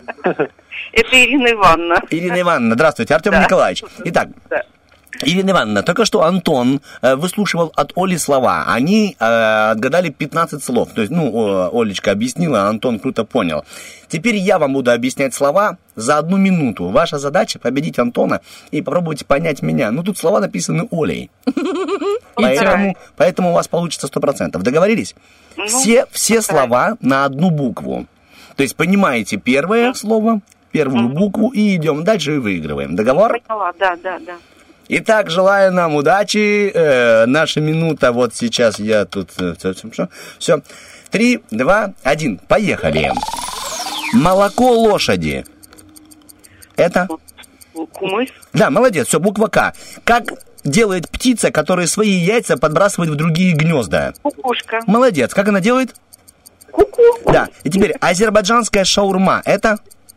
Это Ирина Ивановна. Ирина Ивановна, здравствуйте, Артем Да. Николаевич. Итак, Да. Ирина Ивановна, только что Антон э, выслушивал от Оли слова. Они э, отгадали пятнадцать слов. То есть, ну, о, Олечка объяснила, а Антон круто понял. Теперь я вам буду объяснять слова за одну минуту. Ваша задача победить Антона и попробовать понять меня. Ну, тут слова написаны Олей. Поэтому, поэтому у вас получится сто процентов. Договорились? Ну, Все, все слова на одну букву. То есть, понимаете первое слово, первую букву, и идем дальше и выигрываем. Договор? Поняла, да, да, да. Итак, желаю нам удачи. Э, наша минута вот сейчас я тут... Все, все. Три, два, один. Поехали. Молоко лошади. Это? Кумыс. Да, молодец. Все, буква К. Как делает птица, которая свои яйца подбрасывает в другие гнезда? Кукушка. Молодец. Как она делает? Ку-ку. Да. И теперь азербайджанская шаурма. Это?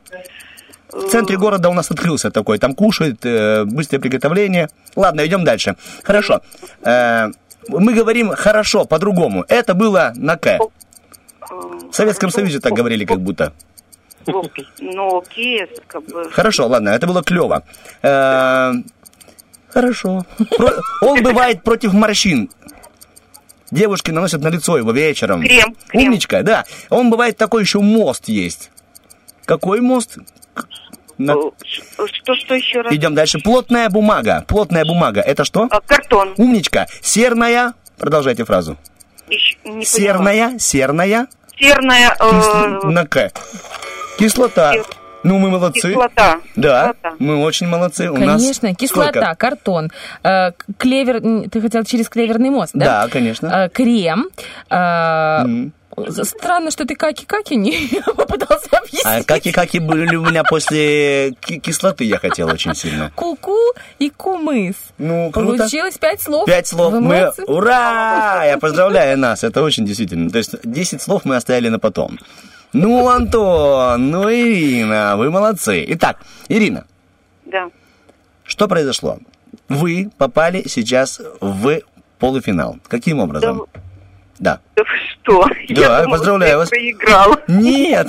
В центре города у нас открылся такой. Там кушают, э, быстрое приготовление. Ладно, идем дальше. Хорошо. Э, мы говорим хорошо, по-другому. Это было на К. В Советском Союзе так говорили как будто. Ну, окей, как бы... Хорошо, ладно, это было клево. Э, хорошо. Про- он бывает против морщин. Девушки наносят на лицо его вечером. Крем, крем. Умничка, да. Он бывает такой еще мост есть. Какой мост? На- Что, что еще раз? Идем дальше. Плотная бумага. Плотная бумага. Это что? А, картон. Умничка. Серная. Продолжайте фразу. Еще не поняла. Серная. Серная. Серная... э, Кис- На К. Кислота. Кис- Ну, мы молодцы. Кислота. Да, Кислота. мы очень молодцы. У нас Конечно, кислота, сколько? картон, э, клевер, м, ты хотел через клеверный мост, да? Да, конечно. Э, крем. э, М. Странно, что ты каки-каки не попытался объяснить. А какие-какие были у меня после ки- кислоты, я хотел очень сильно. Ку-ку и кумыс. Ну, круто. Получилось пять слов. Пять слов. Вы Мы... молодцы. Ура! Я поздравляю нас. Это очень действительно. То есть десять слов мы оставили на потом. Ну, Антон, ну, Ирина, вы молодцы. Итак, Ирина, Да. что произошло? Вы попали сейчас в полуфинал. Каким образом? Да. Да вы что? Да, я думала, поздравляю я вас. проиграл. Нет,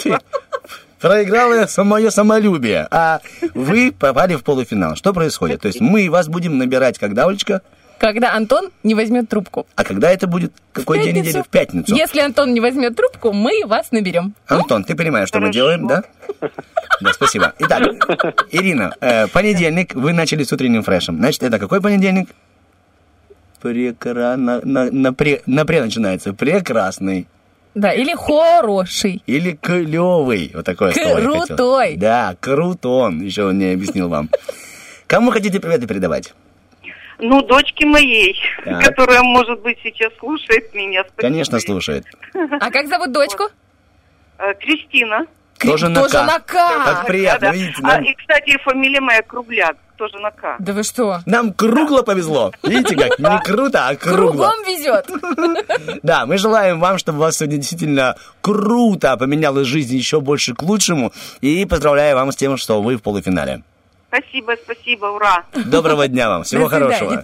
проиграло мое самолюбие, а вы попали в полуфинал. Что происходит? То есть мы вас будем набирать когда, Олечка? Когда Антон не возьмет трубку. А когда это будет? Какой день недели? В пятницу. Если Антон не возьмет трубку, мы вас наберем. Антон, ты понимаешь, что мы делаем, да? Да, спасибо. Итак, Ирина, э, понедельник вы начали с утренним фрешем. Значит, это какой понедельник? Прекра... На, на, на, пре... на пре начинается. Прекрасный. Да, или хороший. Или клевый. Вот такое слово я хотел. Крутой. Да, крутон. Еще он не объяснил вам. Кому хотите приветы передавать? Ну, дочке моей, Так. которая, может быть, сейчас слушает меня. Спасибо. Конечно, слушает. А как зовут дочку? Э, Кристина. Тоже на Тоже К. на К. Как приятно, Да, да. видите. А, Нам, и, кстати, фамилия моя Кругляк, тоже на К. Да вы что? нам кругло повезло. Видите как? Не круто, а кругло. Кругом везет. Да, мы желаем вам, чтобы у вас сегодня действительно круто поменялась жизнь еще больше к лучшему. И поздравляю вам с тем, что вы в полуфинале. Спасибо, спасибо, ура. Доброго дня вам. Всего До свидания. хорошего.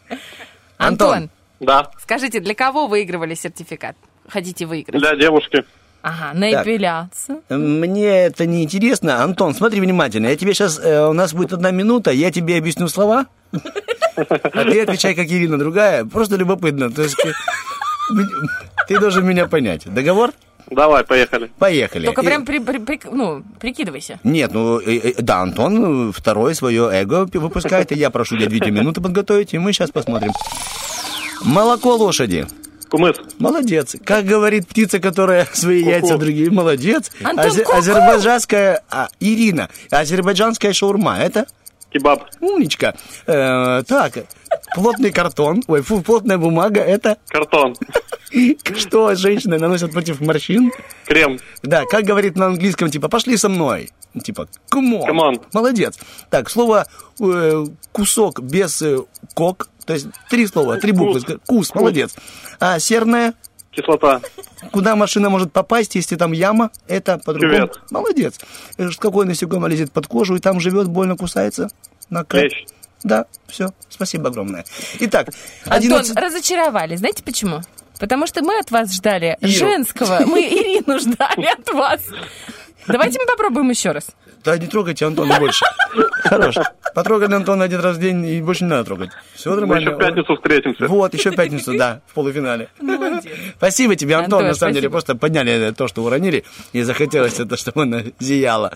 Антон, Да, скажите, для кого выигрывали сертификат? Хотите выиграть? для девушки. Ага, на Так. эпиляцию. Мне это не интересно. Антон, смотри внимательно. Я тебе сейчас... у нас будет одна минута, я тебе объясню слова. А ты отвечай, как Ирина, другая. Просто любопытно. То есть ты, ты должен меня понять. Договор? Давай, поехали. Поехали. Только И- прям при, при- при- ну, прикидывайся. Нет, ну, э, э, да, Антон второе свое эго выпускает, и я прошу для две минуты подготовить, и мы сейчас посмотрим. Молоко лошади. Кумыс. Молодец. Как говорит птица, которая свои Ку-ку. яйца другие, молодец. Антон, Азе- ку-ку. азербайджанская, а, Ирина, азербайджанская шаурма, это? Кебаб. Умничка. Э, так, плотный картон, ой, фу, плотная бумага, это? Картон. Что женщины наносят против морщин? Крем. Да, как говорит на английском, типа, пошли со мной. Типа, come on. Come on. Молодец. Так, слово э, кусок без э, кок, то есть три слова, три буквы. Кус. Кус, молодец. А серная, Кислота. куда машина может попасть, если там яма, это по-другому. Кювет. Молодец. Э, Какое насекомое лезет под кожу и там живет, больно кусается? На К. Клещ. Да, все. Спасибо огромное. Итак, Антон, одиннадцать... разочаровали. Знаете почему? Потому что мы от вас ждали Иру. женского. Мы Ирину ждали от вас. Давайте мы попробуем еще раз. Да не трогайте Антона больше. Хорош. Потрогали Антона один раз в день и больше не надо трогать. Все Мы нормально. еще в пятницу встретимся. Вот, еще в пятницу, да, в полуфинале. Молодец. Спасибо тебе, Антон. Антон, На самом деле, спасибо. просто подняли то, что уронили, и захотелось это, чтобы оно зияло.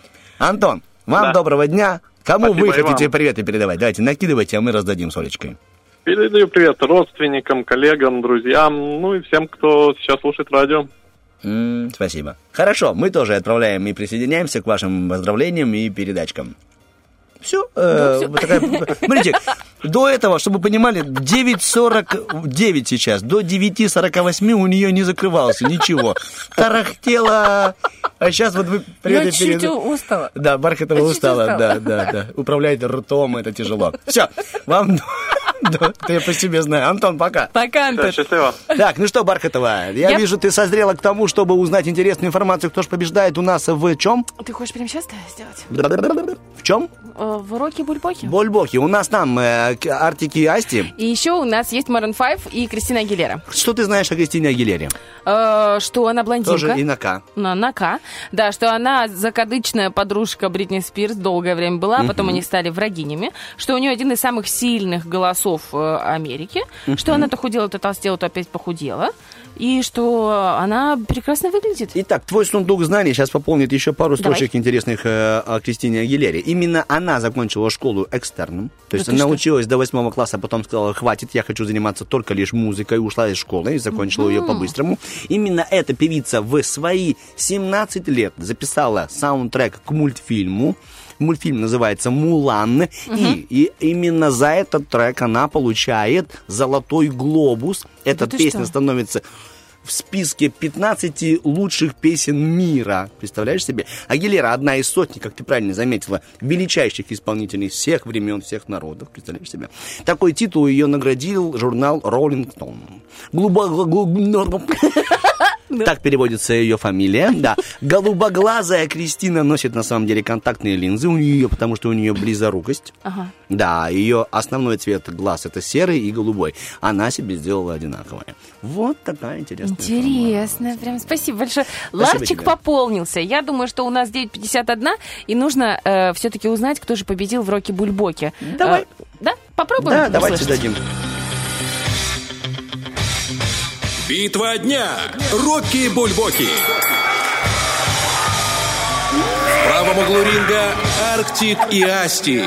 Антон, вам Да. доброго дня. Кому Спасибо, вы и хотите вам. приветы передавать? Давайте, накидывайте, а мы раздадим с Олечкой. Передаю привет родственникам, коллегам, друзьям, ну и всем, кто сейчас слушает радио. М, спасибо. Хорошо, мы тоже отправляем и присоединяемся к вашим поздравлениям и передачкам. Все. Смотрите, до этого, чтобы вы понимали, девять сорок девять сейчас, до девять сорок восемь у нее не закрывался ничего. Тарахтела. А сейчас вот вы... Я чуть устала. Да, Бархатова Я чуть устала, устала. да, да, да. Управлять ртом это тяжело. Все, вам... Да, я по себе знаю. Антон, пока. Пока, Антон. Счастливо. Так, ну что, Бархатова, я, Я- вижу, ты созрела к тому, чтобы узнать интересную информацию, кто же побеждает у нас в чем? Ты хочешь прямо сейчас сделать? В чем? Э, В уроке бульбоки. Больбохи. У нас там э, к- Артик и Асти. И еще у нас есть Maroon пять и Кристина Агилера. Что ты знаешь о Кристине Агилере? Э, Что она блондинка. Тоже и на К. На, на К. Да, что она закадычная подружка Бритни Спирс долгое время была, а потом Мгм. они стали врагинями, что у нее один из самых сильных голосов э, Америки, Мгм. что она то худела, то толстела, то опять похудела, и что она прекрасно выглядит. Итак, твой сундук знаний сейчас пополнит еще пару Давай. строчек интересных э, о Кристине Агилере. Именно она закончила школу экстерном. То есть Да ты она что? училась до восьмого класса, потом сказала, хватит, я хочу заниматься только лишь музыкой, ушла из школы и закончила ее по-быстрому. Именно эта певица в свои семнадцать лет записала саундтрек к мультфильму. Мультфильм называется «Мулан». И, и именно за этот трек она получает «Золотой глобус». Эта ты песня что? становится в списке пятнадцати лучших песен мира. Представляешь себе? Агилера одна из сотни, как ты правильно заметила, величайших исполнителей всех времен, всех народов. Представляешь себе? Такой титул ее наградил журнал Rolling Stone. Глубоко... Так переводится ее фамилия, да. Голубоглазая Кристина носит на самом деле контактные линзы у нее, потому что у нее близорукость. Ага. Да, ее основной цвет глаз это серый и голубой. Она себе сделала одинаковое. Вот такая интересная Интересно, информация. Прям спасибо большое. Спасибо Ларчик тебе. пополнился. Я думаю, что у нас девять пятьдесят один, и нужно э, все-таки узнать, кто же победил в Роки Бульбоке. Давай. Э, да? Попробуем? Да, давайте услышать? дадим. Битва дня. Рокки Бульбоки. В правом углу ринга Арктик и Асти.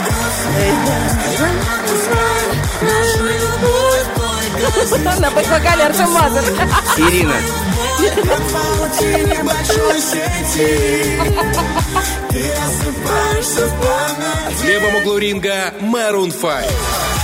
На бэк-вокале Артем Мазур. Ирина. В левом углу ринга Maroon пять.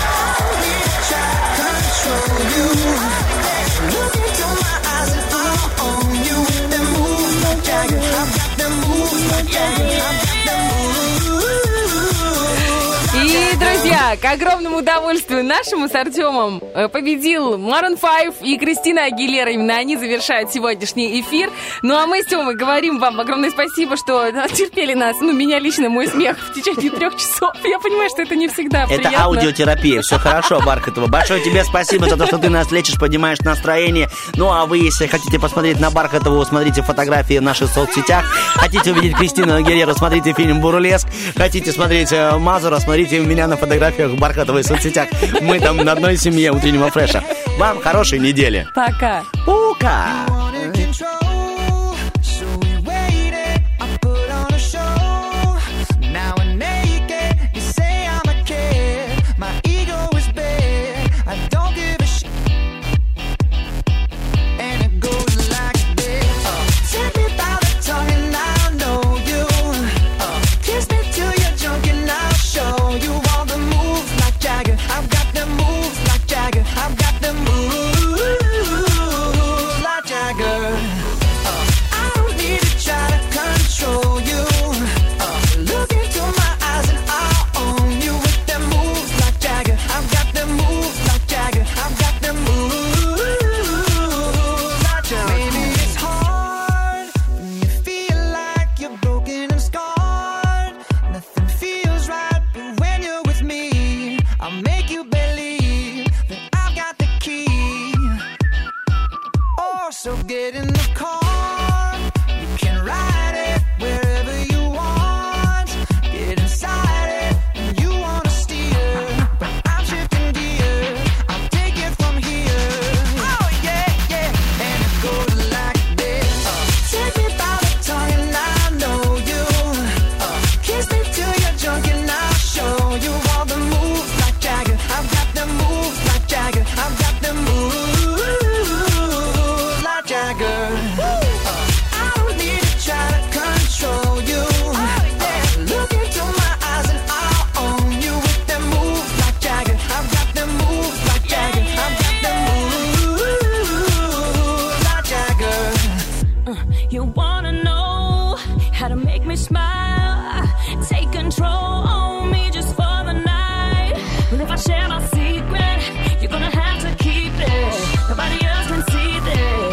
И, друзья, к огромному удовольствию нашему с Артемом э, победил Maroon пять и Кристина Агилера. Именно они завершают сегодняшний эфир. Ну, а мы с Тёмой говорим вам огромное спасибо, что терпели нас, ну, меня лично, мой смех в течение трех часов. Я понимаю, что это не всегда Это приятно. аудиотерапия, все хорошо, Бархатова. Большое тебе спасибо за то, что ты нас лечишь, поднимаешь настроение. Ну, а вы, если хотите посмотреть на Бархатову, смотрите фотографии в наших соцсетях. Хотите увидеть Кристину Агилеру, смотрите фильм «Бурлеск». Хотите смотреть э, Мазура, смотрите меня на фотографиях в Бархатовой соцсетях. Мы там на одной семье утреннего фреша. Вам хорошей недели. Пока. Пока. So get in the car, you can ride it wherever you want. Get inside it, and you wanna steer, but I'm shifting gear. I'll take it from here. Oh yeah, yeah, and it goes like this. Uh, take me by the tongue and I know you. Uh, kiss me till you're drunk and I'll show you all the moves like Jagger. I've got the moves like Jagger. I've got the moves. Jagger. Uh, I don't need to try to control you. Oh, yeah. Look into my eyes and I'll own you with them moves like Jagger. I've got them moves like Jagger. I've got them moves like Jagger. Uh, you wanna know how to make me smile? Take control on me just for the night. Well, if I share my secret, you're gonna have to keep it. Nobody else can see this.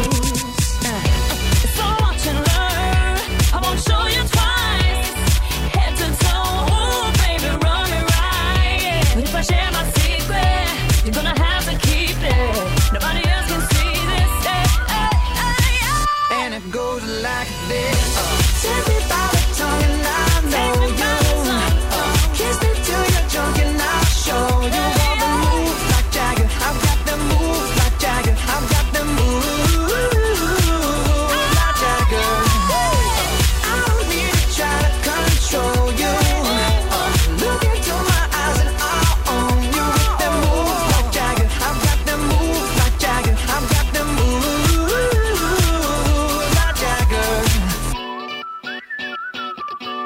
Share my secret, you're gonna have to keep it. Nobody else can see this. Hey, hey, hey, hey. And it goes like this. Uh, take me by the tongue and I know you. Uh, kiss me till you're drunk and I'll show you all the moves like Jagger. I've got the moves like Jagger. I've got the moves like Jagger. Uh, I don't need to try to control you. Uh, look into my eyes and I'll own you with them moves like Jagger. I've got them moves like Jagger. I've got them moves like Jagger.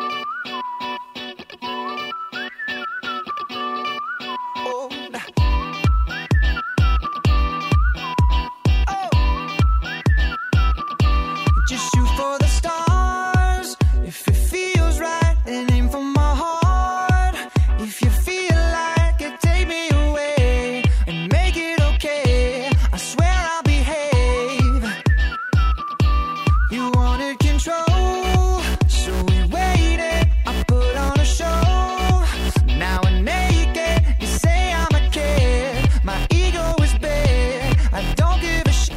You wanted control, so we waited. I put on a show. Now we're naked. You say I'm a kid. My ego is big. I don't give a shit.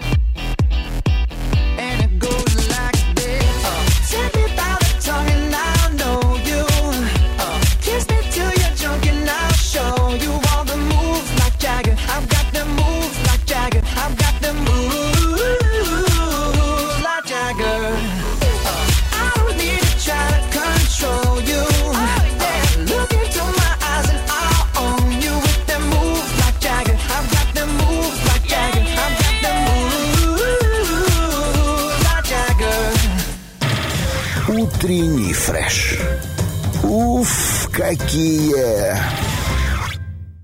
And it goes like this. Uh, take me by the tongue and I'll know you. Uh, kiss me till you're drunk and I'll show you all the moves like Jagger. I've got the moves like Jagger. I've got the moves like Jagger. Uh, I don't need to try to control you. Oh, yeah. Look into my eyes and I'll own you with them moves like Jagger. I've got them moves like Jagger. I've got them moves like Jagger. Утренний фреш. Уф, какие!